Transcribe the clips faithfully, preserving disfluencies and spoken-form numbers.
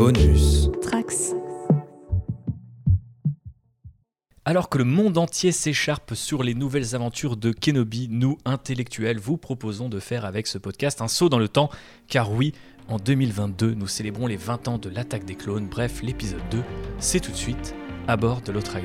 Bonus Trax. Alors que le monde entier s'écharpe sur les nouvelles aventures de Kenobi, nous, intellectuels, vous proposons de faire avec ce podcast un saut dans le temps, car oui, en deux mille vingt-deux, nous célébrons les vingt ans de l'attaque des clones, bref, l'épisode deux, c'est tout de suite à bord de l'Outrider.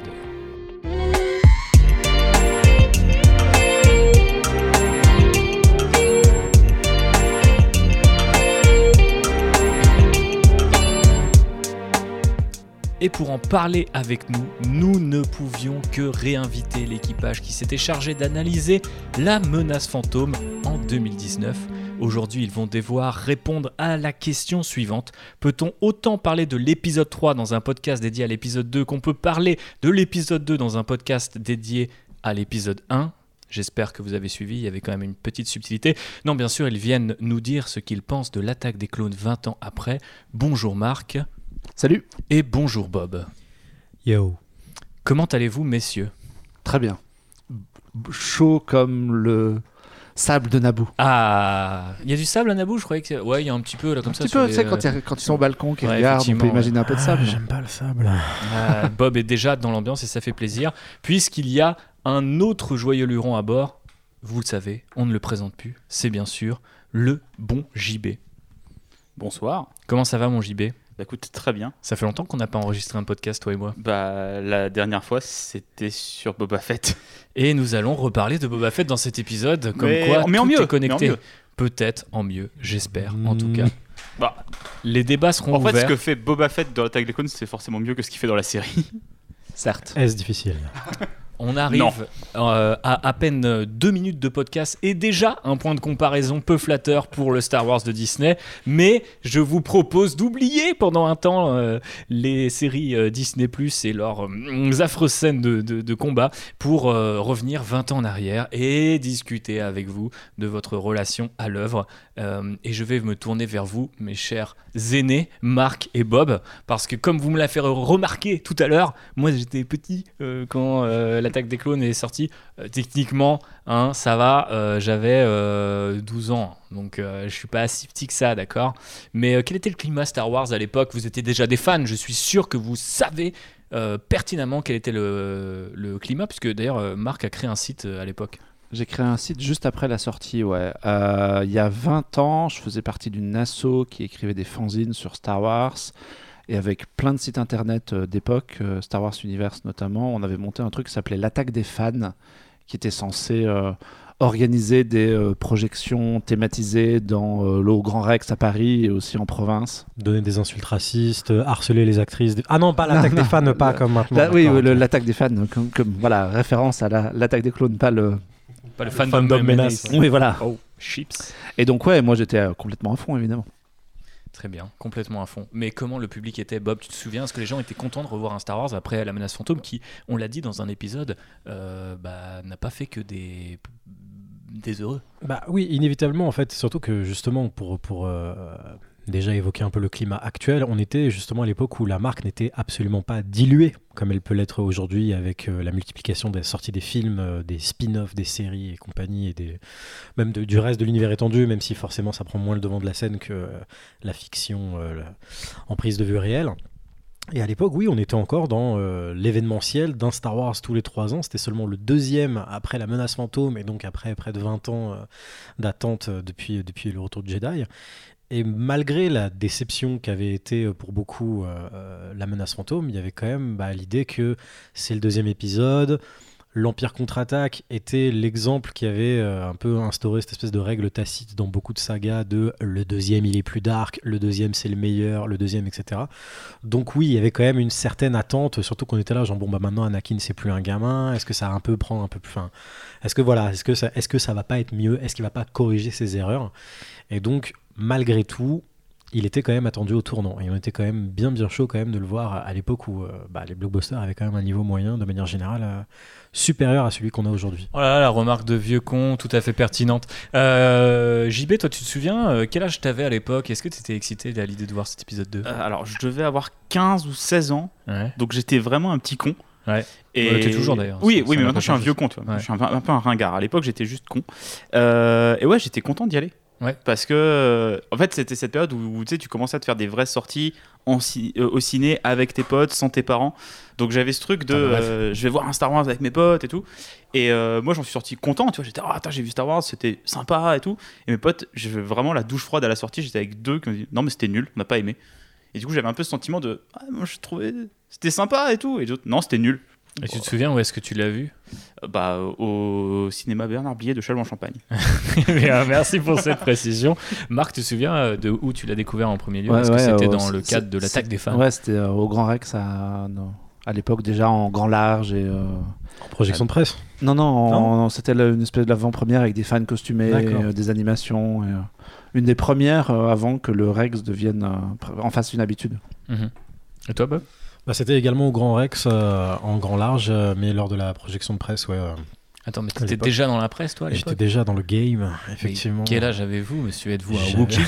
Et pour en parler avec nous, nous ne pouvions que réinviter l'équipage qui s'était chargé d'analyser la menace fantôme en deux mille dix-neuf. Aujourd'hui, ils vont devoir répondre à la question suivante. Peut-on autant parler de l'épisode trois dans un podcast dédié à l'épisode deux qu'on peut parler de l'épisode deux dans un podcast dédié à l'épisode un ? J'espère que vous avez suivi, il y avait quand même une petite subtilité. Non, bien sûr, ils viennent nous dire ce qu'ils pensent de l'attaque des clones vingt ans après. Bonjour Marc. Salut. Et bonjour Bob. Yo. Comment allez-vous, messieurs ? Très bien. Chaud comme le sable de Naboo. Ah, il y a du sable à Naboo, je croyais que... Ouais, il y a un petit peu là comme un ça. Un petit peu, tu sais, les... quand, y a, quand ils sont au balcon, qu'ils ouais, regardent, on peut imaginer ouais. un peu de sable. Ah, j'aime pas le sable. Ah, Bob est déjà dans l'ambiance et ça fait plaisir, puisqu'il y a un autre joyeux luron à bord. Vous le savez, on ne le présente plus. C'est bien sûr le bon J B. Bonsoir. Comment ça va, mon J B ? Bah écoute, très bien. Ça fait longtemps qu'on n'a pas enregistré un podcast, toi et moi. Bah la dernière fois, c'était sur Boba Fett. Et nous allons reparler de Boba Fett dans cet épisode, comme mais, quoi mais tout en mieux, est connecté. mais en mieux. Peut-être en mieux, j'espère, mmh. en tout cas. Bah, les débats seront en fait, ouverts. ce que fait Boba Fett dans l'Attaque des Clones, c'est forcément mieux que ce qu'il fait dans la série. Certes. Est-ce difficile ? On arrive euh, à à peine deux minutes de podcast et déjà un point de comparaison peu flatteur pour le Star Wars de Disney. Mais je vous propose d'oublier pendant un temps euh, les séries euh, Disney plus et leurs euh, affreuses scènes de, de, de combat pour euh, revenir vingt ans en arrière et discuter avec vous de votre relation à l'œuvre. Euh, et je vais me tourner vers vous, mes chers aînés, Marc et Bob, parce que comme vous me l'avez fait remarquer tout à l'heure, moi j'étais petit euh, quand euh, l'attaque des clones est sortie. Euh, techniquement, hein, ça va, euh, j'avais euh, douze ans, donc euh, je suis pas si petit que ça, d'accord ? Mais euh, quel était le climat Star Wars à l'époque ? Vous étiez déjà des fans, je suis sûr que vous savez euh, pertinemment quel était le, le climat, puisque d'ailleurs euh, Marc a créé un site euh, à l'époque. J'ai créé un site juste après la sortie, ouais. Euh, il y a vingt ans, je faisais partie d'une asso qui écrivait des fanzines sur Star Wars. Et avec plein de sites internet euh, d'époque, euh, Star Wars Universe notamment, on avait monté un truc qui s'appelait l'Attaque des fans, qui était censé euh, organiser des euh, projections thématisées dans euh, le Grand Rex à Paris et aussi en province. Donner des insultes racistes, harceler les actrices. Des... Ah non, pas l'attaque non, des fans, non, pas le, comme maintenant. La, oui, le, l'attaque des fans, comme, comme voilà, référence à la, l'attaque des clones, pas le... Pas le fandom, fandom menace. menace. Oui, voilà. Oh, chips. Et donc, ouais, moi j'étais euh, complètement à fond, évidemment. Très bien, complètement à fond. Mais comment le public était, Bob ? Tu te souviens ? Est-ce que les gens étaient contents de revoir un Star Wars après la menace fantôme qui, on l'a dit dans un épisode, euh, bah, n'a pas fait que des, des heureux ? Bah oui, inévitablement en fait, surtout que justement pour, pour euh, déjà évoquer un peu le climat actuel, on était justement à l'époque où la marque n'était absolument pas diluée comme elle peut l'être aujourd'hui avec euh, la multiplication des sorties des films, euh, des spin-offs, des séries et compagnie, et des... même de, du reste de l'univers étendu, même si forcément ça prend moins le devant de la scène que euh, la fiction euh, la... en prise de vue réelle. Et à l'époque, oui, on était encore dans euh, l'événementiel d'un Star Wars tous les trois ans. C'était seulement le deuxième après la menace fantôme et donc après près de vingt ans euh, d'attente euh, depuis, depuis le retour de Jedi. Et malgré la déception qu'avait été pour beaucoup euh, la menace fantôme, il y avait quand même bah, l'idée que c'est le deuxième épisode. L'Empire contre-attaque était l'exemple qui avait euh, un peu instauré cette espèce de règle tacite dans beaucoup de sagas de le deuxième il est plus dark, le deuxième c'est le meilleur, le deuxième et cetera. Donc oui, il y avait quand même une certaine attente, surtout qu'on était là genre bon bah maintenant Anakin c'est plus un gamin, est-ce que ça va un peu prendre un peu plus fin, est-ce que voilà, est-ce que ça, est-ce que ça va pas être mieux, est-ce qu'il va pas corriger ses erreurs ? Et donc malgré tout, il était quand même attendu au tournant et on était quand même bien bien chaud quand même de le voir à l'époque où euh, bah, les blockbusters avaient quand même un niveau moyen de manière générale euh, supérieur à celui qu'on a aujourd'hui. Oh là là, la remarque de vieux con tout à fait pertinente. euh, J B, toi tu te souviens euh, quel âge t'avais à l'époque ? Est-ce que tu étais excité à l'idée de voir cet épisode deux ? euh, Alors je devais avoir quinze ou seize ans, ouais. Donc j'étais vraiment un petit con. Ouais. Et ouais, t'es toujours d'ailleurs. Oui, ça, oui, ça mais maintenant je suis un vieux con, tu vois. Ouais. Je suis un, un peu un ringard. À l'époque, j'étais juste con. Euh, et ouais, j'étais content d'y aller. Ouais. Parce que, euh, en fait, c'était cette période où, où tu sais, tu commençais à te faire des vraies sorties en ci- euh, au ciné avec tes potes, sans tes parents. Donc j'avais ce truc de, Ah, bref. euh, je vais voir un Star Wars avec mes potes et tout. Et euh, moi, j'en suis sorti content. Tu vois, j'étais, oh, attends, j'ai vu Star Wars, c'était sympa et tout. Et mes potes, j'ai vraiment la douche froide à la sortie. J'étais avec deux qui m'ont dit, non, mais c'était nul, on n'a pas aimé. Et du coup, j'avais un peu ce sentiment de, ah, moi, je trouvais, c'était sympa et tout. Et d'autres, non, c'était nul. Et tu te souviens où est-ce que tu l'as vu? Euh, Bah, au cinéma Bernard Blier de Châlons-en-Champagne. Bien, merci pour cette précision. Marc, tu te souviens de où tu l'as découvert en premier lieu? Ouais, Est-ce ouais, que c'était euh, dans le c'est- cadre de l'attaque c'est- des fans? Ouais, c'était euh, au Grand Rex à, non, à l'époque déjà en grand large et. euh, En projection de presse. Non, non, en- Non en- c'était le- une espèce d'avant-première avec des fans costumés, D'accord. euh, des animations. Et, euh, une des premières euh, avant que le Rex devienne euh, pr- en fasse une habitude. Mhm. Et toi, Bob? Bah, c'était également au Grand Rex, euh, en grand large, euh, mais lors de la projection de presse, ouais. euh, Attends, mais À t'étais l'époque. déjà dans la presse, toi, à J'étais l'époque? déjà dans le game, Mais effectivement. quel âge avez-vous, monsieur? Êtes-vous un J'avais- Wookiee?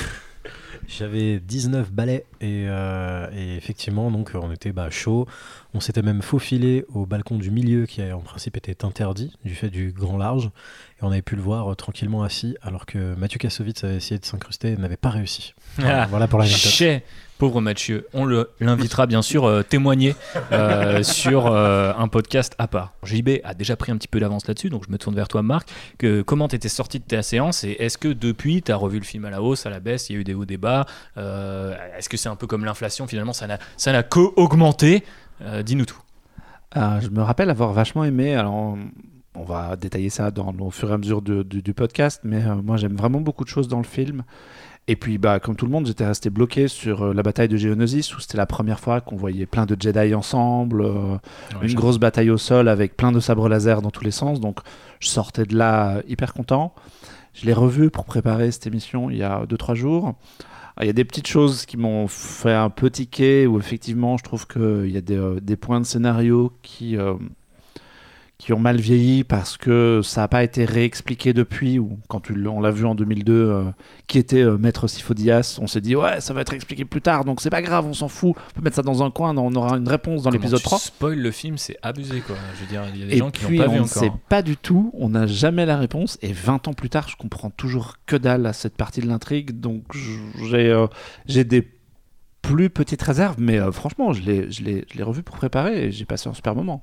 J'avais dix-neuf balais et, euh, et effectivement, donc on était bah, chaud. On s'était même faufilé au balcon du milieu qui a en principe été interdit du fait du grand large. Et on avait pu le voir euh, tranquillement assis alors que Mathieu Kassovitz avait essayé de s'incruster et n'avait pas réussi. Voilà, Ah, voilà pour l'anecdote. Chais, pauvre Mathieu. On le- l'invitera bien sûr euh, témoigner euh, sur euh, un podcast à part. J B a déjà pris un petit peu d'avance là-dessus, donc je me tourne vers toi, Marc. Que, comment t'étais sorti de ta séance et est-ce que depuis t'as revu le film à la hausse, à la baisse, il y a eu des hauts, des bas? Euh, Est-ce que c'est un peu comme l'inflation finalement, ça n'a, ça n'a qu'augmenté? Euh, Dis-nous tout. Euh, je me rappelle avoir vachement aimé. Alors, on, on va détailler ça dans, au fur et à mesure de- du, du podcast, mais euh, moi j'aime vraiment beaucoup de choses dans le film. Et puis, bah, comme tout le monde, j'étais resté bloqué sur euh, la bataille de Geonosis, où c'était la première fois qu'on voyait plein de Jedi ensemble, euh, une grosse bataille au sol avec plein de sabres laser dans tous les sens. Donc, je sortais de là euh, hyper content. Je l'ai revu pour préparer cette émission il y a deux trois jours. Ah, il y a des petites choses qui m'ont fait un peu tiquer, où effectivement, je trouve qu'il y a des, euh, des points de scénario qui, euh, qui ont mal vieilli parce que ça n'a pas été réexpliqué depuis, ou quand tu l- on l'a vu en deux mille deux, euh, qui était euh, Maître Sifo-Dyas. On s'est dit, ouais, ça va être expliqué plus tard, donc c'est pas grave, on s'en fout. On peut mettre ça dans un coin, on aura une réponse dans Comment l'épisode tu trois. spoil le film, c'est abusé quoi. Je veux dire, il y a des Et gens qui puis, l'ont pas on vu ne encore. sait pas du tout, on n'a jamais la réponse, et vingt ans plus tard, je comprends toujours que dalle à cette partie de l'intrigue, donc j- j'ai euh, j'ai des plus petites réserves, mais euh, franchement, je l'ai je l'ai- je l'ai revu pour préparer, et j'ai passé un super moment.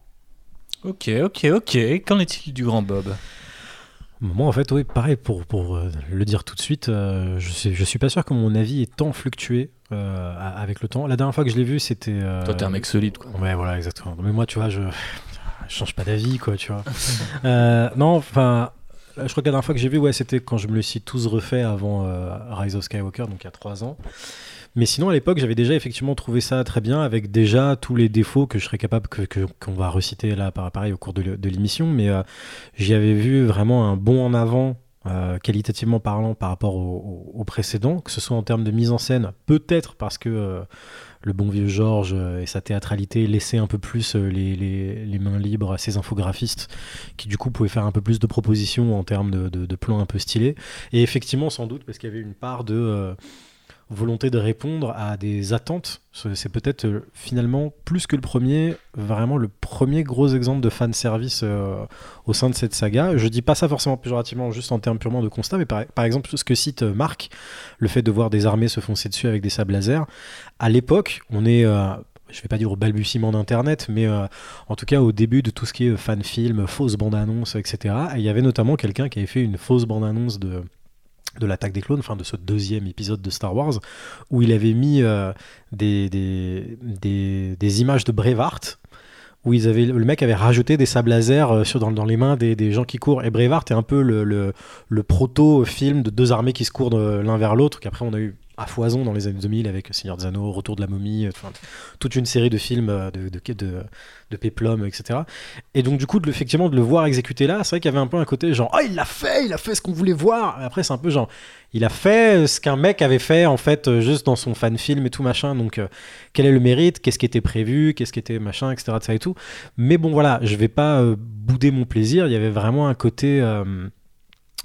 Ok, ok, ok. Qu'en est-il du grand Bob? Moi, en fait, oui, pareil, pour, pour euh, le dire tout de suite, euh, je, sais, je suis pas sûr que mon avis ait tant fluctué euh, a- avec le temps. La dernière fois que je l'ai vu, c'était. euh, Toi, t'es un mec solide quoi. Ouais, voilà, exactement. Mais moi, tu vois, je, je change pas d'avis, quoi, tu vois. Euh, non, enfin, je crois que la dernière fois que j'ai vu, ouais, c'était quand je me le suis tous refait avant euh, Rise of Skywalker, donc il y a trois ans. Mais sinon, à l'époque, j'avais déjà effectivement trouvé ça très bien, avec déjà tous les défauts que je serais capable que, que- qu'on va reciter là, par- pareil, au cours de, le- de l'émission. Mais euh, j'y avais vu vraiment un bond en avant, euh, qualitativement parlant, par rapport au, au- au précédent, que ce soit en termes de mise en scène, peut-être parce que euh, le bon vieux Georges euh, et sa théâtralité laissaient un peu plus euh, les, les- les mains libres à ses infographistes, qui du coup pouvaient faire un peu plus de propositions en termes de, de- de plans un peu stylés. Et effectivement, sans doute, parce qu'il y avait une part de... euh, volonté de répondre à des attentes. C'est c'est peut-être euh, finalement plus que le premier, vraiment le premier gros exemple de fan service euh, au sein de cette saga. Je dis pas ça forcément péjorativement, juste en termes purement de constat, mais par, par exemple ce que cite euh, Marc, le fait de voir des armées se foncer dessus avec des sables laser. À l'époque, on est euh, je vais pas dire au balbutiement d'internet, mais euh, en tout cas au début de tout ce qui est fan film, fausse bande-annonce, et cetera. Et il y avait notamment quelqu'un qui avait fait une fausse bande-annonce de de l'attaque des clones, enfin de ce deuxième épisode de Star Wars, où il avait mis euh, des, des, des, des images de Braveheart, où ils avaient, le mec avait rajouté des sables laser euh, sur, dans, dans les mains des, des gens qui courent. Et Braveheart est un peu le, le, le proto-film de deux armées qui se courent de l'un vers l'autre, qu'après on a eu à foison dans les années deux mille avec Seigneur des Anneaux, Retour de la momie, enfin, toute une série de films euh, de, de, de, de péplum, et cetera. Et donc du coup, de, effectivement, de le voir exécuter là, c'est vrai qu'il y avait un peu un côté genre « Ah, il l'a fait, il a fait ce qu'on voulait voir !» Après, c'est un peu genre « Il a fait ce qu'un mec avait fait, en fait, euh, juste dans son fan film et tout, machin. » Donc, euh, quel est le mérite? Qu'est-ce qui était prévu? Qu'est-ce qui était machin, et cetera. Ça et tout. Mais bon, voilà, je vais pas euh, bouder mon plaisir. Il y avait vraiment un côté... Euh,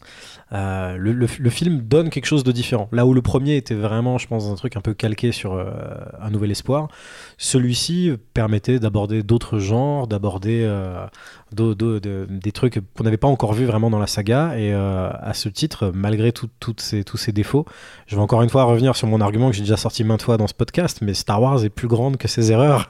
Euh, le, le, le film donne quelque chose de différent. Là où le premier était vraiment, je pense, un truc un peu calqué sur euh, Un Nouvel Espoir, celui-ci permettait d'aborder d'autres genres, d'aborder euh, d'o, d'o, de, des trucs qu'on n'avait pas encore vus vraiment dans la saga. Et euh, à ce titre, malgré tout, tout ces, tous ces défauts, je vais encore une fois revenir sur mon argument que j'ai déjà sorti maintes fois dans ce podcast, mais Star Wars est plus grande que ses erreurs.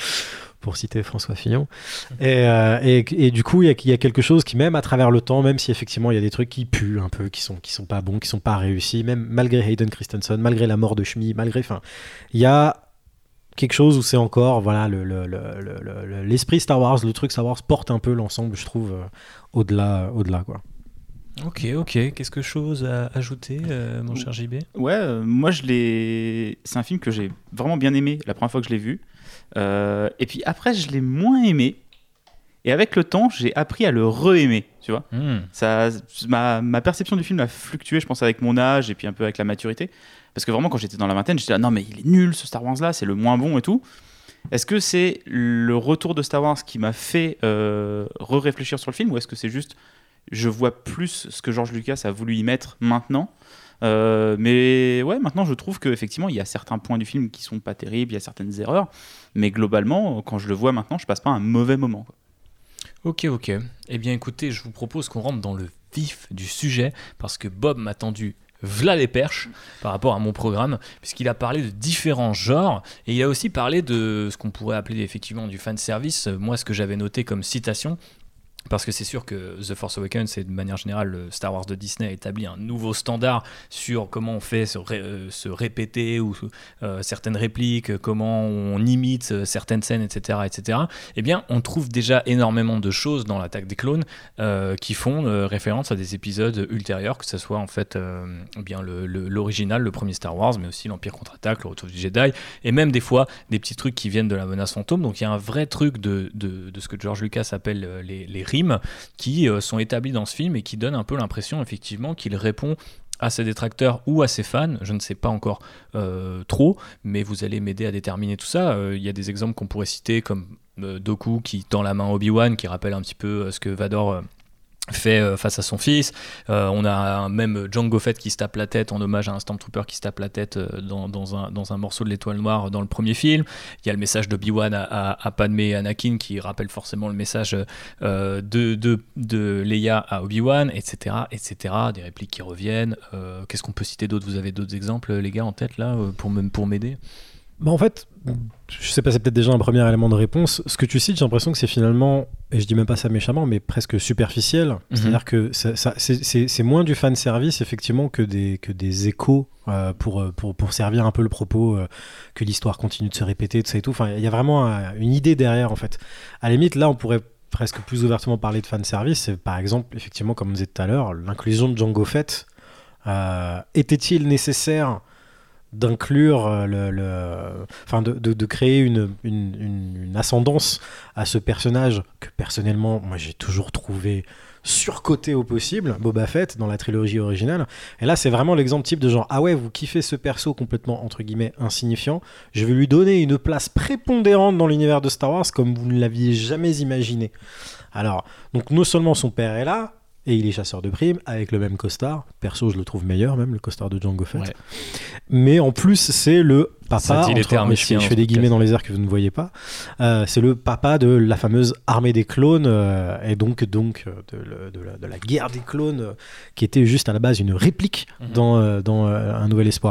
Pour citer François Fillon. Et, euh, et, et du coup, il y, y a quelque chose qui, même à travers le temps, même si effectivement il y a des trucs qui puent un peu, qui sont, qui sont pas bons, qui sont pas réussis, même malgré Hayden Christensen, malgré la mort de Shmi, malgré, enfin, il y a quelque chose où c'est encore, voilà, le, le, le, le, le, l'esprit Star Wars, le truc Star Wars porte un peu l'ensemble, je trouve, euh, au-delà, au-delà, quoi. Ok, ok. Quelque chose à ajouter, euh, mon cher J B ? Ouais, euh, moi je l'ai. C'est un film que j'ai vraiment bien aimé la première fois que je l'ai vu. Euh, et puis après, je l'ai moins aimé. Et avec le temps, j'ai appris à le re-aimer. Tu vois, mmh. ça, ma, ma perception du film a fluctué, je pense, avec mon âge et puis un peu avec la maturité. Parce que vraiment, quand j'étais dans la vingtaine, j'étais là, non, mais il est nul ce Star Wars là, c'est le moins bon et tout. Est-ce que c'est le retour de Star Wars qui m'a fait euh, re-réfléchir sur le film, ou est-ce que c'est juste je vois plus ce que George Lucas a voulu y mettre maintenant? Euh, mais ouais, maintenant je trouve qu'effectivement il y a certains points du film qui sont pas terribles, il y a certaines erreurs, mais globalement quand je le vois maintenant je passe pas un mauvais moment, quoi. Ok, ok. Eh bien écoutez, je vous propose qu'on rentre dans le vif du sujet, parce que Bob m'a tendu v'là les perches par rapport à mon programme, puisqu'il a parlé de différents genres, et il a aussi parlé de ce qu'on pourrait appeler effectivement du fanservice. Moi, ce que j'avais noté comme citation, parce que c'est sûr que The Force Awakens, c'est de manière générale, le Star Wars de Disney a établi un nouveau standard sur comment on fait se, ré, euh, se répéter ou euh, certaines répliques, comment on imite euh, certaines scènes, et cetera, et cetera. Eh bien, on trouve déjà énormément de choses dans l'Attaque des Clones euh, qui font euh, référence à des épisodes ultérieurs, que ce soit en fait euh, bien le, le, l'original, le premier Star Wars, mais aussi l'Empire contre-attaque, le Retour du Jedi, et même des fois des petits trucs qui viennent de la menace fantôme. Donc il y a un vrai truc de, de, de ce que George Lucas appelle les, les qui euh, sont établis dans ce film et qui donnent un peu l'impression effectivement qu'il répond à ses détracteurs ou à ses fans, je ne sais pas encore euh, trop, mais vous allez m'aider à déterminer tout ça. Il euh, y a des exemples qu'on pourrait citer comme euh, Dooku qui tend la main à Obi-Wan, qui rappelle un petit peu euh, ce que Vador euh, fait euh, face à son fils. Euh, on a même Jango Fett qui se tape la tête en hommage à un Stormtrooper qui se tape la tête euh, dans, dans, un, dans un morceau de l'étoile noire dans le premier film. Il y a le message d'Obi-Wan à, à, à Padmé et Anakin qui rappelle forcément le message euh, de, de, de Leia à Obi-Wan, et cetera, et cetera. Des répliques qui reviennent. Euh, qu'est-ce qu'on peut citer d'autre ? Vous avez d'autres exemples, les gars, en tête là, pour, me, pour m'aider ? Bah en fait, je sais pas, c'est peut-être déjà un premier élément de réponse. Ce que tu cites, j'ai l'impression que c'est finalement, et je dis même pas ça méchamment, mais presque superficiel. Mm-hmm. C'est-à-dire que ça, ça, c'est, c'est, c'est moins du fan service effectivement que des, que des échos euh, pour, pour, pour servir un peu le propos, euh, que l'histoire continue de se répéter, tout ça et tout. Enfin, il y a vraiment un, une idée derrière en fait. À la limite, là, on pourrait presque plus ouvertement parler de fan service. C'est, par exemple, effectivement, comme on disait tout à l'heure, l'inclusion de Jango Fett. Euh, était-il nécessaire d'inclure le, le enfin de, de, de créer une, une, une, une ascendance à ce personnage que personnellement moi j'ai toujours trouvé surcoté au possible, Boba Fett dans la trilogie originale. Et là c'est vraiment l'exemple type de genre ah ouais, vous kiffez ce perso complètement entre guillemets insignifiant, je vais lui donner une place prépondérante dans l'univers de Star Wars comme vous ne l'aviez jamais imaginé. Alors donc non seulement son père est là, et il est chasseur de primes avec le même costard. Perso, je le trouve meilleur même, le costard de Jango Fett. Ouais. Mais en plus, c'est le papa. Entre, je, je fais des guillemets dans les airs que vous ne voyez pas. Euh, c'est le papa de la fameuse armée des clones euh, et donc donc de, de, de, la, de la guerre des clones euh, qui était juste à la base une réplique mm-hmm. dans euh, dans euh, Un Nouvel Espoir.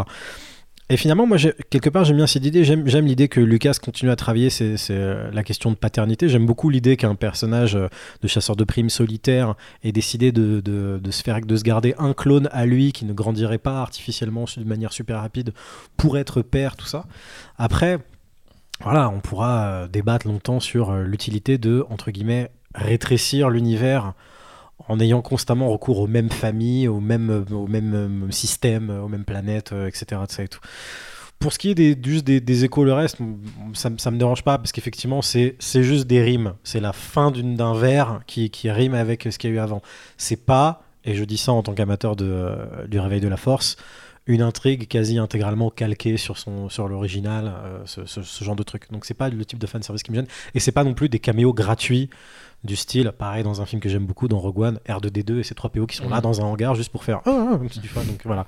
Et finalement, moi, j'ai, quelque part, j'aime bien cette idée. J'aime, j'aime l'idée que Lucas continue à travailler c'est, c'est, euh, la question de paternité. J'aime beaucoup l'idée qu'un personnage euh, de chasseur de primes solitaire ait décidé de, de, de, se faire, de se garder un clone à lui qui ne grandirait pas artificiellement de manière super rapide pour être père, tout ça. Après, voilà, on pourra euh, débattre longtemps sur euh, l'utilité de, entre guillemets, rétrécir l'univers en ayant constamment recours aux mêmes familles, aux mêmes, aux mêmes systèmes, aux mêmes planètes, et cetera. Et tout. Pour ce qui est des, juste des, des échos, le reste, ça ne me dérange pas, parce qu'effectivement, c'est, c'est juste des rimes. C'est la fin d'une, d'un vers qui, qui rime avec ce qu'il y a eu avant. C'est pas, et je dis ça en tant qu'amateur de, euh, du Réveil de la Force, une intrigue quasi intégralement calquée sur, son, sur l'original, euh, ce, ce, ce genre de truc. Donc c'est pas le type de fanservice qui me gêne. Et c'est pas non plus des caméos gratuits du style, pareil dans un film que j'aime beaucoup, dans Rogue One, R deux D deux et ces trois P O qui sont mmh. là dans un hangar juste pour faire ah, ah, c'est du fun. Donc voilà.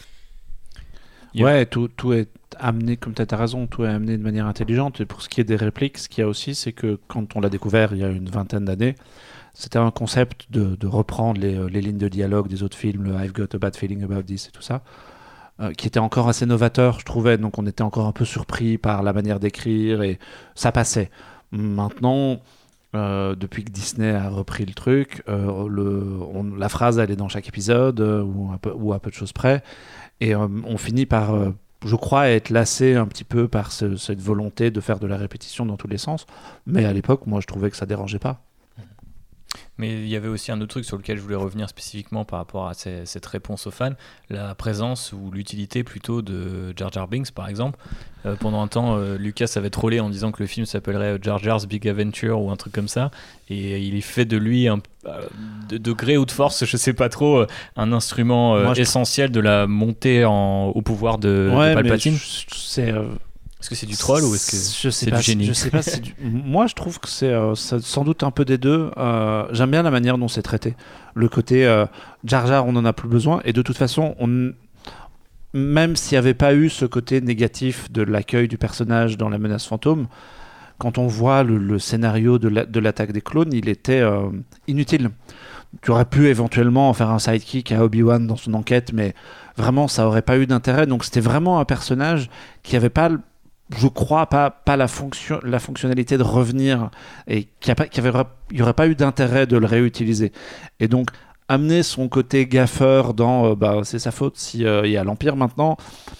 Yeah. Ouais, tout, tout est amené, comme tu as raison, tout est amené de manière intelligente. Et pour ce qui est des répliques, ce qu'il y a aussi, c'est que quand on l'a découvert il y a une vingtaine d'années, c'était un concept de, de reprendre les, les lignes de dialogue des autres films, le I've got a bad feeling about this et tout ça, euh, qui était encore assez novateur, je trouvais. Donc on était encore un peu surpris par la manière d'écrire et ça passait. Maintenant, euh, depuis que Disney a repris le truc, euh, le, on, la phrase elle est dans chaque épisode euh, ou, un peu, ou à peu de choses près. Et euh, on finit par, euh, je crois, être lassé un petit peu par ce, cette volonté de faire de la répétition dans tous les sens. Mais à l'époque, moi, je trouvais que ça dérangeait pas. Mais il y avait aussi un autre truc sur lequel je voulais revenir spécifiquement par rapport à ces, cette réponse aux fans, la présence ou l'utilité plutôt de Jar Jar Binks par exemple. Euh, pendant un temps, euh, Lucas avait trollé en disant que le film s'appellerait Jar Jar's Big Adventure ou un truc comme ça, et il fait de lui, un, euh, de, de gré ou de force, je sais pas trop, un instrument euh, Moi, essentiel de la montée en, au pouvoir de, ouais, de Palpatine. Mais je, c'est... Euh... Est-ce que c'est du troll ou est-ce que je sais c'est pas, du génie? Je sais pas. Si du... Moi, je trouve que c'est euh, sans doute un peu des deux. Euh, j'aime bien la manière dont c'est traité. Le côté euh, Jar Jar, on n'en a plus besoin. Et de toute façon, on... même s'il n'y avait pas eu ce côté négatif de l'accueil du personnage dans La Menace Fantôme, quand on voit le, le scénario de, la, de l'attaque des clones, il était euh, inutile. Tu aurais pu éventuellement faire un sidekick à Obi-Wan dans son enquête, mais vraiment, ça n'aurait pas eu d'intérêt. Donc, c'était vraiment un personnage qui n'avait pas... Le... je crois pas, pas la, fonction, la fonctionnalité de revenir et qu'il n'y aurait pas eu d'intérêt de le réutiliser. Et donc, amener son côté gaffeur dans euh, bah, c'est sa faute s'il euh, y a l'Empire maintenant,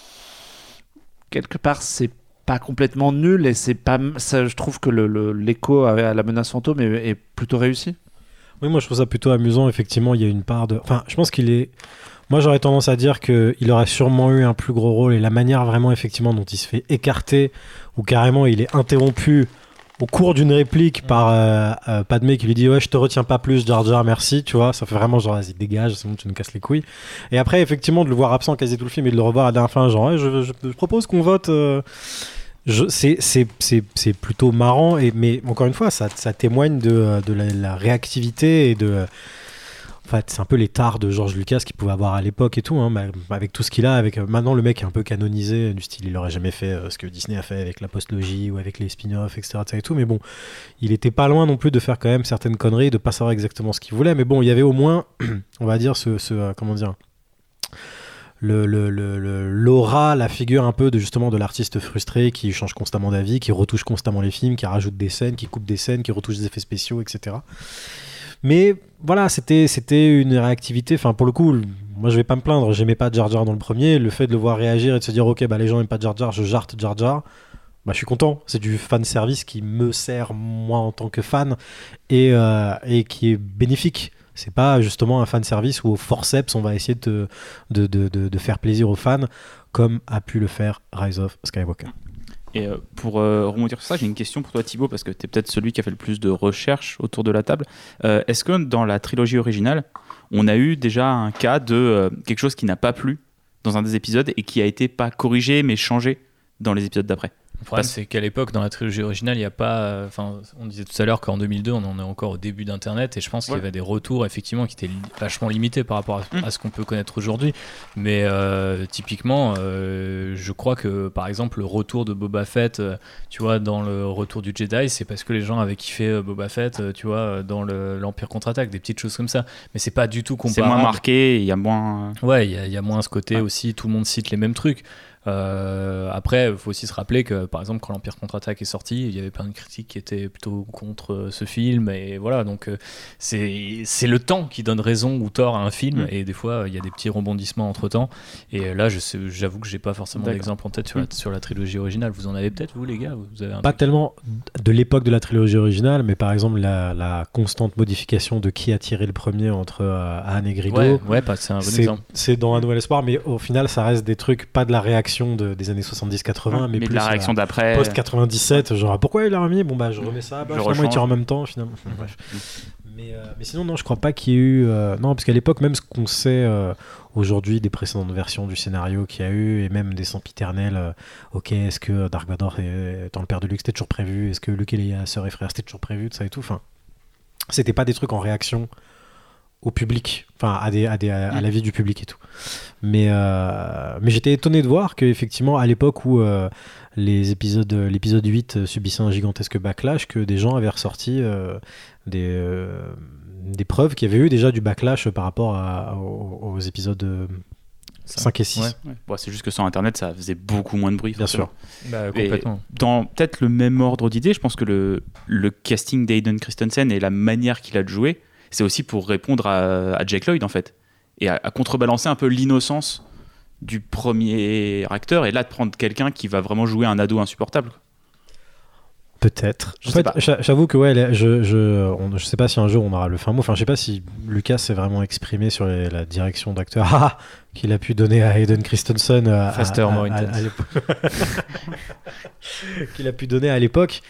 quelque part, c'est pas complètement nul et c'est pas, ça, je trouve que le, le, l'écho à La Menace Fantôme est, est plutôt réussi. Oui, moi je trouve ça plutôt amusant. Effectivement, il y a une part de. Enfin, je pense qu'il est. Moi, j'aurais tendance à dire qu'il aurait sûrement eu un plus gros rôle et la manière vraiment effectivement dont il se fait écarter ou carrément il est interrompu au cours d'une réplique par euh, euh, Padmé qui lui dit ouais je te retiens pas plus Jar Jar merci, tu vois, ça fait vraiment genre vas-y dégage, c'est bon, tu nous casses les couilles. Et après effectivement de le voir absent quasi tout le film et de le revoir à la dernière fin genre ouais, je, je, je propose qu'on vote euh, je, c'est, c'est, c'est, c'est plutôt marrant et, mais encore une fois ça, ça témoigne de, de la, la réactivité et de en fait, c'est un peu les tares de George Lucas qu'il pouvait avoir à l'époque et tout, hein, avec tout ce qu'il a. Avec, maintenant, le mec est un peu canonisé, du style, il n'aurait jamais fait euh, ce que Disney a fait avec la postlogie ou avec les spin-offs, et cetera et tout, mais bon, il était pas loin non plus de faire quand même certaines conneries, de pas savoir exactement ce qu'il voulait, mais bon, il y avait au moins, on va dire, ce, ce euh, comment dire, le, le, le, le, l'aura, la figure un peu de justement de l'artiste frustré qui change constamment d'avis, qui retouche constamment les films, qui rajoute des scènes, qui coupe des scènes, qui retouche des effets spéciaux, et cetera. Mais voilà, c'était, c'était une réactivité. Enfin, pour le coup, moi je vais pas me plaindre. J'aimais pas Jar Jar dans le premier. Le fait de le voir réagir et de se dire, ok, bah les gens aiment pas Jar Jar, je jarte Jar Jar. Bah, je suis content. C'est du fan service qui me sert moi en tant que fan et, euh, et qui est bénéfique. C'est pas justement un fan service où au forceps on va essayer de, de, de, de, de faire plaisir aux fans comme a pu le faire Rise of Skywalker. Et euh, pour euh, remonter sur ça, j'ai une question pour toi Thibaut, parce que tu es peut-être celui qui a fait le plus de recherches autour de la table. Euh, est-ce que dans la trilogie originale, on a eu déjà un cas de euh, quelque chose qui n'a pas plu dans un des épisodes et qui a été pas corrigé mais changé dans les épisodes d'après? Le problème, c'est qu'à l'époque, dans la trilogie originale, il n'y a pas. Enfin, on disait tout à l'heure qu'en deux mille deux, on en est encore au début d'Internet, et je pense ouais. qu'il y avait des retours effectivement qui étaient li- vachement limités par rapport à, mmh. à ce qu'on peut connaître aujourd'hui. Mais euh, typiquement, euh, je crois que par exemple, le retour de Boba Fett, euh, tu vois, dans le Retour du Jedi, c'est parce que les gens avaient kiffé euh, Boba Fett, euh, tu vois, dans le, l'Empire contre-attaque, des petites choses comme ça. Mais c'est pas du tout comparable. C'est moins marqué, il y a moins. Ouais, il y, y a moins ce côté ouais. aussi. Tout le monde cite les mêmes trucs. Euh, après, il faut aussi se rappeler que par exemple quand l'Empire contre-attaque est sorti, il y avait plein de critiques qui étaient plutôt contre euh, ce film, et voilà, donc euh, c'est, c'est le temps qui donne raison ou tort à un film, mmh. et des fois il y a des petits rebondissements entre temps, et là je sais, j'avoue que j'ai pas forcément D'accord. d'exemple en tête sur la, sur la trilogie originale. Vous en avez peut-être, vous les gars? Vous avez un pas truc tellement de l'époque de la trilogie originale, mais par exemple la, la constante modification de qui a tiré le premier entre euh, Han et Grido. Ouais, ouais bah, c'est un bon c'est, exemple. C'est dans Un Nouvel Espoir, mais au final ça reste des trucs, pas de la réaction De, des années soixante-dix quatre-vingts, mais, mais plus la réaction la d'après post quatre-vingt-dix-sept, genre pourquoi il a remis, bon bah je remets ça, bah, je finalement il tire en même temps finalement. Bref. Mais, euh, mais sinon, non, je crois pas qu'il y ait eu. Euh, non, parce qu'à l'époque, même ce qu'on sait euh, aujourd'hui des précédentes versions du scénario qu'il y a eu, et même des sempiternels, euh, ok, est-ce que Dark Vador est, étant le père de Luke, c'était toujours prévu? Est-ce que Luke et Leia, sœur et frère, c'était toujours prévu? Tout ça et tout. Enfin, c'était pas des trucs en réaction au public, enfin, à, des, à, des, à, à l'avis du public et tout. Mais, euh, mais j'étais étonné de voir qu'effectivement, à l'époque où euh, les épisodes, l'épisode huit subissait un gigantesque backlash, que des gens avaient ressorti. Euh, Des, euh, des preuves qu'il y avait eu déjà du backlash par rapport à, aux, aux épisodes euh, cinq et six. Ouais, ouais. Bon, c'est juste que sur internet ça faisait beaucoup moins de bruit. Bien sûr. Bah, complètement. Et dans peut-être le même ordre d'idée, je pense que le, le casting d'Hayden Christensen et la manière qu'il a de jouer, c'est aussi pour répondre à, à Jake Lloyd en fait. Et à, à contrebalancer un peu l'innocence du premier acteur, et là de prendre quelqu'un qui va vraiment jouer un ado insupportable. Peut-être. Je en sais fait, pas. j'avoue que ouais, je, je, on, je sais pas si un jour on aura le fin mot. Enfin, je sais pas si Lucas s'est vraiment exprimé sur les, la direction d'acteur ah, qu'il a pu donner à Hayden Christensen. À, Faster, à, more à, intense. qu'il a pu donner à l'époque.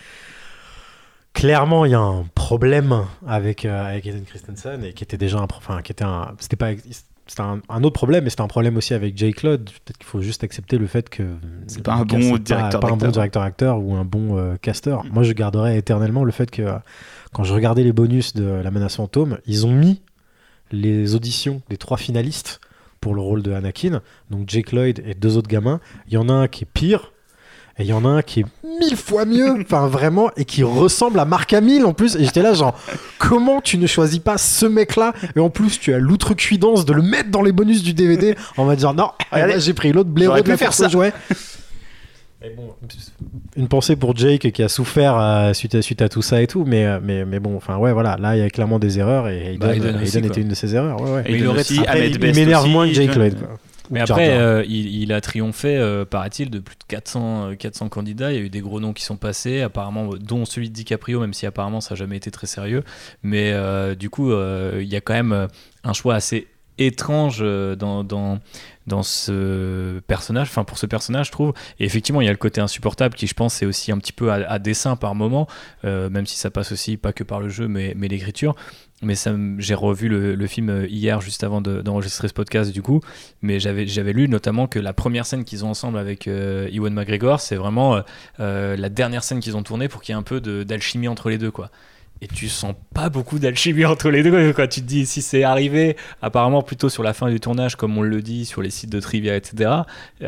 Clairement, il y a un problème avec, euh, avec Hayden Christensen et qui était déjà un, enfin, qui était un, c'était pas, c'était un, un autre problème, mais c'était un problème aussi avec Jake Lloyd. Peut-être qu'il faut juste accepter le fait que c'est pas un bon directeur pas, pas un bon d'acteur. directeur-acteur ou un bon euh, casteur. Mm. Moi, je garderai éternellement le fait que euh, quand je regardais les bonus de La Menace Fantôme, ils ont mis les auditions des trois finalistes pour le rôle de Anakin, donc Jake Lloyd et deux autres gamins. Il y en a un qui est pire. Et il y en a un qui est mille fois mieux, enfin vraiment, et qui ressemble à Mark Hamill en plus. Et j'étais là, genre, comment tu ne choisis pas ce mec-là? Et en plus, tu as l'outrecuidance de le mettre dans les bonus du D V D en va dire non, regardez, j'ai pris l'autre blaireau de la faire ça. Jouer. Mais bon, une pensée pour Jake qui a souffert euh, suite, à, suite à tout ça et tout, mais, mais, mais bon, enfin ouais, voilà, là il y a clairement des erreurs et Hayden, bah, Hayden, Hayden aussi, était une de ces erreurs. Ouais, ouais. Et il aurait aussi, Ahmed il, Best il m'énerve aussi, moins que Jake John... Lloyd. Quoi. Mais après, euh, il, il a triomphé, euh, paraît-il, de plus de quatre cents, quatre cents candidats. Il y a eu des gros noms qui sont passés, apparemment, dont celui de DiCaprio, même si apparemment ça n'a jamais été très sérieux. Mais euh, du coup, euh, il y a quand même un choix assez étrange dans, dans, dans ce personnage, enfin pour ce personnage, je trouve. Et effectivement, il y a le côté insupportable qui, je pense, est aussi un petit peu à, à dessein par moment, euh, même si ça passe aussi pas que par le jeu, mais, mais l'écriture. Mais ça, j'ai revu le, le film hier, juste avant de, d'enregistrer ce podcast, du coup. Mais j'avais, j'avais lu notamment que la première scène qu'ils ont ensemble avec euh, Ewan McGregor, c'est vraiment euh, la dernière scène qu'ils ont tournée pour qu'il y ait un peu de, d'alchimie entre les deux, quoi. Et tu sens pas beaucoup d'alchimie entre les deux, quoi. Tu te dis, si c'est arrivé apparemment plutôt sur la fin du tournage, comme on le dit sur les sites de trivia, et cetera,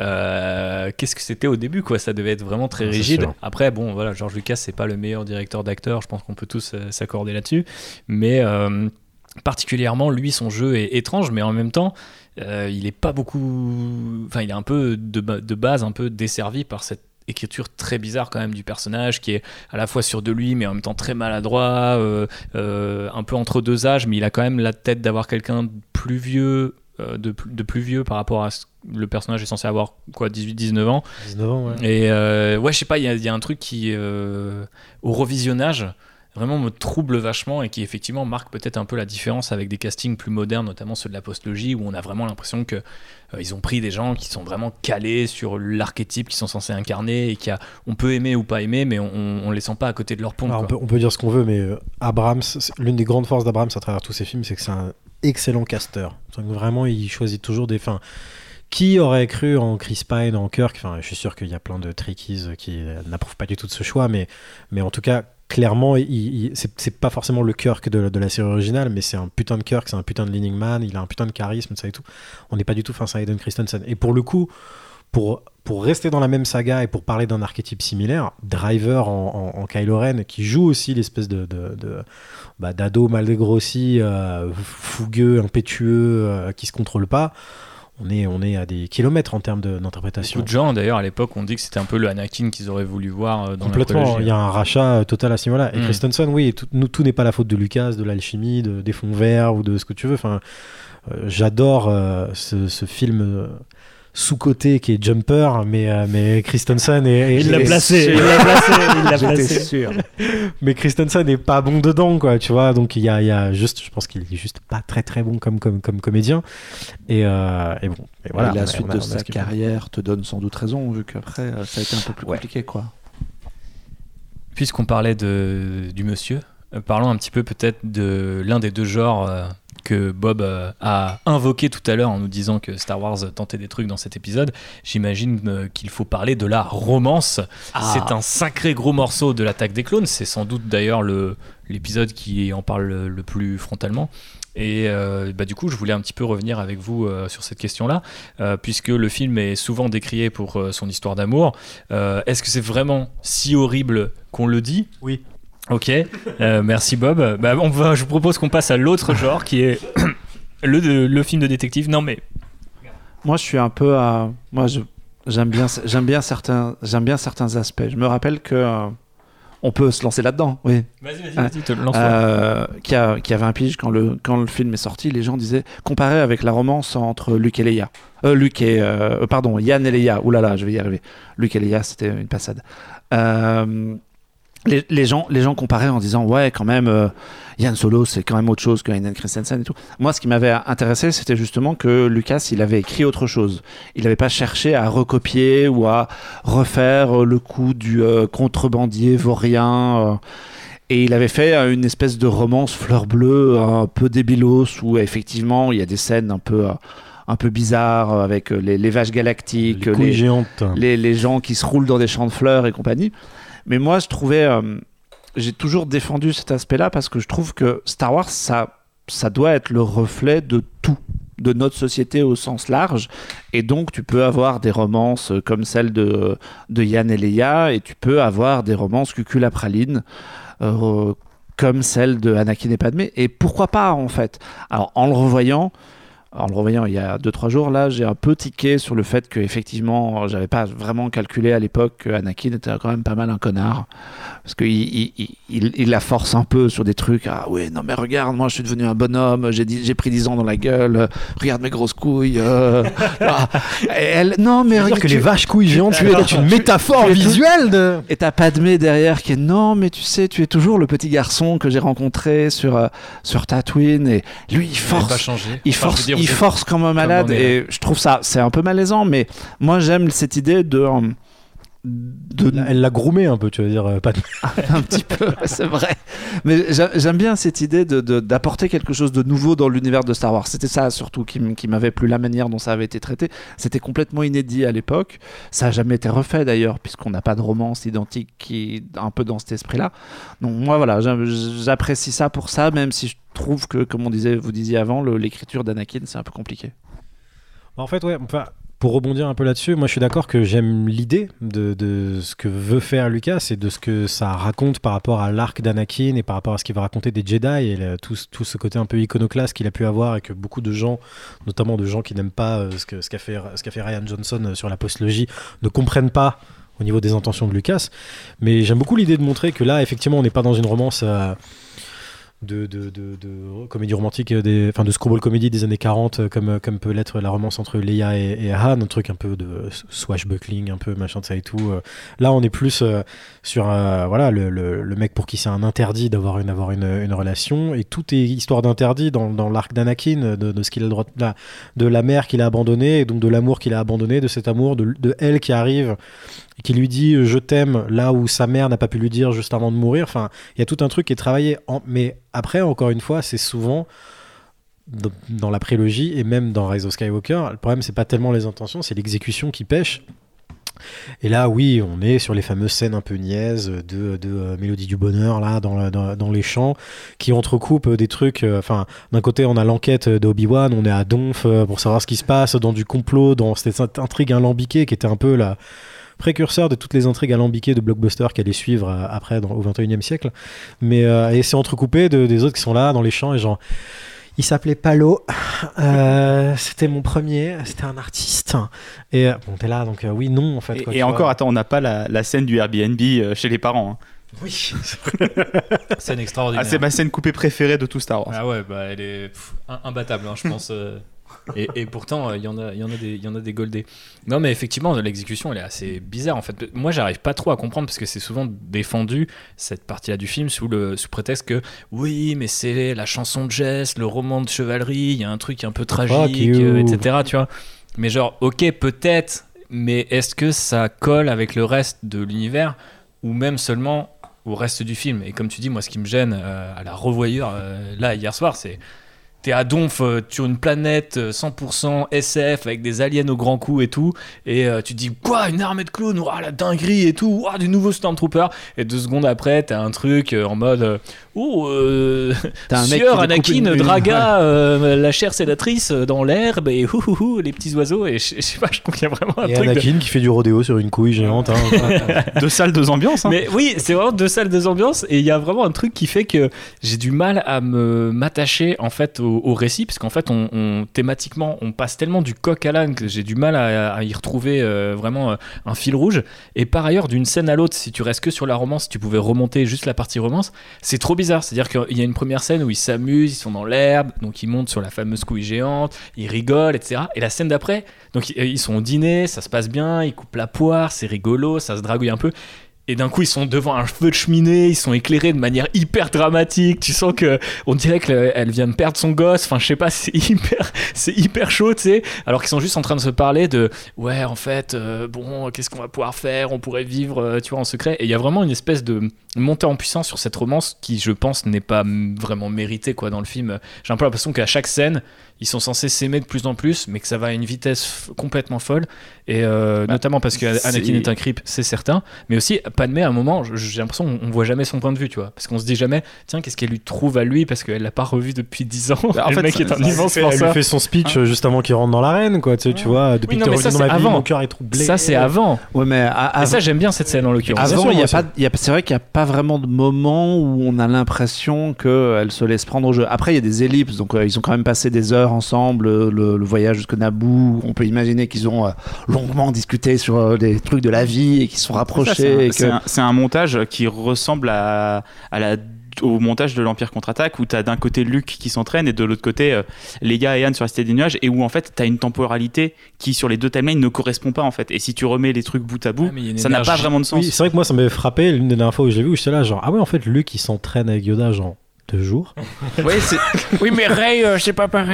euh, qu'est-ce que c'était au début, quoi. Ça devait être vraiment très c'est Ah, rigide. sûr. Après, bon, voilà, George Lucas, c'est pas le meilleur directeur d'acteurs, je pense qu'on peut tous euh, s'accorder là-dessus. Mais euh, particulièrement, lui, son jeu est étrange, mais en même temps, euh, il est pas beaucoup. Enfin, il est un peu de, ba- de base, un peu desservi par cette écriture très bizarre quand même du personnage qui est à la fois sûr de lui mais en même temps très maladroit, euh, euh, un peu entre deux âges, mais il a quand même la tête d'avoir quelqu'un de plus vieux, euh, de, de plus vieux par rapport à ce, le personnage est censé avoir quoi, dix-huit dix-neuf ans. dix-neuf ans, ouais. Et euh, ouais, je sais pas, il y, y a un truc qui euh, au revisionnage vraiment me trouble vachement et qui effectivement marque peut-être un peu la différence avec des castings plus modernes, notamment ceux de la post-logie, où on a vraiment l'impression que euh, ils ont pris des gens qui sont vraiment calés sur l'archétype qu'ils sont censés incarner et qu'on peut aimer ou pas aimer, mais on, on les sent pas à côté de leur pompe. Alors, on, quoi. peut, on peut dire ce qu'on veut, mais euh, Abrams, c'est- l'une des grandes forces d'Abrams à travers tous ses films, c'est que c'est un excellent casteur. C'est que vraiment, il choisit toujours des fins. Qui aurait cru en Chris Pine, en Kirk? Enfin, je suis sûr qu'il y a plein de trickies qui euh, n'approuvent pas du tout de ce choix, mais, mais en tout cas, clairement, il, il, c'est, c'est pas forcément le Kirk de, de la série originale, mais c'est un putain de Kirk, c'est un putain de leading man, il a un putain de charisme, ça et tout. On n'est pas du tout face à Hayden Christensen. Et pour le coup, pour, pour rester dans la même saga et pour parler d'un archétype similaire, Driver en, en, en Kylo Ren, qui joue aussi l'espèce de, de, de bah, d'ado mal dégrossi, euh, fougueux, impétueux, euh, qui se contrôle pas. On est, on est à des kilomètres en termes de, d'interprétation. Beaucoup de gens, d'ailleurs, à l'époque, ont dit que c'était un peu le Anakin qu'ils auraient voulu voir euh, dans Complètement, la il prélogie. y a un rachat total à ce niveau-là. Et Mm. Christensen, oui, tout, nous, tout n'est pas la faute de Lucas, de l'alchimie, de, des fonds verts ou de ce que tu veux. Enfin, euh, j'adore euh, ce, ce film euh, sous-coté qui est Jumper, mais, euh, mais Christensen est... est- Il l'a est- placé, il l'a placé, il l'a J'étais placé. sûr. Mais Christensen n'est pas bon dedans, quoi, tu vois. Donc il y a, il y a juste, je pense qu'il est juste pas très très bon comme, comme, comme comédien. Et, euh, et bon, et voilà. Et la on a- suite on a- de on a sa ce qu'il faut. carrière te donne sans doute raison, vu qu'après, euh, ça a été un peu plus Ouais. compliqué, quoi. Puisqu'on parlait de, du monsieur, euh, parlons un petit peu peut-être de l'un des deux genres euh, que Bob euh, a invoqué tout à l'heure en nous disant que Star Wars tentait des trucs dans cet épisode. J'imagine euh, qu'il faut parler de la romance. Ah. C'est un sacré gros morceau de l'Attaque des clones. C'est sans doute d'ailleurs le, l'épisode qui en parle le, le plus frontalement. Et euh, bah, du coup, je voulais un petit peu revenir avec vous euh, sur cette question-là, euh, puisque le film est souvent décrié pour euh, son histoire d'amour. Euh, est-ce que c'est vraiment si horrible qu'on le dit ? Oui. Ok, euh, merci Bob. Bah, on va, je vous propose qu'on passe à l'autre genre qui est le, de, le film de détective. Non mais moi je suis un peu à... moi je... j'aime bien j'aime bien certains j'aime bien certains aspects. Je me rappelle que euh, on peut se lancer là-dedans. Oui. Vas-y vas-y, vas-y te lance. Euh, qui a qui avait un pitch quand le quand le film est sorti, les gens disaient comparer avec la romance entre Luke et Leia. Euh, Luke et euh, pardon Yann et Leia. Ouh là là, je vais y arriver. Luke et Leia, c'était une passade. Euh, Les, les, gens, les gens comparaient en disant ouais quand même euh, Yann Solo c'est quand même autre chose que Hayden Christensen et tout. Moi ce qui m'avait intéressé c'était justement que Lucas il avait écrit autre chose. Il n'avait pas cherché à recopier ou à refaire le coup du euh, contrebandier vaurien euh, et il avait fait euh, une espèce de romance fleur bleue un peu débilos où effectivement il y a des scènes un peu euh, un peu bizarres avec les, les vaches galactiques, les, les, géantes. Les, les gens qui se roulent dans des champs de fleurs et compagnie. Mais moi, je trouvais, euh, j'ai toujours défendu cet aspect-là parce que je trouve que Star Wars, ça, ça doit être le reflet de tout, de notre société au sens large. Et donc, tu peux avoir des romances comme celle de, de Yann et Leia, et tu peux avoir des romances cuculapraline, euh, comme celle de Anakin et Padmé. Et pourquoi pas, en fait ? Alors, en le revoyant, En le revoyant il y a deux trois jours, là, j'ai un peu tiqué sur le fait qu'effectivement, j'avais pas vraiment calculé à l'époque que Anakin était quand même pas mal un connard. Parce qu'il il, il, il, il la force un peu sur des trucs. Ah ouais, non mais regarde, moi je suis devenu un bonhomme, j'ai, dit, j'ai pris dix ans dans la gueule, regarde mes grosses couilles. Euh, ah, et elle, non mais regarde. que les vaches couilles géantes, tu es une métaphore visuelle de. Et t'as Padmé derrière qui est non mais tu sais, tu es toujours le petit garçon que j'ai rencontré sur, euh, sur Tatooine. Et lui il force. Il enfin, force. Dire, il force comme un malade comme et je trouve ça c'est un peu malaisant, mais moi j'aime cette idée de, de... elle l'a groomé un peu, tu veux dire, pas un petit peu, c'est vrai, mais j'aime bien cette idée de, de, d'apporter quelque chose de nouveau dans l'univers de Star Wars. C'était ça surtout qui, qui m'avait plu, la manière dont ça avait été traité. C'était complètement inédit à l'époque, ça n'a jamais été refait d'ailleurs puisqu'on n'a pas de romance identique qui est un peu dans cet esprit là. Donc moi voilà, j'apprécie ça pour ça, même si je trouve que, comme on disait, vous disiez avant, le, l'écriture d'Anakin c'est un peu compliqué. En fait ouais, enfin, pour rebondir un peu là-dessus, moi je suis d'accord que j'aime l'idée de, de ce que veut faire Lucas et de ce que ça raconte par rapport à l'arc d'Anakin et par rapport à ce qu'il va raconter des Jedi et le, tout, tout ce côté un peu iconoclaste qu'il a pu avoir et que beaucoup de gens, notamment de gens qui n'aiment pas euh, ce, que, ce, qu'a fait, ce qu'a fait Rian Johnson sur la postlogie, ne comprennent pas au niveau des intentions de Lucas. Mais j'aime beaucoup l'idée de montrer que là effectivement on n'est pas dans une romance... Euh, De, de, de, de comédie romantique, des, enfin de screwball comédie des années quarante, comme, comme peut l'être la romance entre Leia et, et Han, un truc un peu de swashbuckling, un peu machin de ça et tout. Là, on est plus euh, sur euh, voilà, le, le, le mec pour qui c'est un interdit d'avoir une, avoir une, une relation, et tout est histoire d'interdit dans, dans l'arc d'Anakin, de, de ce qu'il a le droit de la, de la mère qu'il a abandonnée, et donc de l'amour qu'il a abandonné, de cet amour, de, de elle qui arrive et qui lui dit je t'aime là où sa mère n'a pas pu lui dire juste avant de mourir. Enfin, il y a tout un truc qui est travaillé en... mais après encore une fois c'est souvent dans la prélogie et même dans Rise of Skywalker, le problème c'est pas tellement les intentions, c'est l'exécution qui pêche. Et là oui on est sur les fameuses scènes un peu niaises de, de euh, Mélodie du Bonheur là dans, dans, dans les champs qui entrecoupent des trucs, enfin euh, d'un côté on a l'enquête d'Obi-Wan, on est à Donf euh, pour savoir ce qui se passe dans du complot, dans cette intrigue alambiquée qui était un peu la précurseur de toutes les intrigues alambiquées de blockbuster qui allaient suivre euh, après dans, au vingt et unième siècle, mais euh, et c'est entrecoupé de, des autres qui sont là dans les champs et genre il s'appelait Palo, euh, c'était mon premier, c'était un artiste et euh, bon t'es là donc euh, oui non en fait et, quoi, et encore vois. Attends on n'a pas la, la scène du Airbnb euh, chez les parents hein. Oui, scène extraordinaire. Ah, c'est ma scène coupée préférée de tout Star Wars. Ah ouais bah elle est pff, imbattable hein, je pense euh... Et, et pourtant, il y en a, il y en a des, il y en a des goldés. Non, mais effectivement, l'exécution, elle est assez bizarre en fait. Moi, j'arrive pas trop à comprendre parce que c'est souvent défendu cette partie-là du film sous le sous prétexte que oui, mais c'est la chanson de Jess, le roman de chevalerie, il y a un truc un peu tragique, euh, et cetera. Tu vois. Mais genre, ok, peut-être, mais est-ce que ça colle avec le reste de l'univers ou même seulement au reste du film. Et comme tu dis, moi, ce qui me gêne euh, à la revoyure, euh, là, hier soir, c'est t'es à Donf euh, sur une planète euh, cent pour cent S F avec des aliens au grand coup et tout, et euh, tu te dis quoi, une armée de clones, ouah, la dinguerie et tout, ouah, du nouveau Stormtrooper, et deux secondes après t'as un truc euh, en mode euh, oh euh, T'as un mec sieur qui découpe Anakin une- une- Draga euh, la chère sénatrice euh, dans l'herbe et hou, hou, hou, les petits oiseaux, et je je sais pas, je trouve qu'il y a vraiment un Et truc de- Anakin qui fait du rodéo sur une couille géante. Hein. Deux salles, deux ambiances. Hein. Mais oui, c'est vraiment deux salles, deux ambiances, et il y a vraiment un truc qui fait que j'ai du mal à me m'attacher en fait au, au récit, parce qu'en fait, on, on- thématiquement, on passe tellement du coq à l'âne que j'ai du mal à, à y retrouver euh, vraiment euh, un fil rouge. Et par ailleurs, d'une scène à l'autre, si tu restes que sur la romance, si tu pouvais remonter juste la partie romance, c'est trop bizarre. C'est-à-dire qu'il y a une première scène où ils s'amusent, ils sont dans l'herbe, donc ils montent sur la fameuse couille géante, ils rigolent, et cetera. Et la scène d'après, donc ils ils sont au dîner, ça se passe bien, ils coupent la poire, c'est rigolo, ça se dragouille un peu. Et d'un coup, ils sont devant un feu de cheminée, ils sont éclairés de manière hyper dramatique. Tu sens que, on dirait qu'elle vient de perdre son gosse. Enfin, je sais pas, c'est hyper, c'est hyper chaud, tu sais. Alors qu'ils sont juste en train de se parler de, ouais, en fait, euh, bon, qu'est-ce qu'on va pouvoir faire ? On pourrait vivre, euh, tu vois, en secret. Et il y a vraiment une espèce de montée en puissance sur cette romance qui, je pense, n'est pas m- vraiment méritée, quoi, dans le film. J'ai un peu l'impression qu'à chaque scène, ils sont censés s'aimer de plus en plus, mais que ça va à une vitesse f- complètement folle. Et euh, Bah, notamment parce que Anakin c'est- est un creep, c'est certain. Mais aussi, Padmé, à un moment, j- j'ai l'impression qu'on on voit jamais son point de vue, tu vois. Parce qu'on se dit jamais, tiens, qu'est-ce qu'elle lui trouve à lui, parce qu'elle l'a pas revu depuis dix ans. Bah, en Et le fait, mec ça- est un ça- immense Elle lui penseur. fait son speech euh, juste avant qu'il rentre dans l'arène, quoi. Tu sais, tu vois, depuis Oui, que non, t'es mais ça, revenu dans c'est ma vie, avant. mon cœur est troublé. Ça, c'est avant. Ouais, mais à- Et avant- ça, j'aime bien cette scène en l'occurrence. Avant, sûr, il y moi a pas, il y a- c'est vrai qu'il n'y a pas vraiment de moment où on a l'impression qu'elle se laisse prendre au jeu. Après, il y a des ellipses, donc euh, ils ont quand même passé des heures ensemble, euh, le, le voyage jusqu'au Naboo. On peut imaginer qu'ils ont euh, longuement discuté sur euh, des trucs de la vie et qu'ils se sont Ça, rapprochés. c'est un, et que- c'est un- c'est un montage qui ressemble à, à la au montage de l'Empire contre-attaque, où tu as d'un côté Luke qui s'entraîne et de l'autre côté euh, Leia et Han sur la Cité des Nuages, et où en fait tu as une temporalité qui sur les deux timelines ne correspond pas en fait. Et si tu remets les trucs bout à bout, Ah, mais il y a une ça n'a pas énergie. vraiment de sens. Oui, c'est vrai que moi, ça m'avait frappé l'une des dernières fois où je l'ai vu, où j'étais là, genre, ah ouais, en fait, Luke, il s'entraîne avec Yoda, genre, deux jours. Ouais, c'est- Oui, mais Rey, euh, c'est pas pareil.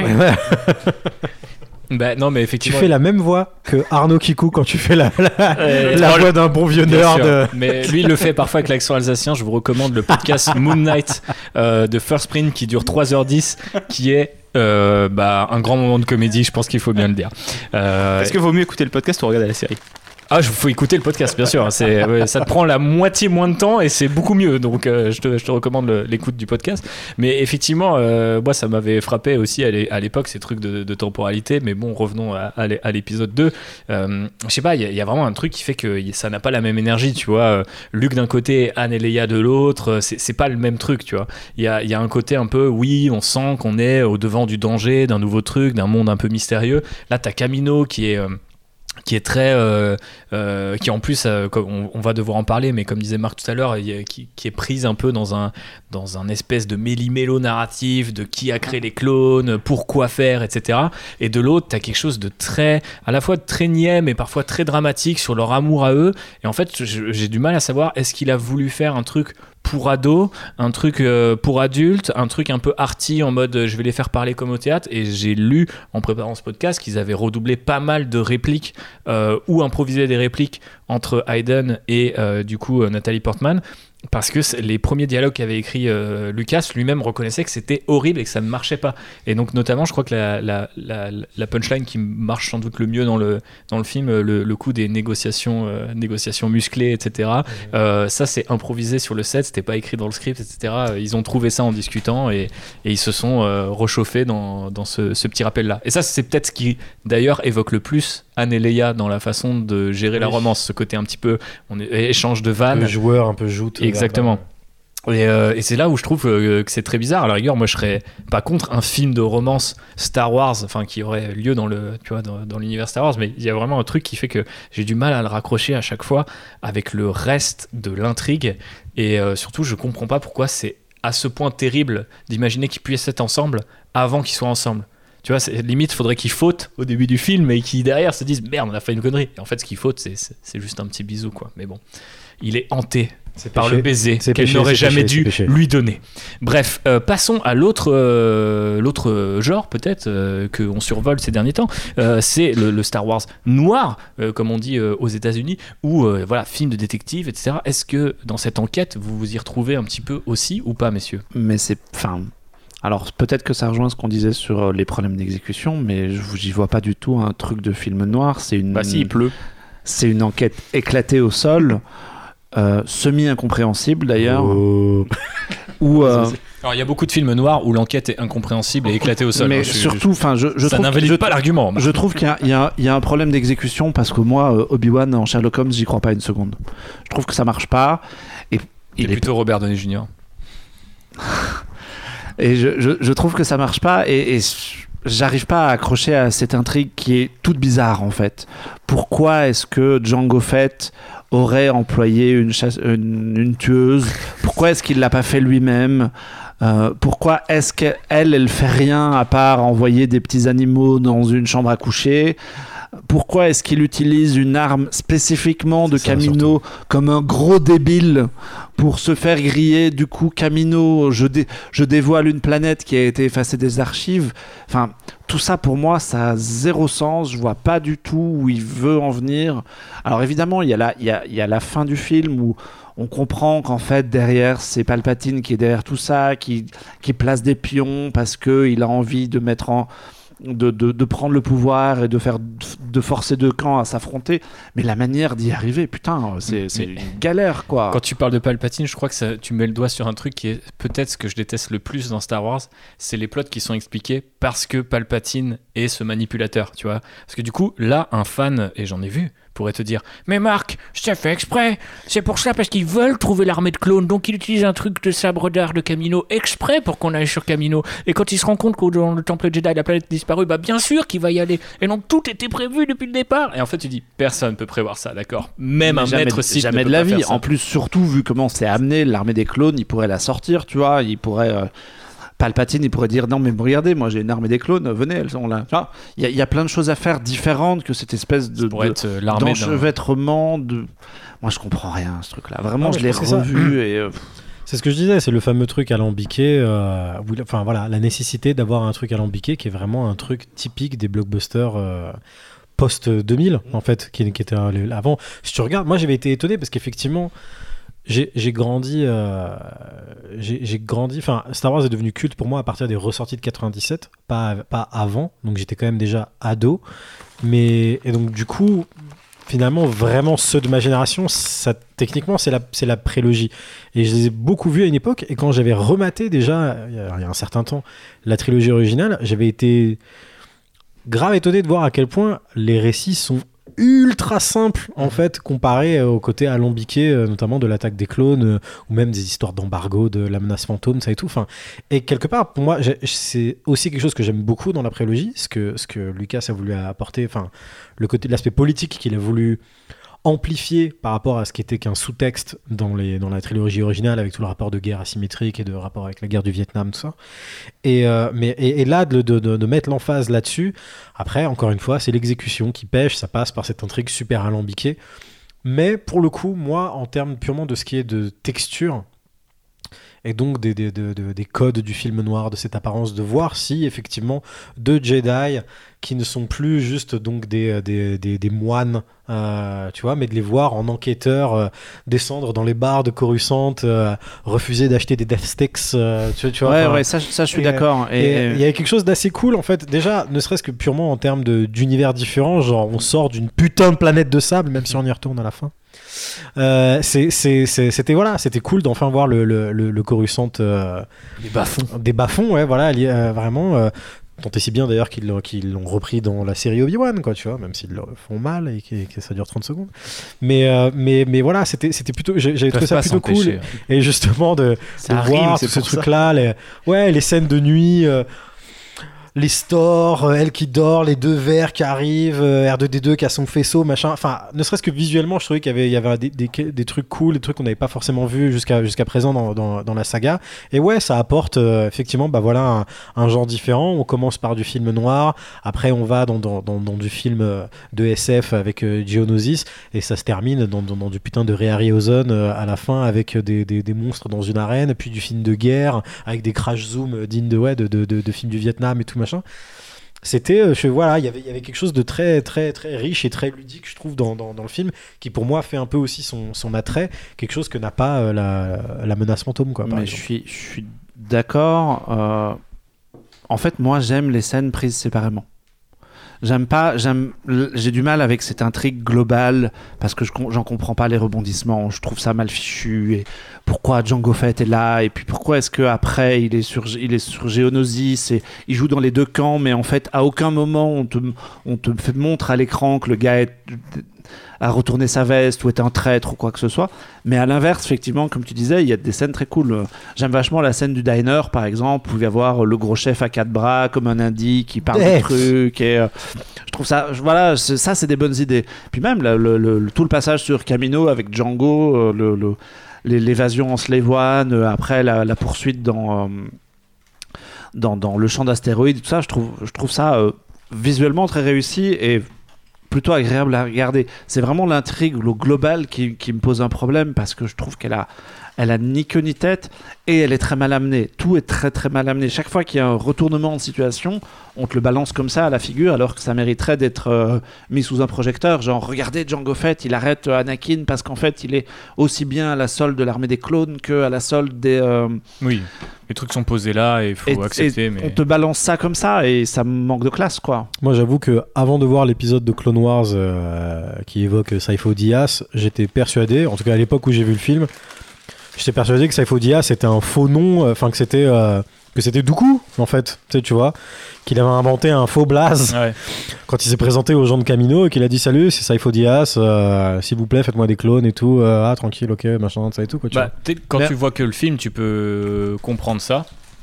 Bah, non, mais Tu effectivement. fais la même voix que Arnaud Kikou quand tu fais la, la, Euh, la oh, voix d'un bon vieux Bien nerd. sûr. euh. Mais lui, il le fait parfois avec l'accent alsacien. Je vous recommande le podcast Moon Knight euh, de First Print qui dure trois heures dix, qui est euh, bah, un grand moment de comédie, je pense qu'il faut bien le dire. Euh, Est-ce que vaut mieux écouter le podcast ou regarder la série? Ah, il faut écouter le podcast, bien sûr. C'est, ouais, ça te prend la moitié moins de temps et c'est beaucoup mieux. Donc, euh, je, te, je te recommande le- l'écoute du podcast. Mais effectivement, euh, moi, ça m'avait frappé aussi à l'é- à l'époque, ces trucs de, de temporalité. Mais bon, revenons à, à l'é- à l'épisode deux. Euh, je sais pas, il y, a- il y a vraiment un truc qui fait que y- ça n'a pas la même énergie, tu vois. Euh, Luke d'un côté, Anne et Leia de l'autre. euh, C'est, c'est pas le même truc, tu vois. Il y a, il y a un côté un peu, oui, on sent qu'on est au devant du danger, d'un nouveau truc, d'un monde un peu mystérieux. Là, t'as Camino qui est... euh, qui est très euh, euh, qui en plus euh, comme on, on va devoir en parler, mais comme disait Marc tout à l'heure, il y a- qui, qui est prise un peu dans un dans un espèce de méli-mélo narratif de qui a créé les clones, pourquoi faire, etc. Et de l'autre, t'as quelque chose de très à la fois très niais mais parfois très dramatique sur leur amour à eux. Et en fait, je- j'ai du mal à savoir, est-ce qu'il a voulu faire un truc pour ados, un truc euh, pour adultes, un truc un peu arty en mode euh, je vais les faire parler comme au théâtre. Et j'ai lu en préparant ce podcast qu'ils avaient redoublé pas mal de répliques euh, ou improvisé des répliques entre Hayden et euh, du coup euh, Nathalie Portman, parce que c'est- les premiers dialogues qu'avait écrit euh, Lucas lui-même reconnaissait que c'était horrible et que ça ne marchait pas. Et donc notamment, je crois que la, la, la, la punchline qui marche sans doute le mieux dans le, dans le film, le, le coup des négociations, euh, négociations musclées, et cetera. Euh, ça, c'est improvisé sur le set, c'était pas écrit dans le script, et cetera. Ils ont trouvé ça en discutant et, et ils se sont euh, réchauffés dans, dans ce, ce petit rappel-là. Et ça, c'est peut-être ce qui, d'ailleurs, évoque le plus Anne et Leia dans la façon de gérer la Oui. romance, ce côté un petit peu on est, échange de vannes. Le joueur un peu joute. Exactement. Et, euh, et c'est là où je trouve euh, que c'est très bizarre. À la rigueur, moi, je serais pas contre un film de romance Star Wars, enfin qui aurait lieu dans le, tu vois, dans, dans l'univers Star Wars, mais il y a vraiment un truc qui fait que j'ai du mal à le raccrocher à chaque fois avec le reste de l'intrigue. Et euh, surtout, je comprends pas pourquoi c'est à ce point terrible d'imaginer qu'ils puissent être ensemble avant qu'ils soient ensemble. Tu vois, c'est, limite, faudrait qu'ils fautent au début du film et qu'ils derrière se disent merde, on a fait une connerie. Et en fait, ce qu'ils fautent, c'est, c'est, c'est juste un petit bisou, quoi. Mais bon, il est hanté C'est par le baiser c'est qu'elle péché, n'aurait jamais péché, dû lui donner. Bref, euh, passons à l'autre, euh, l'autre genre peut-être euh, qu'on survole ces derniers temps. Euh, c'est le, le Star Wars noir, euh, comme on dit euh, aux États-Unis, ou euh, voilà, film de détective, et cetera. Est-ce que dans cette enquête, vous vous y retrouvez un petit peu aussi ou pas, messieurs ? Mais c'est, enfin, alors peut-être que ça rejoint ce qu'on disait sur les problèmes d'exécution, mais je j'y vois pas du tout un truc de film noir. C'est une, bah si, il pleut. C'est une enquête éclatée au sol. Euh, semi-incompréhensible d'ailleurs. Oh. Où, euh... Alors il y a beaucoup de films noirs où l'enquête est incompréhensible et éclatée au sol. Mais hein, surtout, enfin, je, je ça trouve n'invalide je, pas l'argument. Je trouve qu'il y a, il y a, il y a un problème d'exécution parce que moi, euh, Obi-Wan en Sherlock Holmes, j'y crois pas une seconde. Je trouve que ça marche pas. Et il est plutôt Robert Downey junior Et je, je, je trouve que ça marche pas et, et j'arrive pas à accrocher à cette intrigue qui est toute bizarre en fait. Pourquoi est-ce que Jango Fett aurait employé une, chasse, une, une tueuse? Pourquoi est-ce qu'il l'a pas fait lui-même? Euh, pourquoi est-ce qu'elle, elle fait rien à part envoyer des petits animaux dans une chambre à coucher? Pourquoi est-ce qu'il utilise une arme spécifiquement de Kamino comme un gros débile pour se faire griller? Du coup, Kamino, je, dé- je dévoile une planète qui a été effacée des archives. Enfin, tout ça pour moi, ça a zéro sens. Je vois pas du tout où il veut en venir. Alors évidemment, il y a la, il y a, il y a la fin du film où on comprend qu'en fait, derrière, c'est Palpatine qui est derrière tout ça, qui, qui place des pions parce qu'il a envie de mettre en... De, de, de prendre le pouvoir et de faire de forcer deux camps à s'affronter, mais la manière d'y arriver, putain, c'est, c'est une galère quoi. Quand tu parles de Palpatine, je crois que ça, tu mets le doigt sur un truc qui est peut-être ce que je déteste le plus dans Star Wars, c'est les plots qui sont expliqués parce que Palpatine est ce manipulateur, tu vois. Parce que du coup, là, un fan, et j'en ai vu, pourrait te dire « Mais Marc, c'est fait exprès, c'est pour ça parce qu'ils veulent trouver l'armée de clones, donc ils utilisent un truc de sabre d'art de Kamino exprès pour qu'on aille sur Kamino. Et quand ils se rendent compte que dans le temple Jedi, la planète est disparue, bah bien sûr qu'il va y aller. Et donc tout était prévu depuis le départ. » Et en fait, tu dis « Personne peut prévoir ça, d'accord. Même Mais un jamais, maître Sith jamais ne de peut la pas vie. faire ça. En plus, surtout vu comment c'est amené, l'armée des clones, il pourrait la sortir, tu vois, il pourrait... Euh... Palpatine, il pourrait dire non mais regardez, moi j'ai une armée des clones, venez, elles sont là. Il y, y a plein de choses à faire différentes que cette espèce de, de être l'armée d'enchevêtrement. De... Moi je comprends rien à ce truc-là. Vraiment, non, je, je l'ai revu et. Euh... C'est ce que je disais, c'est le fameux truc alambiqué. Euh, enfin voilà, la nécessité d'avoir un truc alambiqué qui est vraiment un truc typique des blockbusters. Euh, post deux mille en fait, qui, qui était euh, avant. Si tu regardes, moi j'avais été étonné parce qu'effectivement. J'ai, j'ai grandi, euh, j'ai, j'ai grandi. Enfin, Star Wars est devenu culte pour moi à partir des ressorties de quatre-vingt-dix-sept, pas pas avant. Donc j'étais quand même déjà ado. Mais et donc du coup, finalement, vraiment ceux de ma génération, ça techniquement c'est la c'est la prélogie. Et je les ai beaucoup vus à une époque. Et quand j'avais rematé déjà il y a, il y a un certain temps la trilogie originale, j'avais été grave étonné de voir à quel point les récits sont ultra simple en fait comparé au côté alambiqué euh, notamment de l'attaque des clones euh, ou même des histoires d'embargo de la menace fantôme ça et tout enfin et quelque part pour moi c'est aussi quelque chose que j'aime beaucoup dans la prélogie ce que ce que Lucas a voulu apporter enfin le côté de l'aspect politique qu'il a voulu amplifié par rapport à ce qui était qu'un sous-texte dans, les, dans la trilogie originale avec tout le rapport de guerre asymétrique et de rapport avec la guerre du Vietnam, tout ça. Et, euh, mais, et, et là, de, de, de mettre l'emphase là-dessus, après, encore une fois, c'est l'exécution qui pêche, ça passe par cette intrigue super alambiquée. Mais pour le coup, moi, en termes purement de ce qui est de texture, et donc des, des, des, des codes du film noir, de cette apparence, de voir si effectivement deux Jedi qui ne sont plus juste donc des, des, des, des moines, euh, tu vois, mais de les voir en enquêteurs euh, descendre dans les bars de Coruscant, euh, refuser d'acheter des Death Sticks, euh, tu, tu vois. Ouais, ouais, ça, ça je suis et, d'accord. Et il y a quelque chose d'assez cool en fait, déjà, ne serait-ce que purement en termes de, d'univers différents, genre on sort d'une putain de planète de sable, même si on y retourne à la fin. Euh, c'est, c'est, c'est, c'était voilà, c'était cool d'enfin voir le, le, le, le Coruscant euh, des bas-fonds, des bas-fonds, ouais, voilà, euh, vraiment. Euh, tant et si bien d'ailleurs qu'ils, qu'ils l'ont repris dans la série Obi-Wan, quoi, tu vois, même s'ils le font mal et que, que ça dure trente secondes. Mais, euh, mais, mais voilà, c'était, c'était plutôt, j'avais trouvé ça plutôt cool. Et, et justement de, de voir tout ce truc-là, les, ouais, les scènes de nuit. Euh, les stores, elle qui dort, les deux vers qui arrivent, R deux D deux qui a son faisceau, machin. Enfin, ne serait-ce que visuellement, je trouvais qu'il y avait, il y avait des, des, des trucs cool, des trucs qu'on n'avait pas forcément vus jusqu'à, jusqu'à présent dans, dans, dans la saga. Et ouais, ça apporte euh, effectivement bah, voilà, un, un genre différent. On commence par du film noir, après on va dans, dans, dans, dans du film de S F avec euh, Geonosis, et ça se termine dans, dans, dans du putain de Ray Harryhausen euh, à la fin avec des, des, des monstres dans une arène, puis du film de guerre avec des crash zoom dignes de, ouais, de, de, de, de films du Vietnam et tout machin. C'était, je, voilà, il y avait, il y avait quelque chose de très, très, très riche et très ludique, je trouve, dans, dans, dans le film, qui pour moi fait un peu aussi son, son attrait, quelque chose que n'a pas euh, la, la menace fantôme, quoi. Par Mais je suis, je suis d'accord. Euh... En fait, moi, j'aime les scènes prises séparément. J'aime pas, j'aime, j'ai du mal avec cette intrigue globale parce que je, j'en comprends pas les rebondissements. Je trouve ça mal fichu. Et pourquoi Jango Fett est là, et puis pourquoi est-ce que après il est sur, il est sur Geonosis et il joue dans les deux camps, mais en fait à aucun moment on te, on te fait montre à l'écran que le gars est, a retourné sa veste ou est un traître ou quoi que ce soit. Mais à l'inverse, effectivement, comme tu disais, il y a des scènes très cool. J'aime vachement la scène du diner, par exemple, où il va y avoir le gros chef à quatre bras comme un indie qui parle de trucs. Et euh, je trouve ça, voilà, c'est, ça c'est des bonnes idées. Puis même le, le, le, tout le passage sur Kamino avec Django, euh, le, le, l'évasion en Slave One, euh, après la, la poursuite dans, euh, dans, dans le champ d'astéroïdes, tout ça, je trouve, je trouve ça euh, visuellement très réussi et plutôt agréable à regarder. C'est vraiment l'intrigue globale qui, qui me pose un problème parce que je trouve qu'elle a, elle a ni queue ni tête et elle est très mal amenée. Tout est très très mal amené. Chaque fois qu'il y a un retournement de situation, on te le balance comme ça à la figure alors que ça mériterait d'être euh, mis sous un projecteur. Genre, regardez Jango Fett, il arrête Anakin parce qu'en fait il est aussi bien à la solde de l'armée des clones qu'à la solde des... Euh... Oui, les trucs sont posés là et il faut et, accepter. Et mais... On te balance ça comme ça et ça manque de classe, quoi. Moi j'avoue que avant de voir l'épisode de Clone Wars euh, qui évoque Sifo Dyas, j'étais persuadé, en tout cas à l'époque où j'ai vu le film, j'étais persuadé que Sifo Dyas c'était un faux nom, enfin euh, que c'était euh, que c'était Dooku en fait, tu sais, tu vois, qu'il avait inventé un faux blaze ouais. quand il s'est présenté aux gens de Kamino et qu'il a dit salut, c'est Sifo Dyas, euh, s'il vous plaît faites-moi des clones et tout, euh, ah tranquille, ok, machin, ça et tout quoi. Tu bah, vois. Quand Mais... tu vois que le film, tu peux comprendre ça.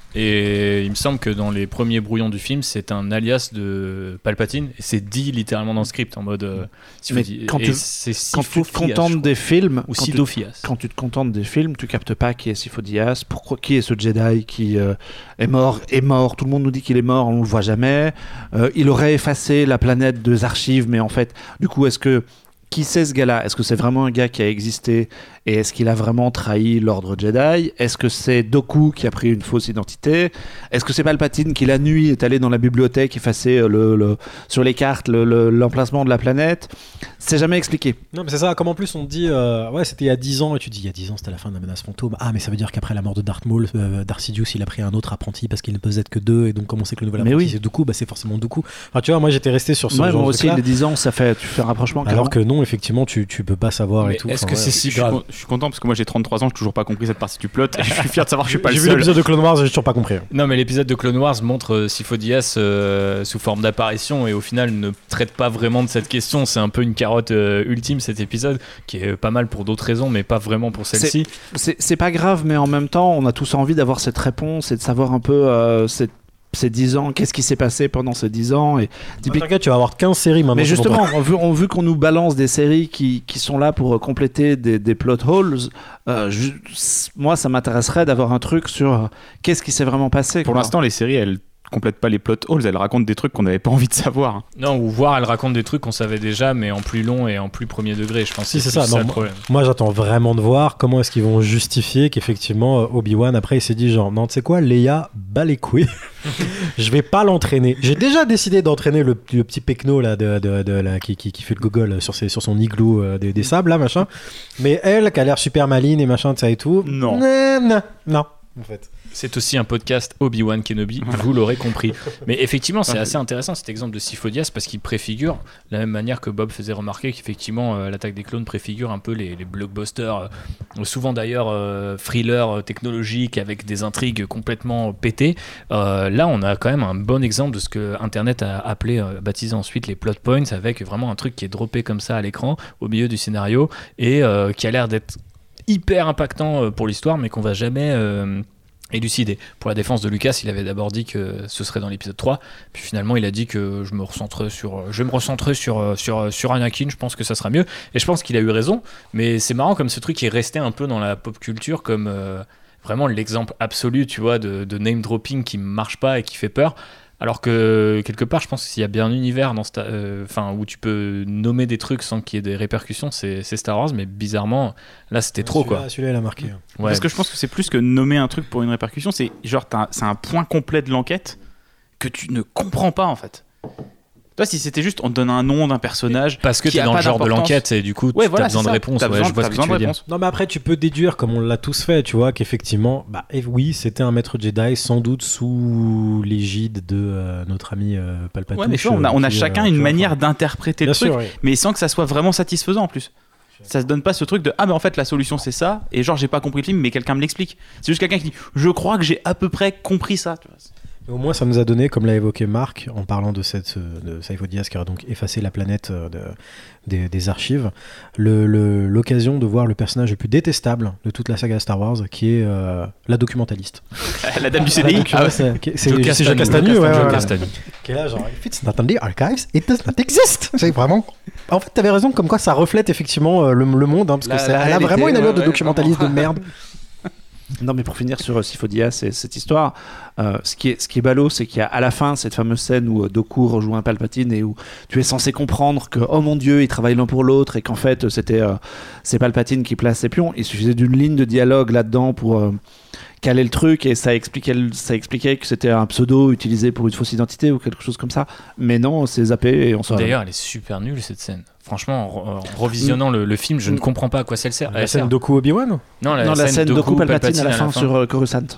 Et il me semble que dans les premiers brouillons du film, c'est un alias de Palpatine. Et c'est dit littéralement dans le script en mode. Euh, Mais dit, quand, tu, quand tu te contentes des films, ou quand, tu, quand tu te contentes des films, tu captes pas qui est Sifo Dyas, pourquoi, qui est ce Jedi qui euh, est mort, est mort. Tout le monde nous dit qu'il est mort, on le voit jamais. Euh, il aurait effacé la planète des archives, mais en fait, du coup, est-ce que qui c'est ce gars-là ? Est-ce que c'est vraiment un gars qui a existé et est-ce qu'il a vraiment trahi l'ordre Jedi ? Est-ce que c'est Dooku qui a pris une fausse identité ? Est-ce que c'est Palpatine qui la nuit est allé dans la bibliothèque effacer le, le, sur les cartes le, le, l'emplacement de la planète ? C'est jamais expliqué. Non mais c'est ça, comme en plus on te dit euh, ouais c'était il y a dix ans et tu dis il y a dix ans c'était la fin de la menace fantôme. Ah mais ça veut dire qu'après la mort de Darth Maul, euh, Darth Sidious il a pris un autre apprenti parce qu'il ne peut être que deux et donc comment c'est que le nouvel apprenti oui. c'est Dooku, bah c'est forcément Dooku. Enfin tu vois moi j'étais resté sur ce ouais, genre moi de aussi les dix ans ça fait tu fais un rapprochement alors que non effectivement tu, tu peux pas savoir mais et tout. Est-ce enfin, que ouais, c'est si je, grave suis, je suis content parce que moi j'ai trente-trois ans, j'ai toujours pas compris cette partie du plot et je suis fier de savoir que je suis pas j'ai le vu seul. l'épisode de Clone Wars et j'ai toujours pas compris. Non mais l'épisode de Clone Wars montre euh, Sifo Dyas euh, sous forme d'apparition et au final ne traite pas vraiment de cette question. C'est un peu une carotte euh, ultime cet épisode qui est pas mal pour d'autres raisons mais pas vraiment pour celle-ci. C'est, c'est, c'est pas grave mais en même temps on a tous envie d'avoir cette réponse et de savoir un peu euh, cette ces dix ans, qu'est-ce qui s'est passé pendant ces dix ans et typique... T'inquiète, tu vas avoir quinze séries maintenant. Mais justement, on vu, on vu qu'on nous balance des séries qui, qui sont là pour compléter des, des plot holes, euh, je, moi ça m'intéresserait d'avoir un truc sur euh, qu'est-ce qui s'est vraiment passé. Pour quoi. l'instant, les séries, elles complètent pas les plot holes, elles racontent des trucs qu'on n'avait pas envie de savoir. Non, ou voir, elle raconte des trucs qu'on savait déjà, mais en plus long et en plus premier degré, je pense. Si, c'est, c'est ça, ça non, le problème. Moi, j'attends vraiment de voir comment est-ce qu'ils vont justifier qu'effectivement, Obi-Wan, après, il s'est dit genre, non, tu sais quoi, Leia, bat les couilles. Je vais pas l'entraîner. J'ai déjà décidé d'entraîner le, le petit pecno là, de, de, de, là, qui, qui, qui fait le gogol sur, ses, sur son igloo euh, des, des sables, là, machin. Mais elle, qui a l'air super maligne et machin, de ça et tout. Non. Non, non, non, en fait. C'est aussi un podcast Obi-Wan Kenobi, voilà. Vous l'aurez compris. Mais effectivement, c'est assez intéressant cet exemple de Sifo Dyas parce qu'il préfigure, de la même manière que Bob faisait remarquer qu'effectivement euh, l'attaque des clones préfigure un peu les, les blockbusters, euh, souvent d'ailleurs euh, thrillers technologiques avec des intrigues complètement pétées. Euh, là, on a quand même un bon exemple de ce que Internet a appelé, euh, baptisé ensuite les plot points, avec vraiment un truc qui est droppé comme ça à l'écran, au milieu du scénario, et euh, qui a l'air d'être hyper impactant pour l'histoire, mais qu'on va jamais... Euh, élucidé. Pour la défense de Lucas, il avait d'abord dit que ce serait dans l'épisode trois, puis finalement il a dit que je me recentrerai sur, je vais me recentrer sur, sur, sur Anakin, je pense que ça sera mieux, et je pense qu'il a eu raison, mais c'est marrant comme ce truc est resté un peu dans la pop culture comme euh, vraiment l'exemple absolu, tu vois, de, de name dropping qui marche pas et qui fait peur. Alors que quelque part, je pense qu'il y a bien un univers dans sta- euh, où tu peux nommer des trucs sans qu'il y ait des répercussions, c'est, c'est Star Wars, mais bizarrement, là c'était trop celui-là, quoi. Celui-là, il a marqué. Hein. Ouais. Parce que je pense que c'est plus que nommer un truc pour une répercussion, c'est genre t'as- c'est un point complet de l'enquête que tu ne comprends pas en fait. Toi, si c'était juste on te donne un nom d'un personnage Parce que qui t'es a dans pas le genre de d'importance. l'enquête et du coup Ouais, t'as voilà, besoin c'est de ça. réponses. T'as Ouais, besoin- je vois t'as ce que tu besoin veux de dire. réponses. Non, mais après, tu peux déduire, comme on l'a tous fait, tu vois, qu'effectivement, bah, et oui, c'était un maître Jedi, sans doute sous l'égide de euh, notre ami euh, Palpatine. Ouais, mais tu vois, on a, on a qui, chacun euh, une tu vois, manière enfin, d'interpréter le Bien truc, sûr, oui. mais sans que ça soit vraiment satisfaisant en plus. Ça se donne pas ce truc de ah mais en fait la solution c'est ça et genre j'ai pas compris le film mais quelqu'un me l'explique. C'est juste quelqu'un qui dit je crois que j'ai à peu près compris ça. Tu vois. Mais au moins, ça nous a donné, comme l'a évoqué Marc, en parlant de, cette, de Saifo Dyas, qui a donc effacé la planète euh, de, des, des archives, le, le, l'occasion de voir le personnage le plus détestable de toute la saga Star Wars, qui est euh, la documentaliste. La dame du La C D I. docu- Ah ouais. c'est qui est- c'est- Joe c'est Joe Castagne, Castagne, ouais, Joe ouais, Castagne. ouais. Qui est là, genre, if it's not on the archives, it does not exist. C'est vraiment. En fait, t'avais raison, comme quoi ça reflète effectivement euh, le, le monde, hein, parce La- que c'est, la elle a réalité, vraiment une allure ouais, de ouais, documentaliste de merde. Non, mais pour finir sur euh, Sifo Dyas et cette histoire, euh, ce, qui est, ce qui est ballot, c'est qu'il y a à la fin cette fameuse scène où euh, Dooku rejoint Palpatine et où tu es censé comprendre que, oh mon dieu, ils travaillent l'un pour l'autre et qu'en fait, c'était euh, c'est Palpatine qui place ses pions. Il suffisait d'une ligne de dialogue là-dedans pour euh, caler le truc et ça expliquait, ça expliquait que c'était un pseudo utilisé pour une fausse identité ou quelque chose comme ça. Mais non, c'est zappé et on s'en D'ailleurs, elle est super nulle cette scène. Franchement, en, en revisionnant le, le film, je ne comprends pas à quoi ça sert. La Elle scène sert. Doku Obi-Wan. Non, la, Non, la scène Dooku Dooku Palpatine à la fin sur euh, Coruscant.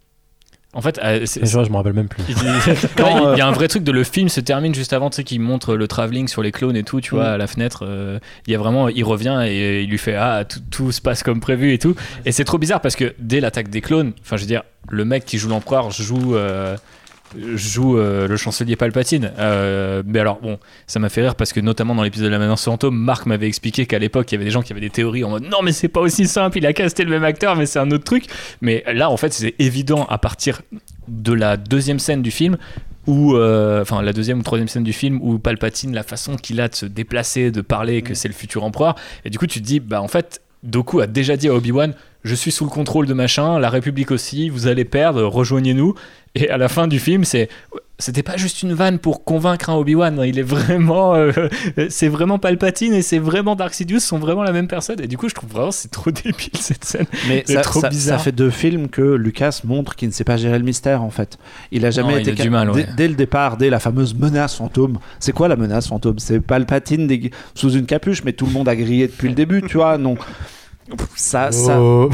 En fait, euh, c'est- Et je vois, je me rappelle même plus. Il il y a un vrai truc de le film se termine juste avant, tu sais, qu'il montre le travelling sur les clones et tout, tu vois, Mm. à la fenêtre. euh, Il y a vraiment, il revient et il lui fait ah tout, tout se passe comme prévu et tout. Et c'est trop bizarre parce que dès l'attaque des clones, enfin je veux dire, le mec qui joue l'empereur joue euh, joue euh, le chancelier Palpatine. Euh, mais alors bon, ça m'a fait rire parce que notamment dans l'épisode de la menace fantôme, Marc m'avait expliqué qu'à l'époque il y avait des gens qui avaient des théories en mode non mais c'est pas aussi simple, il a casté le même acteur mais c'est un autre truc. Mais là en fait c'est évident à partir de la deuxième scène du film où, euh, enfin la deuxième ou troisième scène du film où Palpatine, la façon qu'il a de se déplacer, de parler, que c'est le futur empereur, et du coup tu te dis bah en fait Dooku a déjà dit à Obi-Wan je suis sous le contrôle de machin, la République aussi, vous allez perdre, rejoignez-nous. Et à la fin du film, c'est c'était pas juste une vanne pour convaincre un Obi-Wan, il est vraiment euh, c'est vraiment Palpatine et c'est vraiment Darth Sidious sont vraiment la même personne. Et du coup, je trouve vraiment c'est trop débile cette scène. Mais C'est ça, trop ça- bizarre. ça fait deux films que Lucas montre qu'il ne sait pas gérer le mystère en fait. Il a jamais Non, été il a du mal, dès, ouais. dès le départ, dès la fameuse menace fantôme. C'est quoi la menace fantôme? C'est Palpatine dég- sous une capuche, mais tout le monde a grillé depuis le début, tu vois. Non, ça, ça, Oh.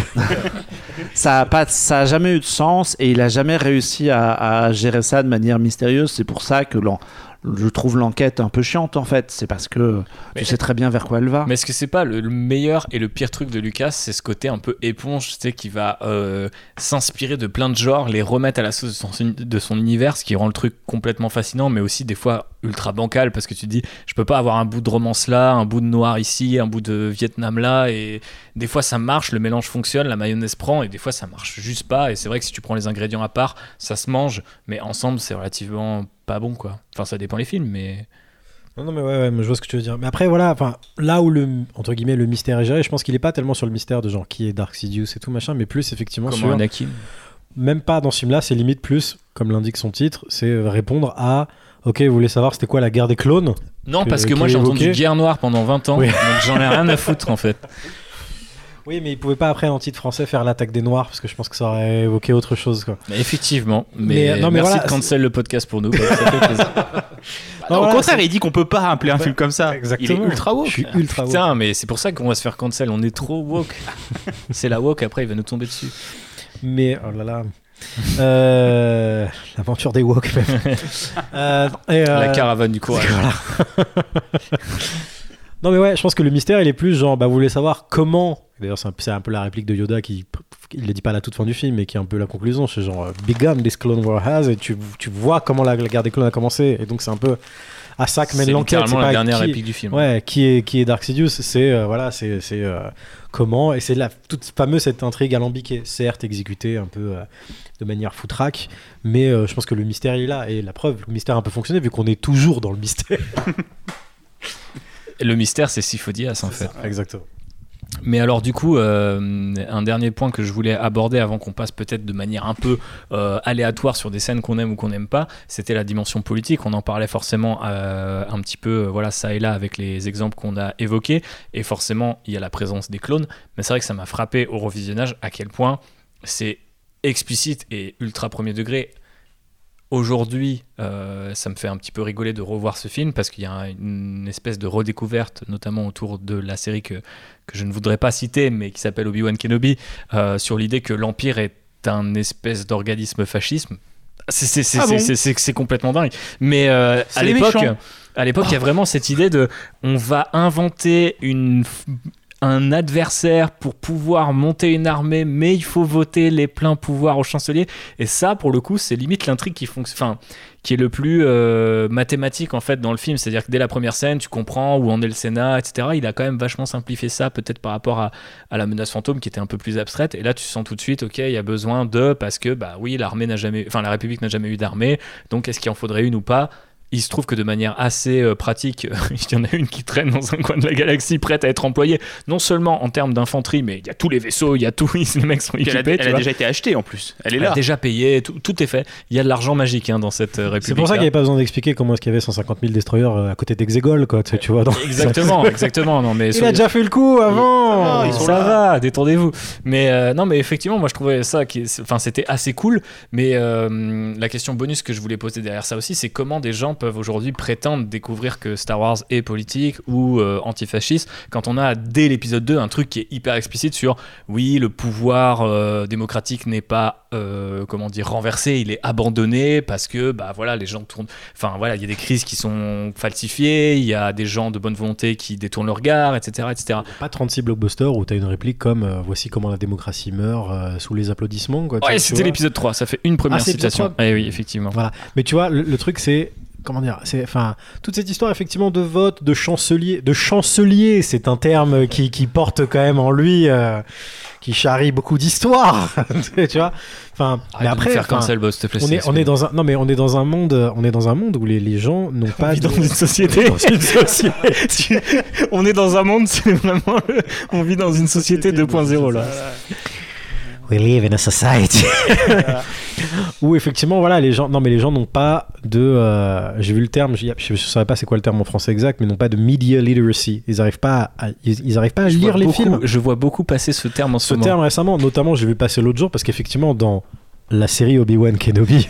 ça a pas, ça a jamais eu de sens et il a jamais réussi à, à gérer ça de manière mystérieuse. C'est pour ça que l'en- je trouve l'enquête un peu chiante en fait. C'est parce que Mais- tu sais très bien vers quoi elle va. Mais est-ce que c'est pas le, le meilleur et le pire truc de Lucas, c'est ce côté un peu éponge, tu sais, qui va euh, s'inspirer de plein de genres, les remettre à la sauce de son, de son univers, ce qui rend le truc complètement fascinant, mais aussi des fois ultra bancal, parce que tu te dis, je peux pas avoir un bout de romance là, un bout de noir ici, un bout de Vietnam là, et des fois ça marche, le mélange fonctionne, la mayonnaise prend, et des fois ça marche juste pas, et c'est vrai que si tu prends les ingrédients à part, ça se mange, mais ensemble c'est relativement pas bon, quoi. Enfin, ça dépend les films, mais... Non, non, mais ouais, ouais, mais je vois ce que tu veux dire. Mais après, voilà, enfin, là où le, entre guillemets, le mystère est géré, je pense qu'il est pas tellement sur le mystère de genre qui est Dark Sidious et tout machin, mais plus effectivement Comment sur. Anakin. Même pas dans ce film-là, c'est limite plus, comme l'indique son titre, c'est euh, répondre à. Ok, vous voulez savoir c'était quoi la guerre des clones? Non, que- parce que qui moi est j'ai entendu évoqué. Guerre Noire pendant vingt ans, Oui. donc j'en ai rien à foutre en fait. Oui, mais il pouvait pas après en titre français faire l'attaque des Noirs parce que je pense que ça aurait évoqué autre chose, quoi. Mais effectivement, mais, Mais, non, mais merci voilà, de cancel le podcast pour nous, ça fait plaisir. Non, Au voilà, contraire, c'est- il dit qu'on peut pas appeler un film comme ça. Exactement. Il est ultra woke. Je suis ultra woke. Putain, mais c'est pour ça qu'on va se faire cancel, on est trop woke. C'est la woke, après il va nous tomber dessus. Mais oh là là. Euh, L'aventure des woke. même. Euh, et, euh, La caravane du courage. Non mais ouais, je pense que le mystère il est plus genre bah vous voulez savoir comment. D'ailleurs c'est un, c'est un peu la réplique de Yoda qui il le dit pas à la toute fin du film mais qui est un peu la conclusion, c'est genre begun this clone war has et tu, tu vois comment la, la guerre des clones a commencé et donc c'est un peu Assac mène C'est l'enquête. littéralement c'est la pas dernière qui, réplique du film. Ouais, qui est qui est Dark Sidious, c'est euh, voilà, c'est c'est euh, comment et c'est la toute fameuse cette intrigue alambiquée, certes exécutée un peu euh, de manière foutraque, mais euh, je pense que le mystère il est là et la preuve, le mystère a un peu fonctionné vu qu'on est toujours dans le mystère. Et le mystère, c'est Sifo-Dyas en fait. Ça, exactement. Mais alors du coup, euh, un dernier point que je voulais aborder avant qu'on passe peut-être de manière un peu euh, aléatoire sur des scènes qu'on aime ou qu'on n'aime pas, c'était la dimension politique. On en parlait forcément euh, un petit peu, euh, voilà, ça et là avec les exemples qu'on a évoqués. Et forcément, il y a la présence des clones. Mais c'est vrai que ça m'a frappé au revisionnage à quel point c'est explicite et ultra premier degré. Aujourd'hui, euh, ça me fait un petit peu rigoler de revoir ce film parce qu'il y a une espèce de redécouverte, notamment autour de la série que, que je ne voudrais pas citer, mais qui s'appelle Obi-Wan Kenobi, euh, sur l'idée que l'Empire est un espèce d'organisme fascisme. C'est, c'est, c'est, Ah bon c'est, c'est, c'est, c'est complètement dingue. Mais euh, C'est à les l'époque, méchants. à l'époque, il y a vraiment cette idée de on va inventer une un adversaire pour pouvoir monter une armée, mais il faut voter les pleins pouvoirs au chancelier. Et ça, pour le coup, c'est limite l'intrigue qui fonctionne, enfin, qui est le plus euh, mathématique en fait dans le film. C'est-à-dire que dès la première scène, tu comprends où en est le Sénat, et cetera. Il a quand même vachement simplifié ça, peut-être par rapport à, à la menace fantôme qui était un peu plus abstraite. Et là, tu sens tout de suite, ok, il y a besoin de, parce que bah oui, l'armée n'a jamais, enfin la République n'a jamais eu d'armée. Donc, est-ce qu'il en faudrait une ou pas? Il se trouve que de manière assez euh, pratique, il y en a une qui traîne dans un coin de la galaxie prête à être employée, non seulement en termes d'infanterie, mais il y a tous les vaisseaux, il y a tout, les mecs sont équipés. Elle a, tu elle a vois. déjà été achetée en plus. Elle est Elle là. a déjà payé, tout, tout est fait. Il y a de l'argent magique hein, dans cette euh, république. C'est pour ça qu'il n'y avait pas besoin d'expliquer comment est-ce qu'il y avait cent cinquante mille destroyers euh, à côté d'Exegol, quoi. Tu, tu vois. Dans... Exactement, exactement. Non, mais Il soyez- a déjà fait le coup avant. ils sont ça là. va, détendez-vous. Mais euh, non, mais effectivement, moi je trouvais ça, qui est- enfin c'était assez cool. Mais euh, la question bonus que je voulais poser derrière ça aussi, c'est comment des gens peuvent aujourd'hui prétendre découvrir que Star Wars est politique ou euh, antifasciste quand on a dès l'épisode deux un truc qui est hyper explicite sur oui, le pouvoir euh, démocratique n'est pas euh, comment dire renversé, il est abandonné parce que bah voilà les gens tournent. Enfin voilà, il y a des crises qui sont falsifiées, il y a des gens de bonne volonté qui détournent le regard, et cetera, et cetera. Pas trente-six blockbusters où t'as une réplique comme euh, voici comment la démocratie meurt euh, sous les applaudissements, quoi. Tu- Ouais, tu c'était vois. l'épisode trois, ça fait une première Ah, c'est l'épisode citation. trois. Eh oui, effectivement. Voilà. Mais tu vois, le, le truc c'est comment dire, c'est enfin toute cette histoire effectivement de vote, de chancelier, de chancelier, c'est un terme qui, qui porte quand même en lui, euh, qui charrie beaucoup d'histoires, tu vois. Enfin, mais Arrête de après, nous faire enfin, cancel, boss, s'il te plaît. on est, c'est- on est dans un non mais on est dans un monde, on est dans un monde où les, les gens n'ont pas vit de- dans une société. dans une société. On est dans un monde, c'est vraiment. le- On vit dans une société deux point zéro là. We live in a society. Où effectivement, voilà, les gens, non mais les gens n'ont pas de, euh, j'ai vu le terme, je ne savais pas c'est quoi le terme en français exact, mais n'ont pas de media literacy. Ils n'arrivent pas, à, ils, ils arrivent pas à Je lire vois les beaucoup- films. Je vois beaucoup passer ce terme en ce, Ce moment. terme récemment, notamment, j'ai vu passer l'autre jour parce qu'effectivement, dans la série Obi-Wan Kenobi,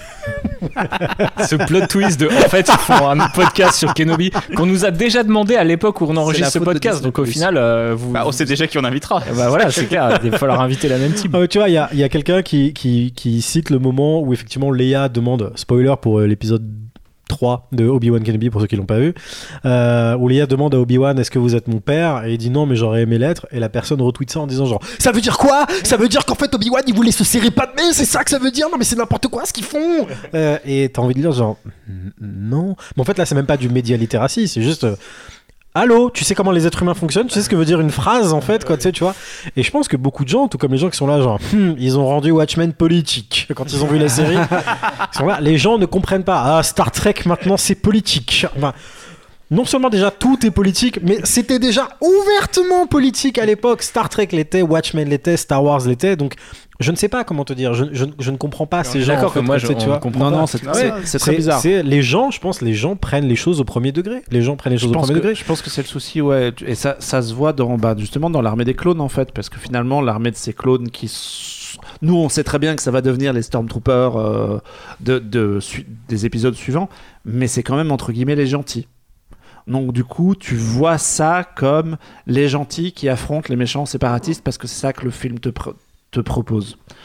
Ce plot twist de. En fait, ils font un podcast sur Kenobi qu'on nous a déjà demandé à l'époque où on enregistre la ce faute de podcast. Disney+. Donc au final, euh, vous. Bah, on sait déjà qui on invitera. Eh bah voilà, c'est clair, il va falloir inviter la même team. Ah, mais tu vois, il y a, il y a quelqu'un qui, qui, qui cite le moment où effectivement Leia demande, spoiler pour euh, l'épisode trois de Obi-Wan Kenobi pour ceux qui l'ont pas vu, euh, où Leia demande à Obi-Wan est-ce que vous êtes mon père, et il dit non mais j'aurais aimé l'être, et la personne retweet ça en disant genre ça veut dire quoi, ça veut dire qu'en fait Obi-Wan il voulait se serrer pas de main, c'est ça que ça veut dire, non mais c'est n'importe quoi ce qu'ils font. Euh, et t'as envie de dire genre n- non, mais en fait là c'est même pas du média littératie, c'est juste euh, allô, tu sais comment les êtres humains fonctionnent, tu sais ce que veut dire une phrase en fait, quoi, tu sais, tu vois. Et je pense que beaucoup de gens, tout comme les gens qui sont là, genre, hmm, ils ont rendu Watchmen politique quand ils ont vu la série. Ils sont là, les gens ne comprennent pas. Ah, Star Trek maintenant c'est politique. Enfin, non seulement déjà tout est politique, mais c'était déjà ouvertement politique à l'époque. Star Trek l'était, Watchmen l'était, Star Wars l'était. Donc, je ne sais pas comment te dire. Je, je, je ne comprends pas ces est gens. d'accord en fait, que moi, tu je- sais, tu on vois. comprend Non, pas. non, c'est Ouais, c'est- c'est très bizarre. C'est les gens, je pense, les gens prennent les choses au premier degré. Les gens prennent les choses Je au pense, premier que, degré. je pense que c'est le souci, ouais. Et ça, ça se voit dans, bah, justement dans l'armée des clones, en fait. Parce que finalement, l'armée de ces clones qui. s- Nous, on sait très bien que ça va devenir les Stormtroopers euh, de, de, su- des épisodes suivants. Mais c'est quand même, entre guillemets, les gentils. Donc, du coup, tu vois ça comme les gentils qui affrontent les méchants séparatistes parce que c'est ça que le film te, pro- te propose.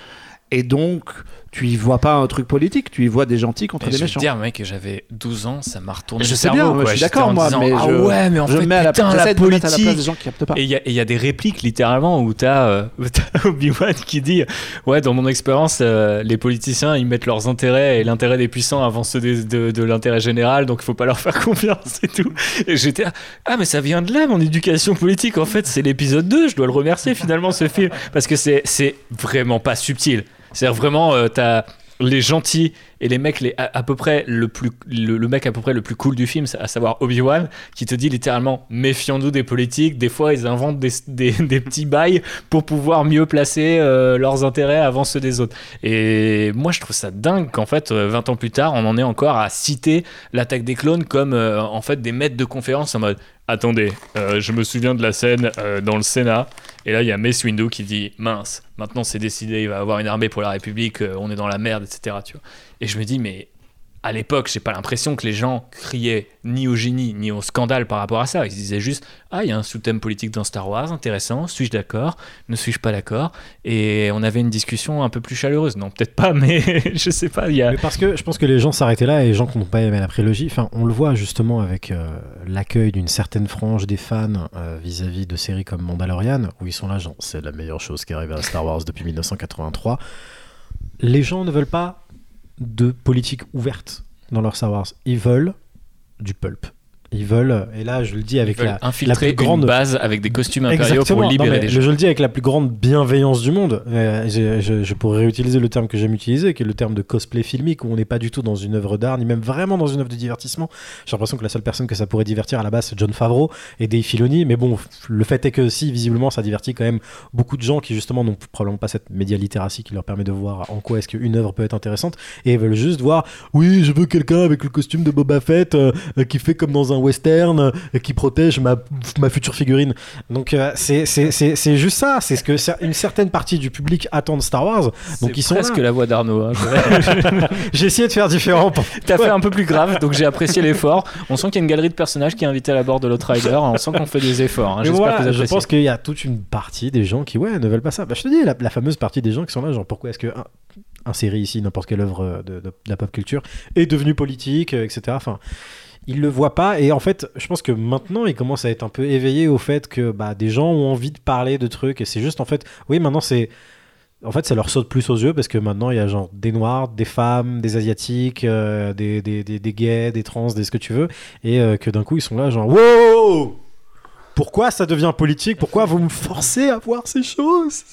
Et donc, tu y vois pas un truc politique, tu y vois des gentils contre mais des je méchants. Je veux dire, mec, j'avais douze ans, ça m'a retourné je le sais cerveau. bien, Quoi. je suis d'accord, moi, disant, mais ah je, ouais, mais en je fait, mets à la, putain, la politique. De mettre à la place des politique. gens qui captent pas. Et il y, y a des répliques littéralement où t'as, euh, où t'as Obi-Wan qui dit, ouais, dans mon expérience, euh, les politiciens, ils mettent leurs intérêts et l'intérêt des puissants avant ceux de, de, de l'intérêt général, donc il faut pas leur faire confiance et tout. Et j'étais, ah, mais ça vient de là, mon éducation politique. En fait, c'est l'épisode deux. Je dois le remercier finalement, ce film, parce que c'est, c'est vraiment pas subtil. C'est-à-dire vraiment, euh, t'as les gentils et les mecs les, à, à peu près le plus le, le mec à peu près le plus cool du film, à savoir Obi-Wan, qui te dit littéralement méfions-nous des politiques, des fois ils inventent des, des, des petits bails pour pouvoir mieux placer euh, leurs intérêts avant ceux des autres. Et moi je trouve ça dingue qu'en fait euh, vingt ans plus tard on en est encore à citer l'attaque des clones comme euh, en fait des maîtres de conférence en mode attendez, euh, je me souviens de la scène euh, dans le Sénat, et là il y a Mace Windu qui dit mince, maintenant c'est décidé, il va y avoir une armée pour la République, euh, on est dans la merde, et cetera. Tu vois. Et je me dis, mais à l'époque, j'ai pas l'impression que les gens criaient ni au génie ni au scandale par rapport à ça. Ils disaient juste, ah, il y a un sous-thème politique dans Star Wars, intéressant, suis-je d'accord, ne suis-je pas d'accord? Et on avait une discussion un peu plus chaleureuse. Non, peut-être pas, mais je sais pas. Il y a... Mais parce que je pense que les gens s'arrêtaient là, et les gens qui n'ont pas aimé la prélogie, enfin, on le voit justement avec euh, l'accueil d'une certaine frange des fans euh, vis-à-vis de séries comme Mandalorian, où ils sont là, genre, c'est la meilleure chose qui est arrivée à Star Wars depuis dix-neuf cent quatre-vingt-trois. Les gens ne veulent pas de politique ouverte dans leur Star Wars. Ils veulent du pulp. Ils veulent, et là je le dis avec la, la plus grande une base avec des costumes impériaux Exactement. pour libérer non, mais des je, gens. je le dis avec la plus grande bienveillance du monde. Euh, je, je, je pourrais réutiliser le terme que j'aime utiliser, qui est le terme de cosplay filmique, où on n'est pas du tout dans une œuvre d'art, ni même vraiment dans une œuvre de divertissement. J'ai l'impression que la seule personne que ça pourrait divertir à la base, c'est Jon Favreau et Dave Filoni. Mais bon, le fait est que si, visiblement, ça divertit quand même beaucoup de gens qui justement n'ont probablement pas cette média littératie qui leur permet de voir en quoi est-ce qu'une œuvre peut être intéressante, et ils veulent juste voir, oui, je veux quelqu'un avec le costume de Boba Fett euh, qui fait comme dans un western, euh, qui protège ma, ma future figurine. Donc euh, c'est, c'est, c'est, c'est juste ça, c'est ce que une certaine partie du public attend de Star Wars. C'est donc ils sont presque là. La voix d'Arnaud. Hein. J'ai essayé de faire différent. Pour... T'as ouais. fait un peu plus grave, donc j'ai apprécié l'effort. On sent qu'il y a une galerie de personnages qui est invitée à la bord de l'Outrider. On sent qu'on fait des efforts. Hein. J'espère voilà, que vous appréciez. Je pense qu'il y a toute une partie des gens qui ouais, ne veulent pas ça. Bah, je te dis, la, la fameuse partie des gens qui sont là, genre pourquoi est-ce que un, un série ici, n'importe quelle œuvre de, de, de la pop culture, est devenue politique, et cetera. Enfin, ils le voient pas, et en fait je pense que maintenant ils commencent à être un peu éveillés au fait que bah, des gens ont envie de parler de trucs, et c'est juste en fait oui maintenant c'est en fait ça leur saute plus aux yeux parce que maintenant il y a genre des noirs, des femmes, des asiatiques, euh, des, des, des, des gays, des trans, des ce que tu veux, et euh, que d'un coup ils sont là genre wow, pourquoi ça devient politique, pourquoi vous me forcez à voir ces choses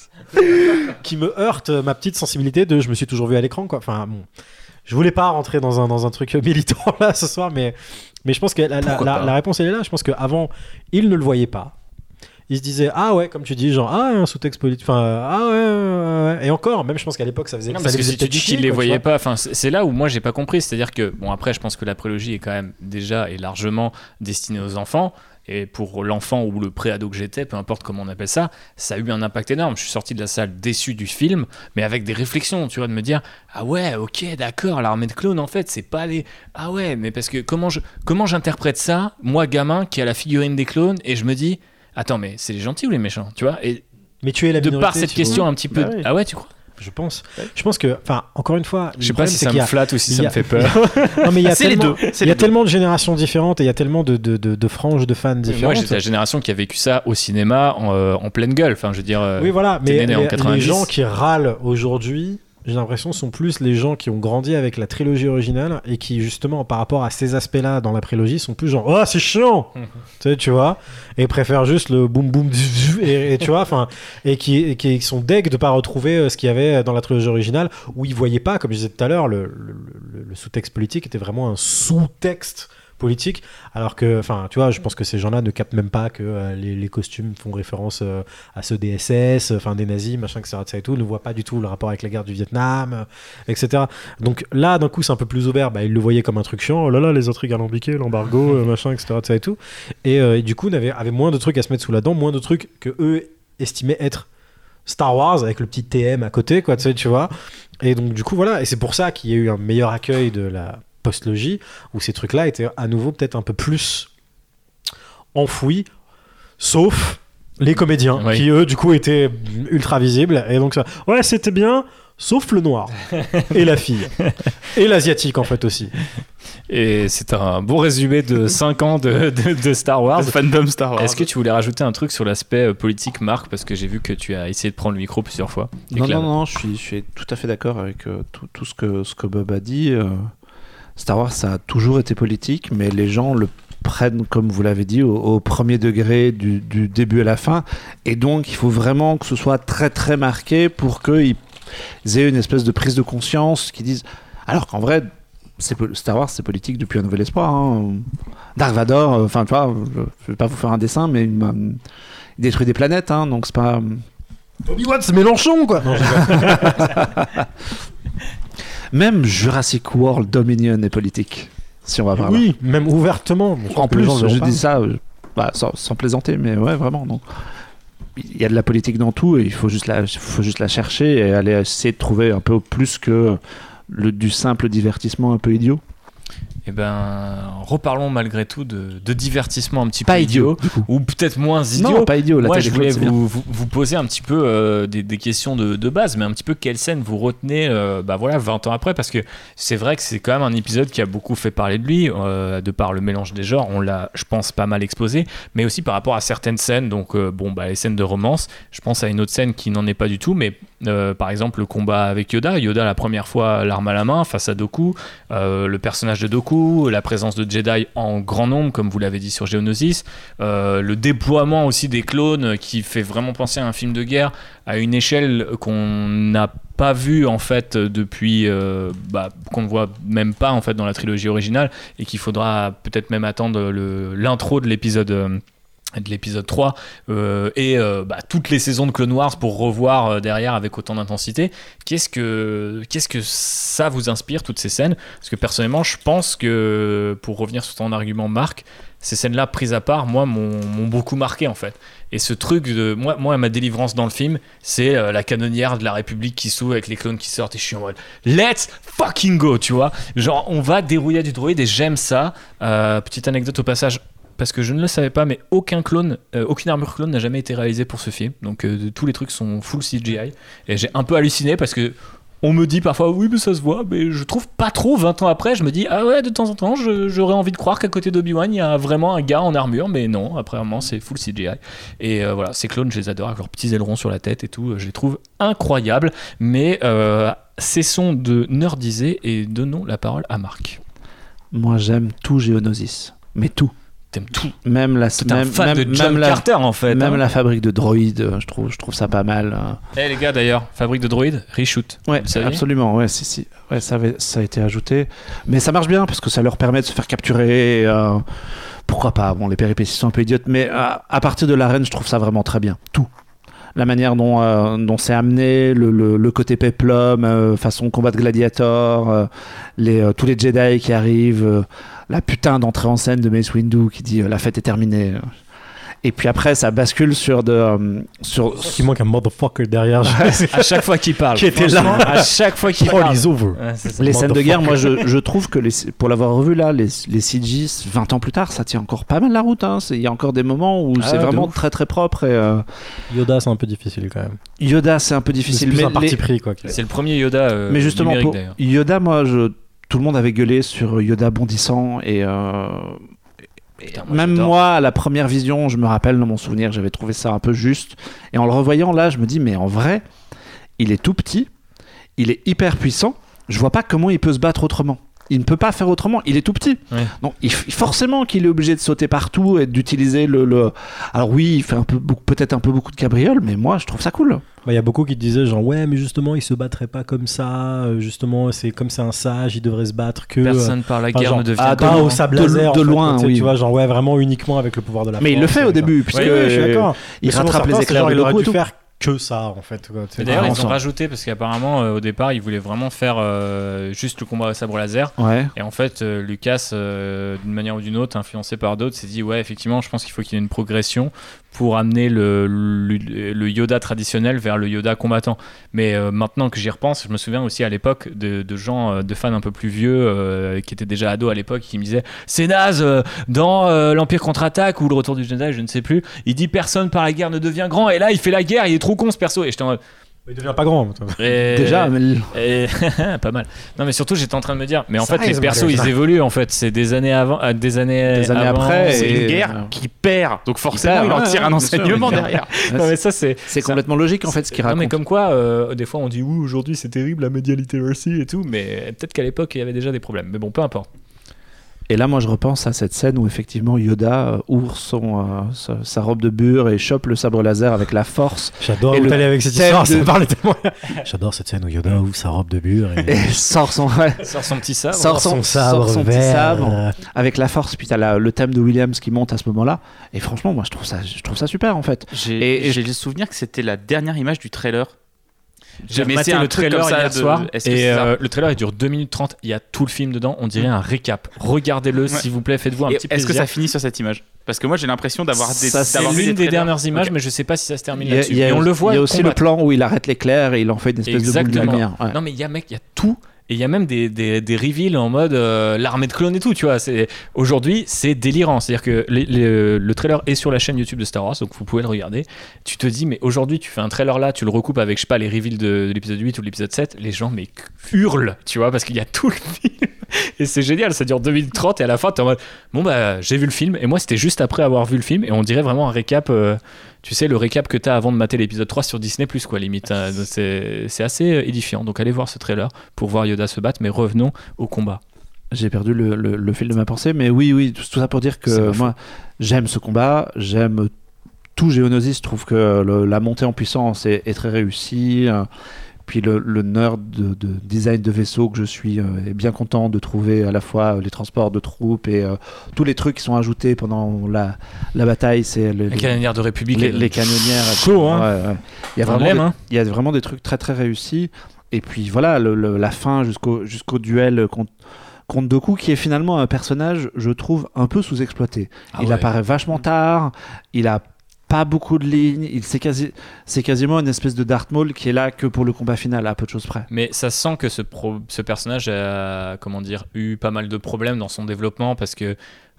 qui me heurtent ma petite sensibilité de je me suis toujours vu à l'écran quoi. Enfin bon, je voulais pas rentrer dans un, dans un truc militant là ce soir, mais, mais je pense que la, la, la, la réponse elle est là. Je pense qu'avant, ils ne le voyaient pas. Ils se disaient, ah ouais, comme tu dis, genre, ah, un sous-texte politique, enfin, ah ouais, ouais, ouais, et encore, même je pense qu'à l'époque, ça faisait. Non, ça parce les que faisait si tu dis chier, qu'ils les quoi, voyaient tu vois. pas, enfin, c'est là où moi j'ai pas compris. C'est-à-dire que, bon, après, je pense que la prélogie est quand même déjà et largement destinée aux enfants. Et pour l'enfant ou le pré-ado que j'étais, peu importe comment on appelle ça, ça a eu un impact énorme. Je suis sorti de la salle déçu du film, mais avec des réflexions, tu vois, de me dire ah ouais, ok, d'accord, l'armée de clones, en fait, c'est pas les ah ouais, mais parce que comment je comment j'interprète ça, moi gamin qui a la figurine des clones, et je me dis attends, mais c'est les gentils ou les méchants, tu vois? Et mais tu es la de minorité, par cette question vois. un petit peu, Bah oui. ah ouais, tu crois? Je pense. Je pense que, enfin, encore une fois, Je sais pas si ça me flatte ou si ça a... me fait peur. Non, mais il y a C'est les tellement, deux. C'est il y a les deux. tellement de générations différentes et il y a tellement de, de, de, de franges de fans différentes. Moi, j'étais la génération qui a vécu ça au cinéma en, euh, en pleine gueule. Enfin, je veux dire. euh, Oui, voilà, t'es mais né en les, quatre-vingt-dix. les gens qui râlent aujourd'hui, j'ai l'impression, sont plus les gens qui ont grandi avec la trilogie originale et qui, justement, par rapport à ces aspects-là dans la prélogie, sont plus genre, oh, c'est chiant, tu sais, tu vois, et préfèrent juste le boum boum, et, et tu vois, enfin, et qui, et qui sont deg de pas retrouver euh, ce qu'il y avait dans la trilogie originale, où ils voyaient pas, comme je disais tout à l'heure, le, le, le, le sous-texte politique était vraiment un sous-texte politique, alors que, enfin, tu vois, je pense que ces gens-là ne captent même pas que euh, les, les costumes font référence euh, à ceux des S S, enfin des nazis, machin, et cetera, et cetera et tout, ne voient pas du tout le rapport avec la guerre du Vietnam, euh, et cetera. Donc là, d'un coup, c'est un peu plus ouvert, bah, ils le voyaient comme un truc chiant, oh là là, les intrigues alambiquées, l'embargo, euh, machin, et cetera, et cetera et tout, et, euh, et du coup, avaient, avaient moins de trucs à se mettre sous la dent, moins de trucs que eux estimaient être Star Wars, avec le petit T M à côté, quoi, tu sais, tu vois. Et donc, du coup, voilà, et c'est pour ça qu'il y a eu un meilleur accueil de la post-logie, où ces trucs-là étaient à nouveau peut-être un peu plus enfouis, sauf Les comédiens, Oui. qui eux, du coup, étaient ultra visibles. Et donc, ça, ouais, c'était bien, sauf le noir. Et la fille. Et l'asiatique, en fait, aussi. Et c'est un bon résumé de cinq ans de, de, de Star Wars. Le fandom Star Wars. Est-ce que tu voulais rajouter un truc sur l'aspect euh, politique, Marc? Parce que j'ai vu que tu as essayé de prendre le micro plusieurs fois. Non, Éclame. non, non, je suis, je suis tout à fait d'accord avec euh, tout, tout ce, que, ce que Bob a dit. Euh, Star Wars, ça a toujours été politique, mais les gens le prennent, comme vous l'avez dit, au, au premier degré du, du début à la fin. Et donc, il faut vraiment que ce soit très, très marqué pour qu'ils aient une espèce de prise de conscience, qu'ils disent... Alors qu'en vrai, c'est, Star Wars, c'est politique depuis Un Nouvel Espoir. Hein. Dark Vador, enfin, euh, tu vois, je ne vais pas vous faire un dessin, mais il, il détruit des planètes, hein, donc c'est pas... Obi-Wan, c'est Mélenchon, quoi. Non, Même Jurassic World Dominion est politique, si on va par là. oui, même ouvertement. Bon, En que les plus, gens le je verront dis pas. ça euh, bah, sans, sans plaisanter, mais ouais, vraiment. Donc, il y a de la politique dans tout et il faut juste la, faut juste la chercher et aller essayer de trouver un peu plus que le, du simple divertissement un peu idiot. Eh ben, reparlons malgré tout de, de divertissement un petit Pas peu idiot, idiot, du coup. ou peut-être moins idiot. Non, pas idiot. La Moi, taille je des voulais clones, c'est bien. vous, vous, vous poser un petit peu euh, des, des questions de, de base, mais un petit peu quelle scène vous retenez euh, bah voilà, vingt ans après, parce que c'est vrai que c'est quand même un épisode qui a beaucoup fait parler de lui, euh, de par le mélange des genres, on l'a, je pense, pas mal exposé, mais aussi par rapport à certaines scènes, donc euh, bon, bah, les scènes de romance, je pense à une autre scène qui n'en est pas du tout, mais euh, par exemple le combat avec Yoda, Yoda la première fois l'arme à la main face à Dooku, euh, le personnage de Dooku, la présence de Jedi en grand nombre, comme vous l'avez dit sur Geonosis, euh, le déploiement aussi des clones qui fait vraiment penser à un film de guerre à une échelle qu'on n'a pas vue en fait depuis, euh, bah, qu'on ne voit même pas en fait dans la trilogie originale et qu'il faudra peut-être même attendre le, l'intro de l'épisode. Euh, de l'épisode trois euh, et euh, bah, toutes les saisons de Clone Wars pour revoir euh, derrière avec autant d'intensité. Qu'est-ce que, qu'est-ce que ça vous inspire, toutes ces scènes? Parce que personnellement, je pense que, pour revenir sur ton argument, Marc, ces scènes-là, prises à part, moi, m'ont, m'ont beaucoup marqué, en fait. Et ce truc de... Moi, moi ma délivrance dans le film, c'est euh, la canonnière de la République qui s'ouvre avec les clones qui sortent et je suis en mode « Let's fucking go !» Tu vois? Genre, on va dérouiller du droïde et j'aime ça. Euh, petite anecdote au passage, parce que je ne le savais pas, mais aucun clone, euh, aucune armure clone n'a jamais été réalisée pour ce film. Donc euh, tous les trucs sont full C G I. Et j'ai un peu halluciné parce que on me dit parfois oui mais ça se voit, mais je trouve pas trop. Vingt ans après, je me dis ah ouais, de temps en temps, je, j'aurais envie de croire qu'à côté d'Obi-Wan, il y a vraiment un gars en armure, mais non. Apparemment, c'est full C G I. Et euh, voilà, ces clones, je les adore avec leurs petits ailerons sur la tête et tout. Je les trouve incroyables. Mais euh, cessons de nerdiser et donnons la parole à Marc. Moi, j'aime tout Geonosis, mais tout. T'aimes tout. Même la, T'es un même, fan même, de John même la, Carter en fait. même hein. la fabrique de droïdes, euh, je trouve, je trouve ça pas mal. euh. Eh hey, les gars d'ailleurs, fabrique de droïdes, reshoot. Ouais, Vous saviez absolument. Ouais, si, si. Ouais, ça, avait, ça a été ajouté. Mais ça marche bien parce que ça leur permet de se faire capturer. Euh, pourquoi pas? Bon, les péripéties sont un peu idiotes, mais euh, à partir de l'arène, je trouve ça vraiment très bien. Tout. La manière dont, euh, dont c'est amené, le, le, le côté péplum, euh, façon combat de gladiator, euh, les, euh, tous les Jedi qui arrivent, euh, la putain d'entrée en scène de Mace Windu qui dit euh, la fête est terminée. Et puis après, ça bascule sur de. Euh, sur... Il manque un motherfucker derrière. À chaque fois qu'il parle. Qui était là. Franchement, À chaque fois qu'il All parle. is over. Ouais, c'est ça. Les scènes de guerre, moi Motherfucker. je, je trouve que les, pour l'avoir revu là, les, les C G vingt ans plus tard, ça tient encore pas mal la route. Hein. C'est- Il y a encore des moments où Ah, c'est de vraiment ouf. très très propre. Et, euh, Yoda, c'est un peu difficile quand même. Yoda, c'est un peu C'est difficile. plus Mais, un parti les- pris quoi. C'est le premier Yoda euh, mais justement, numérique pour d'ailleurs. Yoda, moi, je, tout le monde avait gueulé sur Yoda bondissant. Et, euh, et Putain, moi, même j'adore. moi, à la première vision, je me rappelle dans mon souvenir, j'avais trouvé ça un peu juste. Et en le revoyant là, je me dis, mais en vrai, il est tout petit, il est hyper puissant. Je vois pas comment il peut se battre autrement. Il ne peut pas faire autrement, il est tout petit. Ouais. Donc il, forcément qu'il est obligé de sauter partout et d'utiliser le, le... Alors oui, il fait un peu, beaucoup- peut-être un peu beaucoup de cabriole, mais moi je trouve ça cool. Bah, il y a beaucoup qui disaient genre ouais mais justement il se battrait pas comme ça, euh, justement c'est comme c'est un sage, il devrait se battre que euh, Personne par la enfin, guerre genre, ne devient ah, pas grand. au sable de- laser de en fait, loin, tu sais, oui. tu vois genre ouais vraiment uniquement avec le pouvoir de la Mais il le force, fait au avec ça. début, puisque Oui, oui, je suis d'accord. il Mais selon rattrape les certains, c'est éclairs genre, de il aurait Dooku et dû tout. faire que ça en fait quoi. C'est Mais d'ailleurs, vraiment ils ont ça. rajouté parce qu'apparemment, euh, au départ, ils voulaient vraiment faire euh, juste le combat au sabre laser. Ouais. Et en fait, euh, Lucas, euh, d'une manière ou d'une autre, influencé par d'autres, s'est dit ouais, effectivement, je pense qu'il faut qu'il y ait une progression pour amener le, le, le Yoda traditionnel vers le Yoda combattant. Mais euh, maintenant que j'y repense, je me souviens aussi à l'époque de, de gens, de fans un peu plus vieux euh, qui étaient déjà ados à l'époque, qui me disaient c'est naze, euh, dans euh, l'Empire contre-attaque ou le Retour du Jedi, je ne sais plus, il dit personne par la guerre ne devient grand, et là il fait la guerre, il est trop con ce perso. Et j'étais en mode il devient pas grand. Et... Déjà, mais... et... pas mal. Non, mais surtout, j'étais en train de me dire, mais en ça fait, les persos, ils évoluent. En fait, c'est des années avant, euh, des années, des années avant, après. C'est et... une guerre qui perd, donc forcément, il, il en tire ouais, un ouais, enseignement sûr, derrière. non, mais ça, c'est c'est ça... complètement logique en fait ce qu'il raconte. Non, mais comme quoi, euh, des fois, on dit oui, aujourd'hui, c'est terrible la media literacy et tout, mais peut-être qu'à l'époque, il y avait déjà des problèmes. Mais bon, peu importe. Et là, moi, je repense à cette scène où effectivement Yoda euh, ouvre son, euh, sa, sa robe de bure et chope le sabre laser avec la force. J'adore et où le t'allais avec cette thème histoire, de- ça parlait tellement. J'adore cette scène où Yoda ouvre sa robe de bure et, Et sort son, ouais, Sort son petit sabre. sort son, son sabre sort son petit vert. sabre avec la force. Puis t'as la- le thème de Williams qui monte à ce moment-là. Et franchement, moi, je trouve ça, je trouve ça super en fait. J'ai Et- et j'ai le souvenir que c'était la dernière image du trailer. J'ai Mais maté c'est un le truc trailer comme ça hier de- soir est-ce que et c'est ça euh, le trailer il dure deux minutes trente, il y a tout le film dedans, on dirait un récap. Regardez-le Ouais. s'il vous plaît, faites-vous un Et petit Est-ce plaisir. que ça finit sur cette image? Parce que moi j'ai l'impression d'avoir des. Ça, c'est C'est d'avoir vu l'une des trailers. dernières images, Ok. mais je sais pas si ça se termine Il y a, là-dessus. il y a- Et on le voit il y a aussi combattre. le plan où il arrête l'éclair et il en fait une espèce de boule de Exactement. lumière. Ouais. Non mais il y a mec, il y a tout. Et il y a même des, des, des reveals en mode euh, l'armée de clones et tout, tu vois. C'est, aujourd'hui, c'est délirant. C'est-à-dire que les- les- le trailer est sur la chaîne YouTube de Star Wars, donc vous pouvez le regarder. Tu te dis, mais aujourd'hui, tu fais un trailer là, tu le recoupes avec, je sais pas, les reveals de, de l'épisode huit ou de l'épisode sept, les gens, mais hurlent, tu vois, parce qu'il y a tout le film. Et c'est génial, ça dure deux minutes trente et à la fin, t'es en mode, bon bah, j'ai vu le film. Et moi, c'était juste après avoir vu le film et on dirait vraiment un récap. Euh, tu sais, le récap que t'as avant de mater l'épisode trois sur Disney+, quoi, limite. hein. C'est, c'est assez édifiant. Donc allez voir ce trailer pour voir Yoda se battre, mais revenons au combat. J'ai perdu le, le, le fil de ma pensée, mais oui, oui, tout, tout ça pour dire C'est que pas moi, j'aime ce combat, j'aime tout Geonosis, je trouve que le- la montée en puissance est, est très réussie. euh, Puis le, le nerd de, de design de vaisseau que je suis euh, est bien content de trouver à la fois euh, les transports de troupes et euh, tous les trucs qui sont ajoutés pendant la, la bataille. C'est le- Les canonnières de République. les, elles- les canonnières. Chaud, hein. Ouais, ouais. Il y a On vraiment l'aime, des- hein. il y a vraiment des trucs très très réussis. Et puis voilà, le- le- la fin jusqu'au jusqu'au duel contre, contre Dooku, qui est finalement un personnage, je trouve, un peu sous-exploité. Ah il ouais. apparaît vachement tard, il a pas beaucoup de lignes, il, c'est, quasi, c'est quasiment une espèce de Darth Maul qui est là que pour le combat final, à peu de choses près. Mais ça sent que ce, pro- ce personnage a, comment dire, eu pas mal de problèmes dans son développement parce que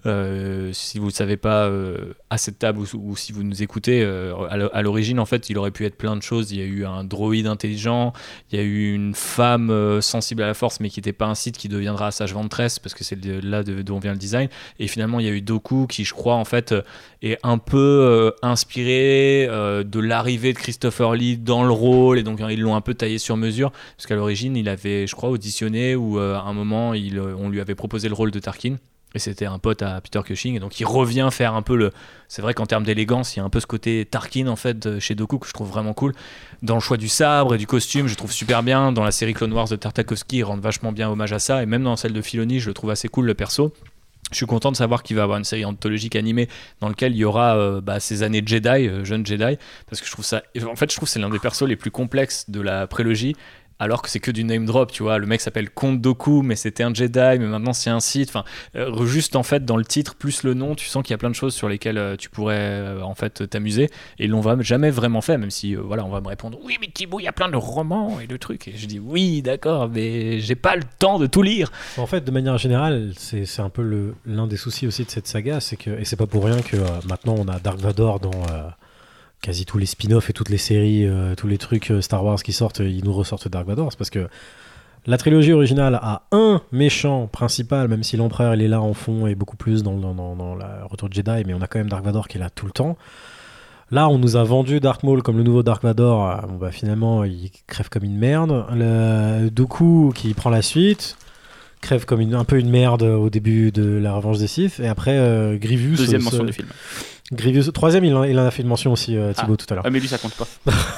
euh, si vous ne savez pas euh, à cette table ou, ou si vous nous écoutez, euh, à l- à l'origine en fait il aurait pu être plein de choses. Il y a eu un droïde intelligent, il y a eu une femme euh, sensible à la force mais qui n'était pas un Sith qui deviendra Sage Ventress parce que c'est de, là de- d'où vient le design. Et finalement il y a eu Dooku qui je crois en fait euh, est un peu euh, inspiré euh, de l'arrivée de Christopher Lee dans le rôle et donc hein, ils l'ont un peu taillé sur mesure parce qu'à l'origine il avait je crois auditionné ou euh, à un moment il, euh, on lui avait proposé le rôle de Tarkin. Et c'était un pote à Peter Cushing, et donc il revient faire un peu le. C'est vrai qu'en termes d'élégance, il y a un peu ce côté Tarkin en fait de- chez Dooku que je trouve vraiment cool. Dans le choix du sabre et du costume, je trouve super bien. Dans la série Clone Wars de Tartakovsky, ils rendent vachement bien hommage à ça, et même dans celle de Filoni, je le trouve assez cool le perso. Je suis content de savoir qu'il va avoir une série anthologique animée dans laquelle il y aura euh, bah, ces années de Jedi, euh, jeunes Jedi, parce que je trouve ça. En fait, je trouve que c'est l'un des persos les plus complexes de la prélogie. Alors que c'est que du name drop, tu vois. Le mec s'appelle Count Dooku, mais c'était un Jedi, mais maintenant c'est un Sith. Enfin, euh, juste en fait dans le titre plus le nom, tu sens qu'il y a plein de choses sur lesquelles euh, tu pourrais euh, en fait t'amuser. Et ils l'ont va- jamais vraiment fait, même si euh, voilà, on va me répondre oui, mais Thibaut, il y a plein de romans et de trucs. Et je dis oui, d'accord, mais j'ai pas le temps de tout lire. En fait, de manière générale, c'est, c'est un peu le, l'un des soucis aussi de cette saga, c'est que, et c'est pas pour rien que euh, maintenant on a Dark Vador dans euh, quasi tous les spin-offs et toutes les séries, euh, tous les trucs euh, Star Wars qui sortent, ils nous ressortent Dark Vador. C'est parce que la trilogie originale a un méchant principal, même si l'Empereur il est là en fond et beaucoup plus dans, dans, dans, dans la Retour de Jedi, mais on a quand même Dark Vador qui est là tout le temps. Là, on nous a vendu Darth Maul comme le nouveau Dark Vador. Euh, Bon, bah, finalement, il crève comme une merde. Le Dooku qui prend la suite crève comme une, un peu une merde au début de la Revanche des Sith. Et après, euh, Grievous. Deuxième euh, mention ce- du film. Grievous, troisième, il en, il en a fait une mention aussi, euh, Thibaut, tout à l'heure. Ah, mais lui, ça compte pas.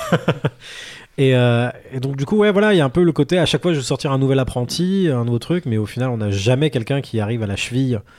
Et, euh, et donc, du coup, ouais, voilà, il y a un peu le côté à chaque fois, je vais sortir un nouvel apprenti, un nouveau truc, mais au final, on n'a jamais quelqu'un qui arrive à la cheville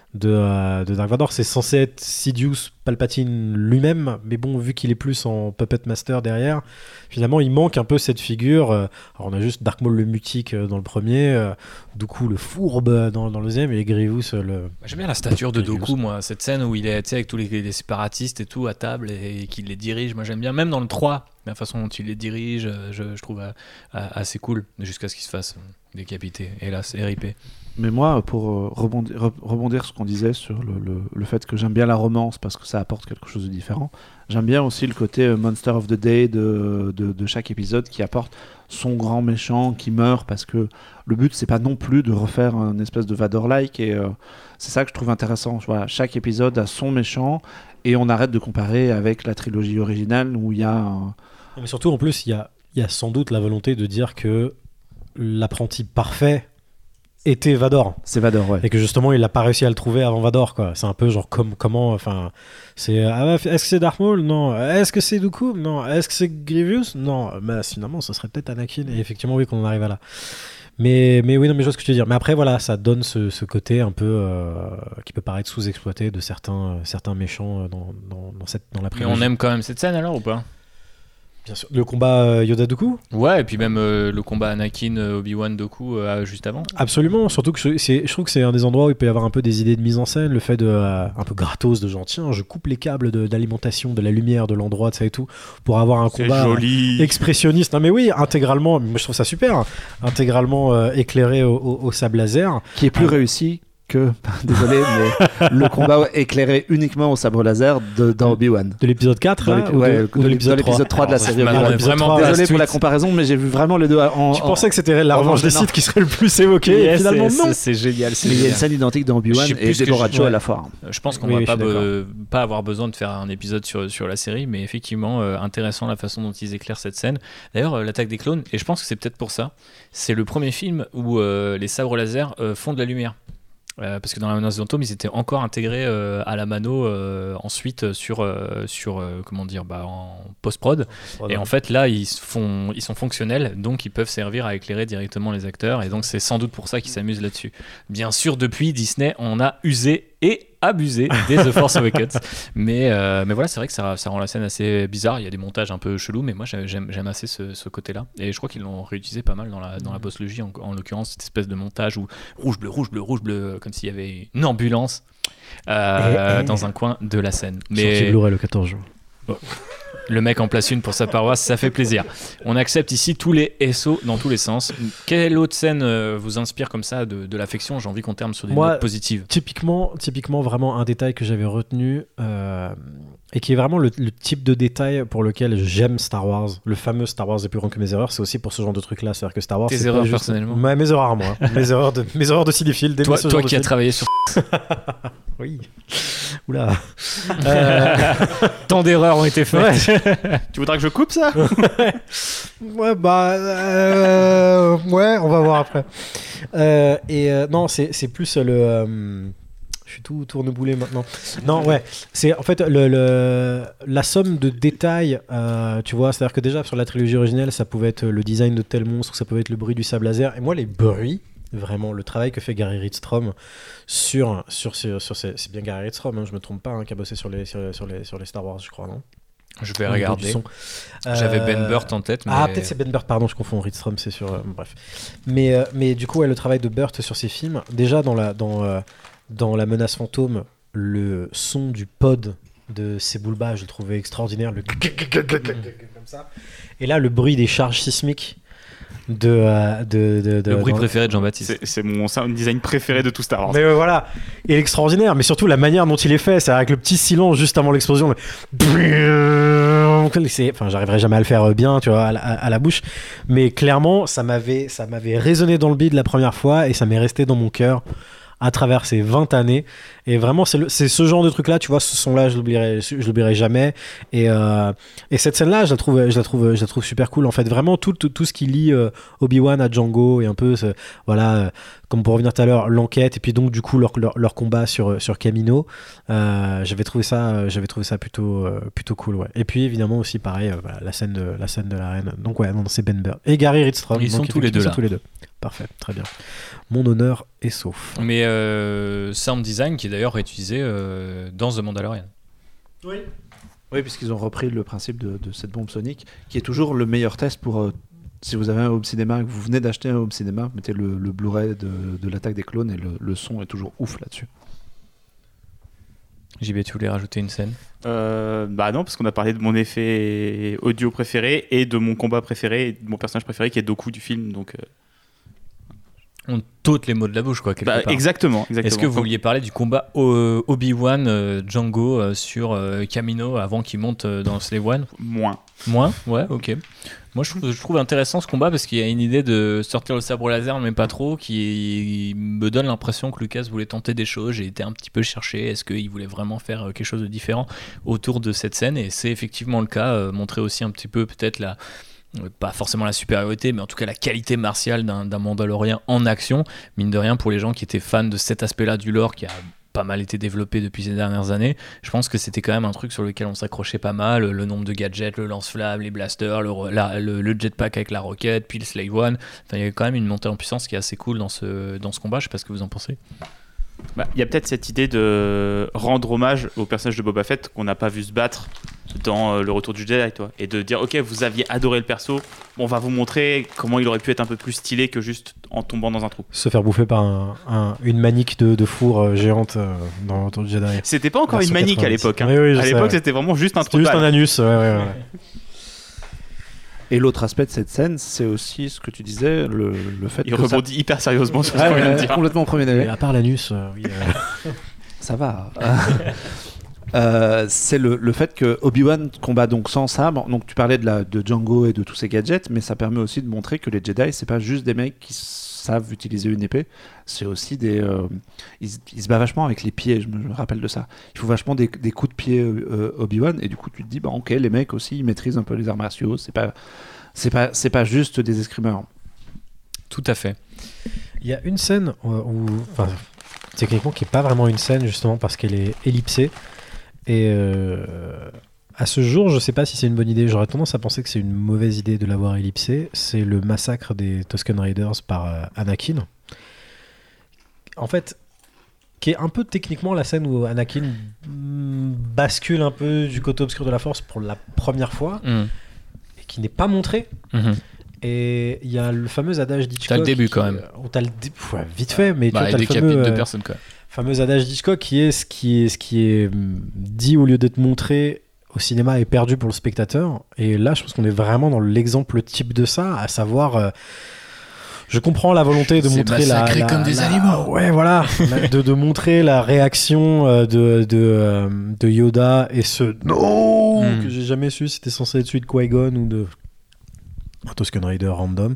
de, euh, de Dark Vador. C'est censé être Sidious Palpatine lui-même, mais bon, vu qu'il est plus en Puppet Master derrière, finalement, il manque un peu cette figure. Alors, on a juste Dark Maul le mutique dans le premier, euh, Dooku le fourbe dans, dans le deuxième, et Grievous le... J'aime bien la stature de Dooku, moi. Cette scène où il est avec tous les, les séparatistes et tout à table et, et qu'il les dirige, moi j'aime bien. Même dans le trois, la façon dont il les dirige, je, je trouve euh, assez cool, jusqu'à ce qu'il se fasse décapiter. Hélas, R I P. Mais moi, pour euh, rebondir, re- rebondir sur ce qu'on disait sur le, le, le fait que j'aime bien la romance parce que ça apporte quelque chose de différent, j'aime bien aussi le côté euh, Monster of the Day de, de, de chaque épisode qui apporte son grand méchant qui meurt, parce que le but, c'est pas non plus de refaire un espèce de Vador-like, et euh, c'est ça que je trouve intéressant. Voilà, chaque épisode a son méchant et on arrête de comparer avec la trilogie originale où il y a un... Mais surtout, en plus, il y a, il y a sans doute la volonté de dire que l'apprenti parfait était Vador. C'est Vador, ouais. Et que justement, il n'a pas réussi à le trouver avant Vador, quoi. C'est un peu genre comme, comment, enfin, c'est, ah ouais, est-ce que c'est Darth Maul? Non. Est-ce que c'est Dooku? Non. Est-ce que c'est Grievous? Non. Mais finalement, ce serait peut-être Anakin. Et effectivement, oui, qu'on en arrive à là. Mais, mais oui, non, mais je vois ce que tu veux dire. Mais après, voilà, ça donne ce, ce côté un peu euh, qui peut paraître sous-exploité de certains, euh, certains méchants dans, dans, dans, cette, dans la Mais prélogie. on aime quand même cette scène alors ou pas? Bien sûr. Le combat euh, Yoda-Dooku? Ouais, et puis même euh, le combat Anakin, euh, Obi-Wan, Dooku euh, juste avant. Absolument, surtout que je, c'est, je trouve que c'est un des endroits où il peut y avoir un peu des idées de mise en scène, le fait de, euh, un peu gratos de genre, tiens, je coupe les câbles de, d'alimentation, de la lumière, de l'endroit, de ça et tout, pour avoir un C'est combat joli. expressionniste. Non mais oui, intégralement, moi je trouve ça super, intégralement euh, éclairé au, au, au sable laser. qui est plus Ah. réussi que, désolé, mais le combat éclairé uniquement au sabre laser de, dans Obi-Wan. De l'épisode quatre, Dans là, l'épi- ou, ouais, de, de ou de l'épisode l'épisode trois. trois de la Alors, série on est Obi-Wan. vraiment Désolé pas Désolé street. pour la comparaison, mais j'ai vu vraiment les deux en... Tu en- pensais que c'était la en- revanche en- des non. Sith qui serait le plus évoqué, et Yes, finalement c'est- non. C'est génial. c'est Mais il y a une génial. scène identique dans Obi-Wan Je sais et plus ce que Deborah je- Chow ouais. à la foire. Je pense qu'on Oui, va oui, pas, je suis be- pas avoir besoin de faire un épisode sur, sur la série, mais effectivement, euh, intéressant la façon dont ils éclairent cette scène. D'ailleurs, euh, l'attaque des clones, et je pense que c'est peut-être pour ça, c'est le premier film où euh, les sabres laser euh, font de la lumière. Euh, parce que dans la menace fantôme, ils étaient encore intégrés euh, à la mano euh, ensuite sur, euh, sur euh, comment dire, bah, en post-prod. Et en fait, là, ils, se font, ils sont fonctionnels, donc ils peuvent servir à éclairer directement les acteurs. Et donc, c'est sans doute pour ça qu'ils s'amusent là-dessus. Bien sûr, depuis, Disney en a usé et abusé dès The Force Awakens. Mais, euh, mais voilà, c'est vrai que ça, ça rend la scène assez bizarre. Il y a des montages un peu chelous, mais moi, j'aime, j'aime assez ce, ce côté-là. Et je crois qu'ils l'ont réutilisé pas mal dans la, dans la postlogie, en, en l'occurrence, cette espèce de montage où rouge, bleu, rouge, bleu, rouge, bleu, comme s'il y avait une ambulance euh, Et- et- dans un coin de la scène. Sorti Mais Blu-ray le quatorze juin. le mec en place une pour sa paroisse, ça fait plaisir. On accepte ici tous les S O dans tous les sens. Quelle autre scène euh, vous inspire comme ça de, de l'affection? J'ai envie qu'on termine sur des Moi, notes positives. Typiquement, typiquement, vraiment un détail que j'avais retenu euh, et qui est vraiment le, le type de détail pour lequel j'aime Star Wars. Le fameux Star Wars est plus grand que mes erreurs, c'est aussi pour ce genre de truc-là. C'est-à-dire que Star Wars, Tes c'est erreurs pas juste... personnellement. Ouais, mes erreurs à moi. mes erreurs de mes erreurs de cinéphile. d'aimer Toi, ce toi genre de qui as film. travaillé sur Oui. Oula. Euh, tant d'erreurs ont été faites. Tu voudras que je coupe ça? Ouais, bah. euh, ouais, on va voir après. Euh, et euh, non, c'est, c'est plus le. euh, je suis tout tourneboulé maintenant. Non, ouais. C'est en fait le, le- la somme de détails, euh, tu vois. C'est-à-dire que déjà, sur la trilogie originelle, ça pouvait être le design de tel monstre, ça pouvait être le bruit du sable laser. Et moi, les bruits. Vraiment, le travail que fait Gary Ridstrom sur, sur, sur, sur ces- c'est bien Gary Ridstrom, hein, je me trompe pas, hein, qui a bossé sur les, sur, sur les, sur les Star Wars, je crois, non? Je vais Au niveau du regarder. son. J'avais Euh, Ben Burt en tête. Mais... Ah, peut-être c'est Ben Burt, pardon, je confonds. Ridstrom, c'est sur. euh, bref. Mais, euh, mais du coup, ouais, le travail de Burt sur ces films, déjà dans la, dans, euh, dans la menace fantôme, le son du pod de Sebulba, je le trouvais extraordinaire. Le comme ça. Et là, le bruit des charges sismiques de. euh, de, de, de Le bruit dans- préféré de Jean-Baptiste. C'est c'est mon sound design préféré de tout Star Wars. Mais euh, voilà, il est extraordinaire, mais surtout la manière dont il est fait, c'est avec le petit silence juste avant l'explosion. Le... C'est... Enfin, j'arriverai jamais à le faire bien, tu vois, à la, à la bouche, mais clairement, ça m'avait, ça m'avait résonné dans le bide la première fois et ça m'est resté dans mon cœur à travers ces vingt années. Et vraiment, c'est, le, c'est ce genre de truc-là, tu vois, ce son-là, je l'oublierai, je l'oublierai jamais. Et, euh, et cette scène-là, je la trouve, je la trouve, je la trouve super cool. En fait, vraiment tout, tout, tout ce qui lie euh, Obi-Wan à Django et un peu, ce, voilà, euh, comme pour revenir tout à l'heure, l'enquête et puis donc du coup leur, leur, leur combat sur, sur Kamino. Euh, j'avais trouvé ça, j'avais trouvé ça plutôt, euh, plutôt cool, ouais. Et puis évidemment aussi pareil, euh, voilà, la scène de, la scène de la reine. Donc ouais, non, c'est Ben Burt et Gary Ridstrom. Ils donc, sont tous les deux ils sont là. tous les deux. Parfait, très bien. Mon honneur est sauf. Mais euh, sound design qui est d'ailleurs réutilisé euh, dans The Mandalorian. Oui. Oui, puisqu'ils ont repris le principe de, de cette bombe sonique, qui est toujours le meilleur test pour... Euh, si vous avez un home cinéma, que vous venez d'acheter un home cinéma, vous mettez le, le Blu-ray de, de l'attaque des clones et le, le son est toujours ouf là-dessus. J B, tu voulais rajouter une scène ? Euh, bah non, parce qu'on a parlé de mon effet audio préféré et de mon combat préféré, et de mon personnage préféré qui est Dooku du film. Donc, euh... on t'ôte les mots de la bouche, quoi, quelque bah, part. Exactement, exactement. Est-ce que vous vouliez parler du combat o- Obi-Wan euh, Django euh, sur euh, Kamino avant qu'il monte euh, dans Slave One ? Moins. Moins ? Ouais, ok. Moi, je trouve, je trouve intéressant ce combat parce qu'il y a une idée de sortir le sabre laser, mais pas trop, qui me donne l'impression que Lucas voulait tenter des choses. J'ai été un petit peu chercher, est-ce qu'il voulait vraiment faire quelque chose de différent autour de cette scène ? Et c'est effectivement le cas, euh, montrer aussi un petit peu peut-être la... pas forcément la supériorité, mais en tout cas la qualité martiale d'un, d'un Mandalorien en action. Mine de rien, pour les gens qui étaient fans de cet aspect-là du lore qui a pas mal été développé depuis ces dernières années, je pense que c'était quand même un truc sur lequel on s'accrochait pas mal. Le nombre de gadgets, le lance-flamme, les blasters, le, la, le, le jetpack avec la roquette, puis le Slave One. Enfin, il y a quand même une montée en puissance qui est assez cool dans ce, dans ce combat. Je sais pas ce que vous en pensez. Bah, y a peut-être cette idée de rendre hommage au personnage de Boba Fett qu'on n'a pas vu se battre dans euh, le Retour du Jedi, toi, et de dire ok, vous aviez adoré le perso, on va vous montrer comment il aurait pu être un peu plus stylé que juste en tombant dans un trou. Se faire bouffer par un, un, une manique de, de four euh, géante euh, dans le Retour du Jedi. C'était pas encore une manique quatre-vingt-dix à l'époque. Hein. Oui, oui, à l'époque, sais, c'était vraiment juste un c'était trou de juste balle. un anus. Ouais, ouais, ouais. Et l'autre aspect de cette scène, c'est aussi ce que tu disais, le, le fait il que rebondit ça... hyper sérieusement sur ce ouais, qu'on vient de ouais, dire. complètement au premier degré. Et à part l'anus, euh, oui. Euh... Ça va. Euh, c'est le, le fait que Obi-Wan combat donc sans sabre. Donc tu parlais de, la, de Django et de tous ses gadgets, mais ça permet aussi de montrer que les Jedi, c'est pas juste des mecs qui savent utiliser une épée, c'est aussi des. Euh, ils, ils se battent vachement avec les pieds. Je me, je me rappelle de ça. Il faut vachement des, des coups de pied euh, Obi-Wan, et du coup tu te dis bah ok, les mecs aussi ils maîtrisent un peu les arts martiaux. C'est pas, c'est pas, c'est pas juste des escrimeurs. Tout à fait. Il y a une scène où, enfin, techniquement qui est pas vraiment une scène justement parce qu'elle est ellipsée. Et euh, à ce jour, je sais pas si c'est une bonne idée. J'aurais tendance à penser que c'est une mauvaise idée de l'avoir ellipsé. C'est le massacre des Tusken Raiders par euh, Anakin. En fait, qui est un peu techniquement la scène où Anakin mm, bascule un peu du côté obscur de la Force pour la première fois, mmh. et qui n'est pas montré. Mmh. Et il y a le fameux adage d'Hitchcock. T'as le début qui, quand même. Euh, t'as le dé... ouais, vite fait, mais bah, tu vois, il t'as le fameux, décapite deux euh, personnes, quoi. fameux adage d'Hitchcock qui est ce qui est ce qui est dit au lieu d'être montré au cinéma est perdu pour le spectateur. Et là, je pense qu'on est vraiment dans l'exemple type de ça, à savoir. Euh, je comprends la volonté de c'est montrer la, la comme des la, animaux. Ouais, voilà, de, de montrer la réaction euh, de de, euh, de Yoda et ce non mm. que j'ai jamais su si c'était censé être celui de Qui-Gon ou de un Tusken Raider random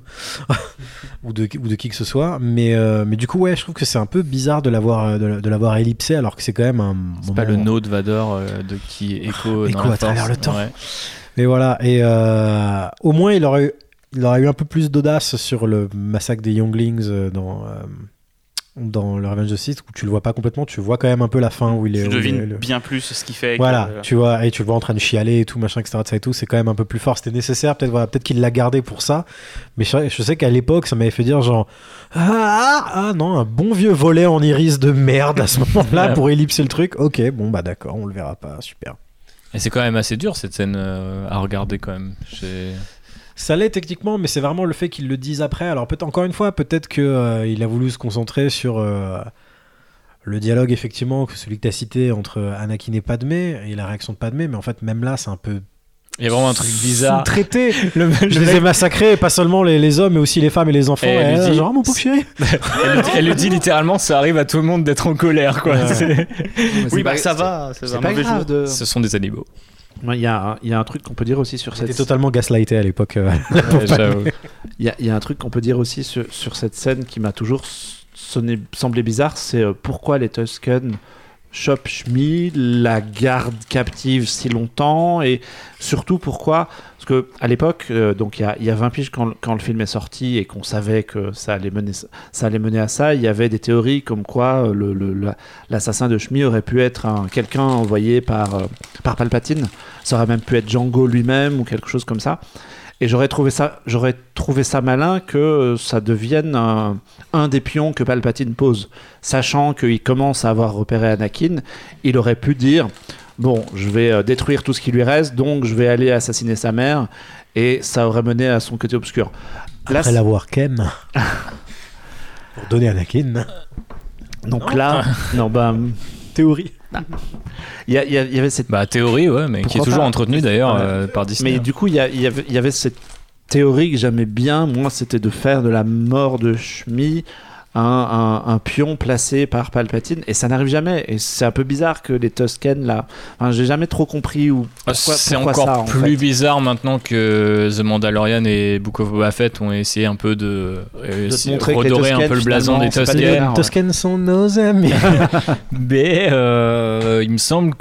ou, de, ou de qui que ce soit, mais, euh, mais du coup ouais, je trouve que c'est un peu bizarre de l'avoir, de, de l'avoir ellipsé alors que c'est quand même un c'est moment... pas le no de Vador euh, de qui écho écho dans la à travers force. le temps. Ouais. Mais voilà, et euh, au moins il aurait, eu, il aurait eu un peu plus d'audace sur le massacre des Younglings euh, dans, euh, dans le Revenge of the Sith, où tu le vois pas complètement, tu vois quand même un peu la fin où il est... Tu devines est, le... bien plus ce qu'il fait. Voilà, que... tu vois, et tu le vois en train de chialer et tout, machin, et cetera et tout, c'est quand même un peu plus fort, c'était nécessaire, peut-être, voilà, peut-être qu'il l'a gardé pour ça, mais je, je sais qu'à l'époque, ça m'avait fait dire genre, ah, ah non, un bon vieux volet en iris de merde à ce moment-là pour ellipser le truc, ok, bon bah d'accord, on le verra pas, super. Et c'est quand même assez dur cette scène euh, à regarder quand même. J'ai... Ça l'est techniquement, mais c'est vraiment le fait qu'ils le disent après. Alors peut-être encore une fois, peut-être qu'il euh, a voulu se concentrer sur euh, le dialogue effectivement, celui que tu as cité entre Anakin et Padmé et la réaction de Padmé, mais en fait même là c'est un peu... Il y a vraiment un truc bizarre. Traité. Le Je les ai massacrés, pas seulement les, les hommes, mais aussi les femmes et les enfants. Et elle et lui elle, dit- genre, oh, mon pauvre chéri. elle, lui- elle lui dit littéralement, ça arrive à tout le monde d'être en colère, quoi. Ouais. C'est- Oui, bah ça va. C'est C'est un pas mauvais grave jour. de... Ce sont des animaux. Il y, a un- il y a un truc qu'on peut dire aussi sur cette J'étais totalement gaslighté à l'époque. euh, Ouais, j'avoue. Il y, a- il y a un truc qu'on peut dire aussi sur, sur cette scène qui m'a toujours sonné, semblé bizarre, c'est euh, pourquoi les Tusken chopent Shmi, la gardent captive si longtemps, et surtout pourquoi, parce que à l'époque, euh, donc il y a, il y a vingt piges quand, quand le film est sorti et qu'on savait que ça allait mener, ça allait mener à ça, il y avait des théories comme quoi euh, le, le- la- l'assassin de Shmi aurait pu être un, quelqu'un envoyé par, euh, par Palpatine, ça aurait même pu être Django lui-même ou quelque chose comme ça. Et j'aurais trouvé ça, j'aurais trouvé ça malin que ça devienne un, un des pions que Palpatine pose. Sachant qu'il commence à avoir repéré Anakin, il aurait pu dire « Bon, je vais détruire tout ce qui lui reste, donc je vais aller assassiner sa mère. » Et ça aurait mené à son côté obscur. Là, Après l'avoir ken, pour donner Anakin. Donc non. là, non, bah... Théorie. Il y, y, y avait cette bah, théorie, ouais, mais Pourquoi qui est toujours pas entretenue d'ailleurs ouais. euh, par Disney. Mais du coup, il y, y, avait, y avait cette théorie que j'aimais bien. Moi, c'était de faire de la mort de Shmi un, un, un pion placé par Palpatine, et ça n'arrive jamais. Et c'est un peu bizarre que les Tusken là. Enfin, j'ai jamais trop compris où. Pourquoi, c'est pourquoi encore ça, en plus fait. bizarre maintenant que The Mandalorian et Book of Boba Fett ont essayé un peu de, de essayer, redorer un peu le blason des Tusken. Les Tusken sont nos amis. Mais euh, il me semble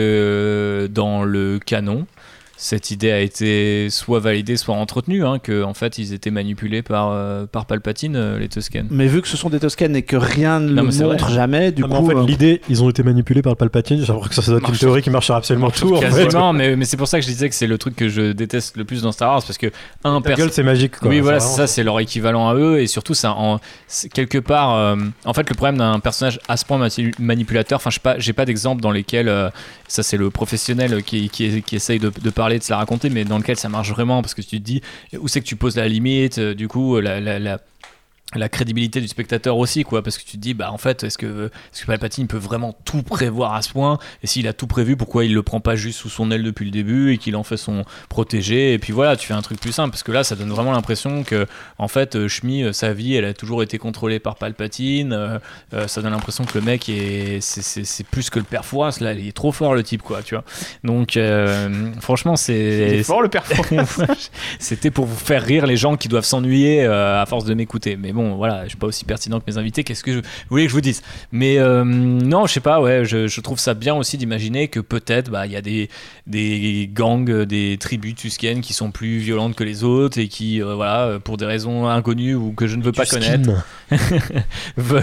que dans le canon, cette idée a été soit validée, soit entretenue, hein, que en fait ils étaient manipulés par, euh, par Palpatine, euh, les Tusken. Mais vu que ce sont des Tusken et que rien ne non, le montre vrai. jamais, du non, coup. En fait, euh... l'idée, ils ont été manipulés par le Palpatine. J'ai l'impression que ça doit être une théorie qui marchera absolument tout. Quasiment, mais, mais c'est pour ça que je disais que c'est le truc que je déteste le plus dans Star Wars, parce que un Ta gueule, c'est magique. Quoi. Oui, voilà, c'est c'est ça, c'est leur équivalent à eux, et surtout, ça, en, quelque part, euh, en fait, le problème d'un personnage à ce point manipulateur, enfin, je sais pas, j'ai pas d'exemple dans lesquels, euh, ça, c'est le professionnel qui, qui, qui essaye de, de parler, de se la raconter, mais dans lequel ça marche vraiment, parce que tu te dis où c'est que tu poses la limite, du coup la, la, la, la crédibilité du spectateur aussi, quoi, parce que tu te dis bah en fait est-ce que, est-ce que Palpatine peut vraiment tout prévoir à ce point, et s'il a tout prévu, pourquoi il le prend pas juste sous son aile depuis le début et qu'il en fait son protégé, et puis voilà, tu fais un truc plus simple, parce que là ça donne vraiment l'impression que en fait Shmi, sa vie elle a toujours été contrôlée par Palpatine, euh, euh, ça donne l'impression que le mec est c'est, c'est, c'est plus que le père Fouras, là il est trop fort le type, quoi, tu vois. Donc euh, franchement c'est il est fort le père Fouras. C'était pour vous faire rire les gens qui doivent s'ennuyer euh, à force de m'écouter, mais bon voilà, je suis pas aussi pertinent que mes invités, qu'est-ce que je... vous voulez que je vous dise, mais euh, non je sais pas, ouais, je, je trouve ça bien aussi d'imaginer que peut-être bah il y a des, des gangs, des tribus tuskennes qui sont plus violentes que les autres et qui euh, voilà, pour des raisons inconnues ou que je ne veux pas connaître veulent,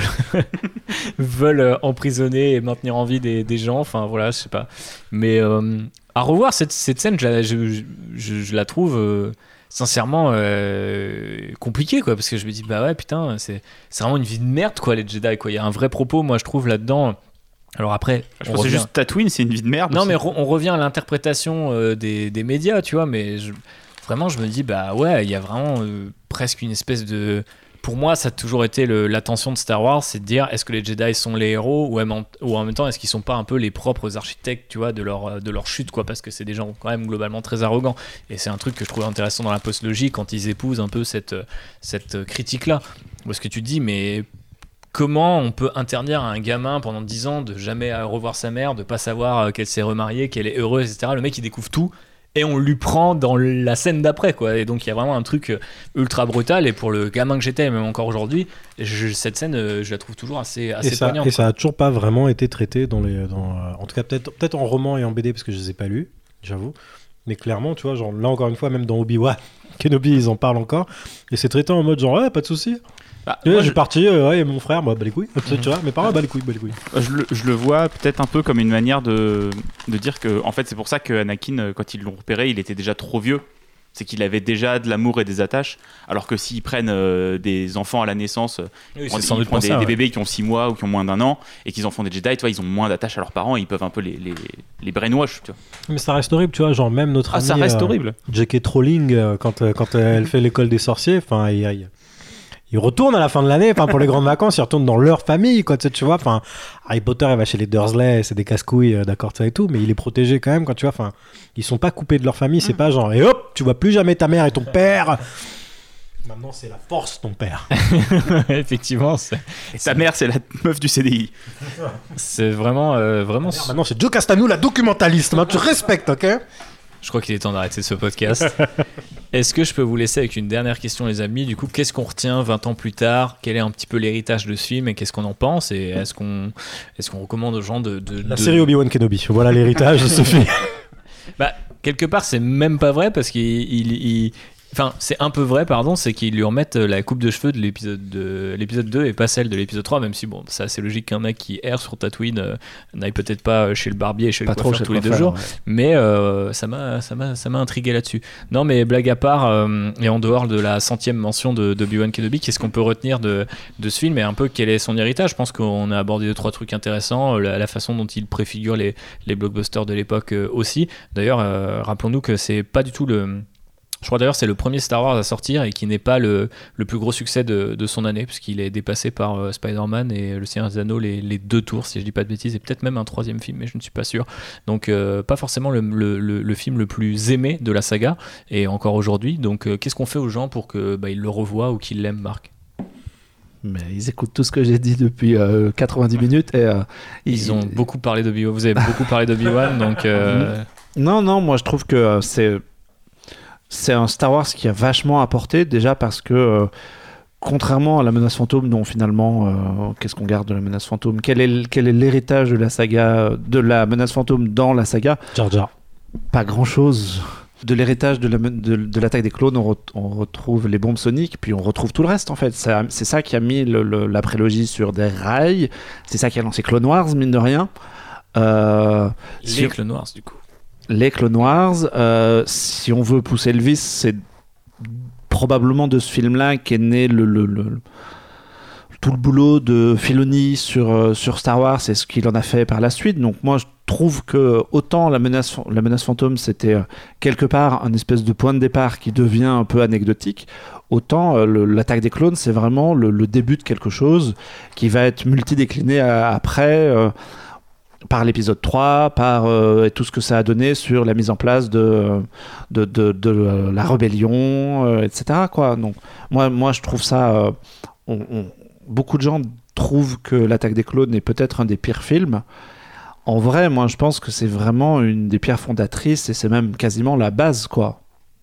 veulent emprisonner et maintenir en vie des, des gens, enfin voilà, je sais pas, mais euh, à revoir cette, cette scène, je, je, je, je la trouve euh, sincèrement euh, compliqué, quoi, parce que je me dis bah ouais putain, c'est, c'est vraiment une vie de merde, quoi, les Jedi, quoi. Il y a un vrai propos, moi je trouve, là-dedans. Alors après, je pense que c'est juste Tatooine, c'est une vie de merde non aussi. Mais re- on revient à l'interprétation euh, des, des médias, tu vois, mais je, vraiment je me dis bah ouais, il y a vraiment euh, presque une espèce de... Pour moi, ça a toujours été le, l'attention de Star Wars, c'est de dire est-ce que les Jedi sont les héros, ou en, ou en même temps est-ce qu'ils sont pas un peu les propres architectes, tu vois, de leur de leur chute, quoi, parce que c'est des gens quand même globalement très arrogants. Et c'est un truc que je trouve intéressant dans la postlogie quand ils épousent un peu cette cette critique-là, parce que tu te dis mais comment on peut interdire à un gamin pendant dix ans de jamais revoir sa mère, de pas savoir qu'elle s'est remariée, qu'elle est heureuse, et cetera. Le mec il découvre tout. Et on lui prend dans la scène d'après, quoi. Et donc il y a vraiment un truc ultra brutal. Et pour le gamin que j'étais, même encore aujourd'hui, je, cette scène, je la trouve toujours assez, assez et ça, poignante. Et ça a toujours pas vraiment été traité dans les, dans, en tout cas peut-être, peut-être en roman et en B D parce que je les ai pas lus, j'avoue. Mais clairement, tu vois, genre là encore une fois, même dans Obi-Wan, Kenobi, ils en parlent encore. Et c'est traité en mode genre, ouais, pas de souci. Bah, ouais, j'ai je... parti, euh, ouais, mon frère, bah, bah les couilles, mm-hmm. tu vois, mes parents, bah les couilles, bah les couilles. Je le, je le vois peut-être un peu comme une manière de, de dire que, en fait, c'est pour ça que Anakin, quand ils l'ont repéré, il était déjà trop vieux. C'est qu'il avait déjà de l'amour et des attaches, alors que s'ils prennent euh, des enfants à la naissance, oui, quand ils prennent des, ça, des ouais. bébés qui ont six mois ou qui ont moins d'un an, et qu'ils en font des Jedi, tu vois, ils ont moins d'attaches à leurs parents, et ils peuvent un peu les, les, les brainwash, tu vois. Mais ça reste horrible, tu vois, genre même notre ah, amie... ça reste euh, horrible. J K. Rowling, euh, quand, euh, quand euh, elle fait l'école des sorciers, enfin, il, il, il retourne à la fin de l'année, enfin, pour les grandes vacances, il retourne dans leur famille, quoi, tu sais, tu vois, enfin, Harry Potter, il va chez les Dursley, c'est des casse-couilles, euh, d'accord, ça et tout, mais il est protégé quand même, quand tu vois, enfin, ils sont pas coupés de leur famille, c'est mmh. pas genre, et hop, tu vois plus jamais ta mère et ton père. Maintenant, c'est la force, ton père. Effectivement. C'est... Et ta mère, c'est la meuf du C D I. C'est vraiment... Euh, vraiment... Mère, maintenant, c'est Joe Castanou, la documentaliste. Maintenant, tu respectes, ok ? Je crois qu'il est temps d'arrêter ce podcast. Est-ce que je peux vous laisser avec une dernière question, les amis ? Du coup, qu'est-ce qu'on retient vingt ans plus tard ? Quel est un petit peu l'héritage de ce film et qu'est-ce qu'on en pense ? Et est-ce qu'on, est-ce qu'on recommande aux gens de... de la de... série Obi-Wan Kenobi. Voilà l'héritage de ce film. Bah, quelque part, c'est même pas vrai parce qu'il... Il, il... Enfin, c'est un peu vrai, pardon, c'est qu'ils lui remettent la coupe de cheveux de l'épisode, de l'épisode deux et pas celle de l'épisode trois, même si bon, c'est assez logique qu'un mec qui erre sur Tatooine euh, n'aille peut-être pas chez le barbier et chez Pas le coiffeur trop chez tous le les deux coiffeur, jours, ouais. mais euh, ça, m'a, ça, m'a, ça m'a intrigué là-dessus. Non, mais blague à part, euh, et en dehors de la centième mention de, de Obi-Wan Kenobi, qu'est-ce qu'on peut retenir de, de ce film et un peu quel est son héritage? Je pense qu'on a abordé deux, trois trucs intéressants, la, la façon dont il préfigure les, les blockbusters de l'époque euh, aussi. D'ailleurs, euh, rappelons-nous que c'est pas du tout le... Je crois d'ailleurs que c'est le premier Star Wars à sortir et qui n'est pas le, le plus gros succès de, de son année, puisqu'il est dépassé par euh, Spider-Man et Le Seigneur des Anneaux, les, les deux tours, si je dis pas de bêtises, et peut-être même un troisième film, mais je ne suis pas sûr. Donc euh, pas forcément le, le, le, le film le plus aimé de la saga, et encore aujourd'hui. Donc euh, qu'est-ce qu'on fait aux gens pour qu'ils bah, le revoient ou qu'ils l'aiment, Marc? Mais ils écoutent tout ce que j'ai dit depuis euh, quatre-vingt-dix minutes et euh, ils, ils ont beaucoup parlé d'Obi-Wan. Vous avez beaucoup parlé d'Obi-Wan, donc... Euh... Non, non, moi je trouve que euh, c'est... C'est un Star Wars qui a vachement apporté, déjà parce que, euh, contrairement à la menace fantôme, dont finalement, euh, qu'est-ce qu'on garde de la menace fantôme? Quel est, quel est l'héritage de la saga, de la menace fantôme dans la saga? Jar Jar. Pas grand-chose. De l'héritage de, la, de, de l'attaque des clones, on, re, on retrouve les bombes soniques, puis on retrouve tout le reste en fait. C'est, c'est ça qui a mis le, le, la prélogie sur des rails, c'est ça qui a lancé Clone Wars, mine de rien. Euh, les sur... Clone Wars, du coup. Les Clone Wars, euh, si on veut pousser le vice, c'est probablement de ce film-là qu'est né le, le, le, tout le boulot de Filoni sur, euh, sur Star Wars et ce qu'il en a fait par la suite. Donc moi, je trouve que autant la menace, la menace fantôme, c'était euh, quelque part un espèce de point de départ qui devient un peu anecdotique, autant euh, le, l'attaque des clones, c'est vraiment le, le début de quelque chose qui va être multidécliné à, après... Euh, par l'épisode trois, par euh, tout ce que ça a donné sur la mise en place de, de, de, de, de la rébellion, euh, et cetera. Quoi. Donc, moi, moi, je trouve ça... Euh, on, on, beaucoup de gens trouvent que l'Attaque des clones est peut-être un des pires films. En vrai, moi, je pense que c'est vraiment une des pierres fondatrices et c'est même quasiment la base, quoi.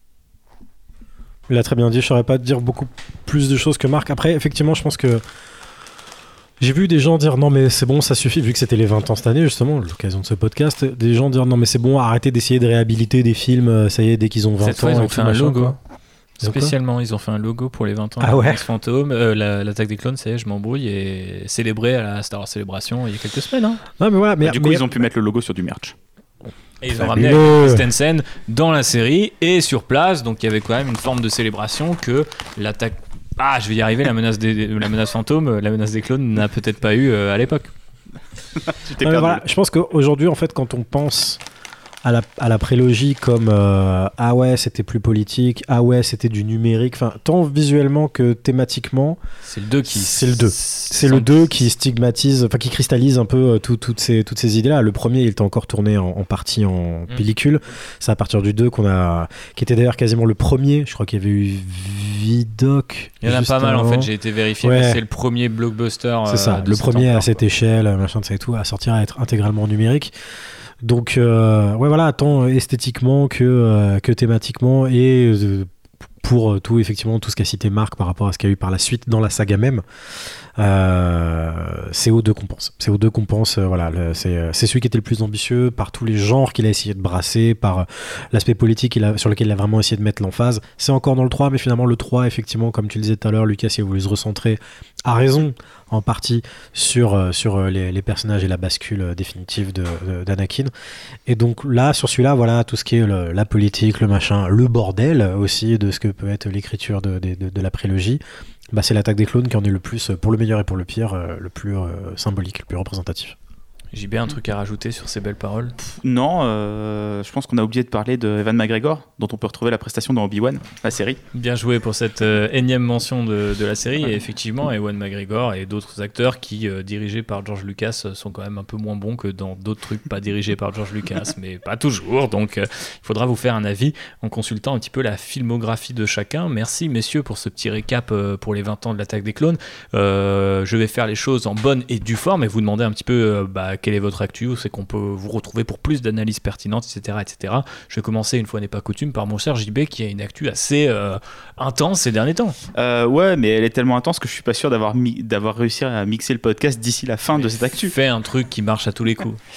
Il a très bien dit, je ne saurais pas dire beaucoup plus de choses que Marc. Après, effectivement, je pense que j'ai vu des gens dire non mais c'est bon, ça suffit, vu que c'était les vingt ans cette année justement, l'occasion de ce podcast, des gens dire non mais c'est bon, arrêtez d'essayer de réhabiliter des films, ça y est, dès qu'ils ont vingt Cette ans. Fois, ils ont fait un logo. Quoi. Spécialement, ils ont fait un logo pour les vingt ans ah ouais. de Fantôme, euh, la, l'attaque des clones, c'est je m'embrouille, et célébré à la Star Wars Célébration il y a quelques semaines. Hein. Non mais voilà, mais, bah, du coup mais... ils ont pu mettre le logo sur du merch. Et ils ont ramené avec Christensen dans la série et sur place, donc il y avait quand même une forme de célébration que l'attaque. Ah, je vais y arriver, la menace, des, la menace fantôme, la menace des clones n'a peut-être pas eu euh, à l'époque. Tu t'es non, perdu. Voilà, je pense qu'aujourd'hui, en fait, quand on pense à la, à la prélogie comme euh, ah ouais, c'était plus politique, ah ouais, c'était du numérique, enfin, tant visuellement que thématiquement, c'est le deux qui. C'est le deux. C'est le deux qui stigmatise, enfin, qui cristallise un peu euh, tout, toutes, ces, toutes ces idées-là. Le premier, il était encore tourné en, en partie en mmh. pellicule. C'est à partir du deux qu'on a. Qui était d'ailleurs quasiment le premier. Je crois qu'il y avait eu Vidoc. Il y en a pas mal en fait, j'ai été vérifié. Ouais. C'est le premier blockbuster. C'est ça, euh, le premier ampleur, à cette quoi. échelle, machin de ça et tout, à sortir à être intégralement numérique. Donc, euh, ouais, voilà, tant esthétiquement que, euh, que thématiquement et euh, pour tout, effectivement, tout ce qu'a cité Marc par rapport à ce qu'il y a eu par la suite dans la saga même. Euh, c'est O deux qu'on pense. C'est O deux qu'on pense, euh, voilà, le, c'est, c'est celui qui était le plus ambitieux par tous les genres qu'il a essayé de brasser, par euh, l'aspect politique il a, sur lequel il a vraiment essayé de mettre l'emphase. C'est encore dans le trois, mais finalement, le trois, effectivement, comme tu le disais tout à l'heure, Lucas, il a voulu se recentrer à raison en partie sur, euh, sur les, les personnages et la bascule euh, définitive de, de, d'Anakin. Et donc là, sur celui-là, voilà, tout ce qui est le, la politique, le machin, le bordel aussi de ce que peut être l'écriture de, de, de, de la prélogie, bah, c'est l'attaque des clones qui en est le plus, pour le meilleur et pour le pire, euh, le plus euh, symbolique, le plus représentatif. J B, un truc à rajouter sur ces belles paroles? Non, euh, je pense qu'on a oublié de parler de Ewan McGregor, dont on peut retrouver la prestation dans Obi-Wan, la série. Bien joué pour cette euh, énième mention de, de la série. Et effectivement, Ewan McGregor et d'autres acteurs qui, euh, dirigés par George Lucas, sont quand même un peu moins bons que dans d'autres trucs pas dirigés par George Lucas, mais pas toujours. Donc, euh, il faudra vous faire un avis en consultant un petit peu la filmographie de chacun. Merci, messieurs, pour ce petit récap euh, pour les vingt ans de l'attaque des clones. Euh, je vais faire les choses en bonne et due forme et vous demander un petit peu euh, bah, quelle est votre actu, où c'est qu'on peut vous retrouver pour plus d'analyses pertinentes, et cetera, et cetera. Je vais commencer, une fois n'est pas coutume, par mon cher J B qui a une actu assez euh, intense ces derniers temps. Euh, ouais, mais elle est tellement intense que je suis pas sûr d'avoir, mi- d'avoir réussi à mixer le podcast d'ici la fin mais de cette actu. Fais un truc qui marche à tous les coups.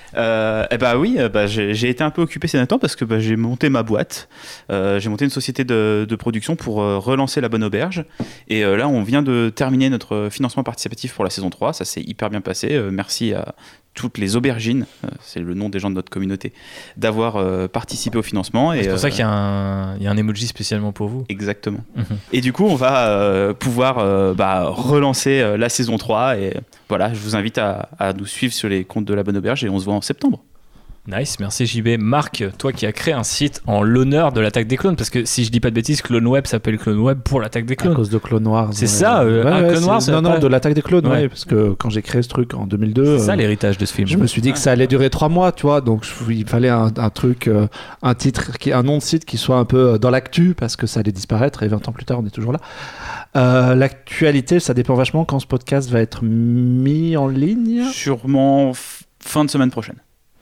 Euh, eh bah oui, euh, bah, j'ai, j'ai été un peu occupé ces derniers temps parce que bah, j'ai monté ma boîte. Euh, j'ai monté une société de, de production pour euh, relancer La Bonne Auberge. Et euh, là, on vient de terminer notre financement participatif pour la saison trois. Ça s'est hyper bien passé. Euh, merci à toutes les aubergines, euh, c'est le nom des gens de notre communauté, d'avoir euh, participé au financement. C'est et, pour euh, ça qu'il y a, un, il y a un emoji spécialement pour vous. Exactement. Mhm. Et du coup, on va euh, pouvoir euh, bah, relancer euh, la saison trois. Et voilà, je vous invite à, à nous suivre sur les comptes de La Bonne Auberge et on se voit en septembre. Nice, merci J B. Marc, toi qui as créé un site en l'honneur de l'attaque des clones, parce que si je dis pas de bêtises, Clone Web s'appelle Clone Web pour l'attaque des clones. À cause de Clone Wars. C'est ouais. ça, euh, ouais, un ouais, Clone Wars. Non, non, pas... de l'attaque des clones, ouais. ouais, parce que quand j'ai créé ce truc en deux mille deux, c'est ça euh, l'héritage de ce film. Je me suis dit que ça allait durer trois mois, tu vois, donc je, il fallait un, un truc, euh, un titre, qui, un nom de site qui soit un peu dans l'actu, parce que ça allait disparaître, et vingt ans plus tard, on est toujours là. Euh, l'actualité, ça dépend vachement quand ce podcast va être mis en ligne. Sûrement f- fin de semaine prochaine.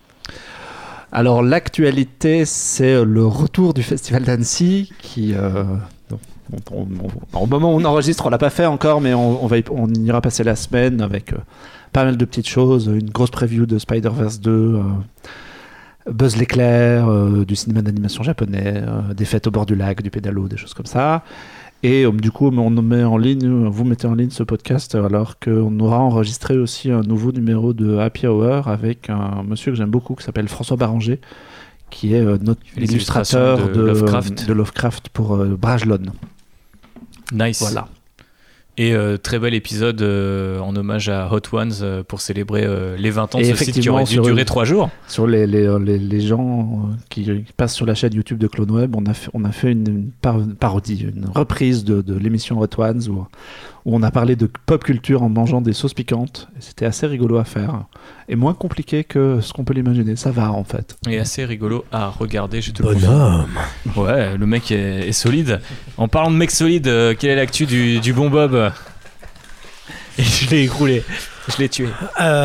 Alors l'actualité, c'est le retour du Festival d'Annecy qui, euh, donc, on, on, on, au moment où on enregistre, on l'a pas fait encore, mais on, on va y, on ira passer la semaine avec euh, pas mal de petites choses, une grosse preview de Spider-Verse deux, euh, Buzz l'éclair, euh, du cinéma d'animation japonais, euh, des fêtes au bord du lac, du pédalo, des choses comme ça. Et euh, du coup, on met en ligne, vous mettez en ligne ce podcast alors qu'on aura enregistré aussi un nouveau numéro de Happy Hour avec un monsieur que j'aime beaucoup qui s'appelle François Barranger, qui est euh, notre Les illustrateur de, de, Lovecraft. de Lovecraft pour euh, Brajlon. Nice. Voilà. Et euh, très bel épisode euh, en hommage à Hot Ones euh, pour célébrer euh, les vingt ans Et de ce site qui aurait dû durer trois jours. Sur les, les, les, les gens qui, qui passent sur la chaîne YouTube de Clone Web, on a fait, on a fait une, une, par, une parodie, une reprise de, de l'émission Hot Ones où, où on a parlé de pop culture en mangeant des sauces piquantes. Et c'était assez rigolo à faire et moins compliqué que ce qu'on peut l'imaginer. Ça va en fait. Et assez rigolo à regarder, je te le Bonhomme. Ouais, le mec est, est solide. En parlant de mec solide, euh, quelle est l'actu du, du bon Bob? Et je l'ai écroulé, je l'ai tué.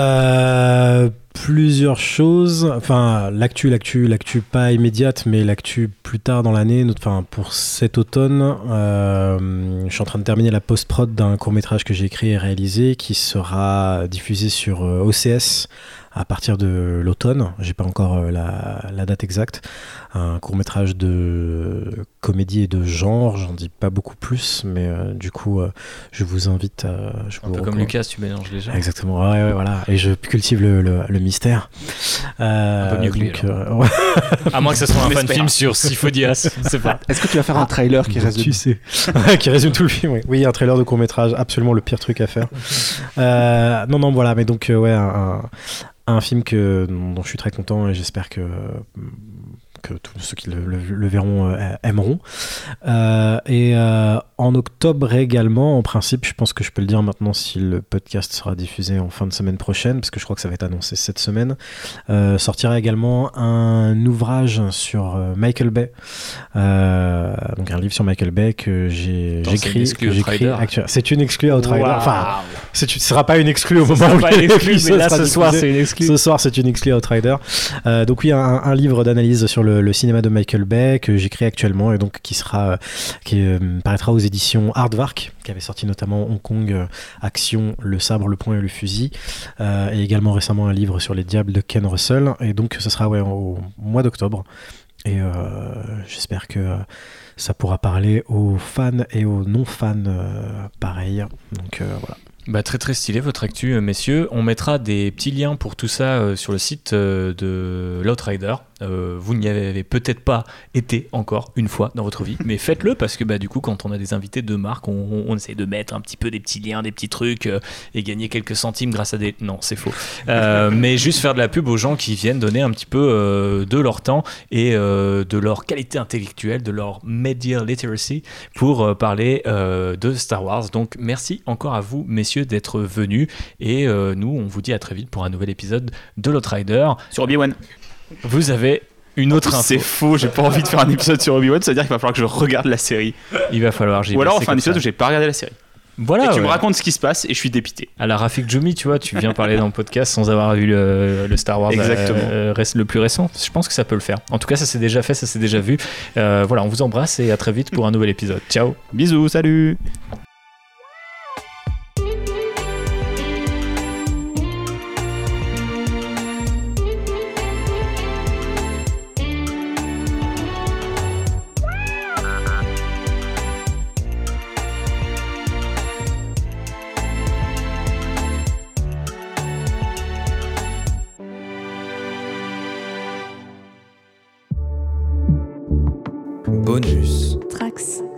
Euh, plusieurs choses. Enfin, l'actu, l'actu, l'actu pas immédiate, mais l'actu plus tard dans l'année. Enfin, pour cet automne, euh, je suis en train de terminer la post-prod d'un court-métrage que j'ai écrit et réalisé qui sera diffusé sur euh, O C S à partir de l'automne. J'ai pas encore euh, la, la date exacte. Un court-métrage de comédie et de genre. J'en dis pas beaucoup plus, mais euh, du coup, euh, je vous invite à... Je Un vous peu recommande. comme Lucas, tu mélanges les gens. Exactement, ouais, ouais, voilà. Et je cultive le, le, le mystère. Euh, Un peu mieux que lui, donc, euh, ouais. À moins que ce soit un On fan espère. film sur Sifo-Dyas, je sais pas. Est-ce que tu vas faire un trailer qui résume Tu sais. Qui résume tout le film, oui. Oui, un trailer de court-métrage, absolument le pire truc à faire. euh, non, non, voilà, mais donc, euh, ouais, un, un film que, dont je suis très content et j'espère que. que tous ceux qui le, le, le verront euh, aimeront. Euh, et euh, en octobre également, en principe, je pense que je peux le dire maintenant si le podcast sera diffusé en fin de semaine prochaine, parce que je crois que ça va être annoncé cette semaine, euh, sortira également un ouvrage sur euh, Michael Bay, euh, donc un livre sur Michael Bay que j'ai Attends, c'est une j'écris. exclue que j'écris Outrider. actu- C'est une exclue Outrider. Wow. Enfin, c'est- ce ne sera pas une exclue au Ce moment sera où pas une exclue, l'épisode mais là, sera ce soir, diffusé. c'est une exclue. Ce soir, c'est une exclue Outrider. Euh, donc oui, un, un livre d'analyse sur le, le cinéma de Michael Bay que j'écris actuellement et donc qui sera, qui euh, paraîtra aux éditions Aardvark, qui avait sorti notamment Hong Kong, euh, Action, Le Sabre, Le Poing et le Fusil, euh, et également récemment un livre sur les diables de Ken Russell. Et donc ce sera ouais, au mois d'octobre. Et euh, j'espère que euh, ça pourra parler aux fans et aux non-fans euh, pareil. Donc euh, voilà. Bah, très très stylé votre actu, euh, messieurs. On mettra des petits liens pour tout ça euh, sur le site euh, de l'Outrider. Euh, vous n'y avez peut-être pas été encore une fois dans votre vie, mais faites-le parce que bah, du coup, quand on a des invités de marque, on, on, on essaie de mettre un petit peu des petits liens, des petits trucs euh, et gagner quelques centimes grâce à des. Non, c'est faux. Euh, mais juste faire de la pub aux gens qui viennent donner un petit peu euh, de leur temps et euh, de leur qualité intellectuelle, de leur media literacy pour euh, parler euh, de Star Wars. Donc, merci encore à vous, messieurs, d'être venus. Et euh, nous, on vous dit à très vite pour un nouvel épisode de l'Outrider. Sur Obi-Wan. Vous avez une autre info. C'est faux, j'ai pas envie de faire un épisode sur Obi-Wan, c'est-à-dire qu'il va falloir que je regarde la série. Il va falloir. J B, Ou alors on c'est fait un comme épisode ça. où j'ai pas regardé la série. Voilà. et tu ouais. me racontes ce qui se passe et je suis dépité. À la Rafik Djoumi, tu vois, tu viens parler dans le podcast sans avoir vu le, le Star Wars Exactement. euh, reste le plus récent. Je pense que ça peut le faire. En tout cas, ça s'est déjà fait, ça s'est déjà vu. Euh, voilà, on vous embrasse et à très vite pour un nouvel épisode. Ciao. Bisous, salut. Bonus. Trax.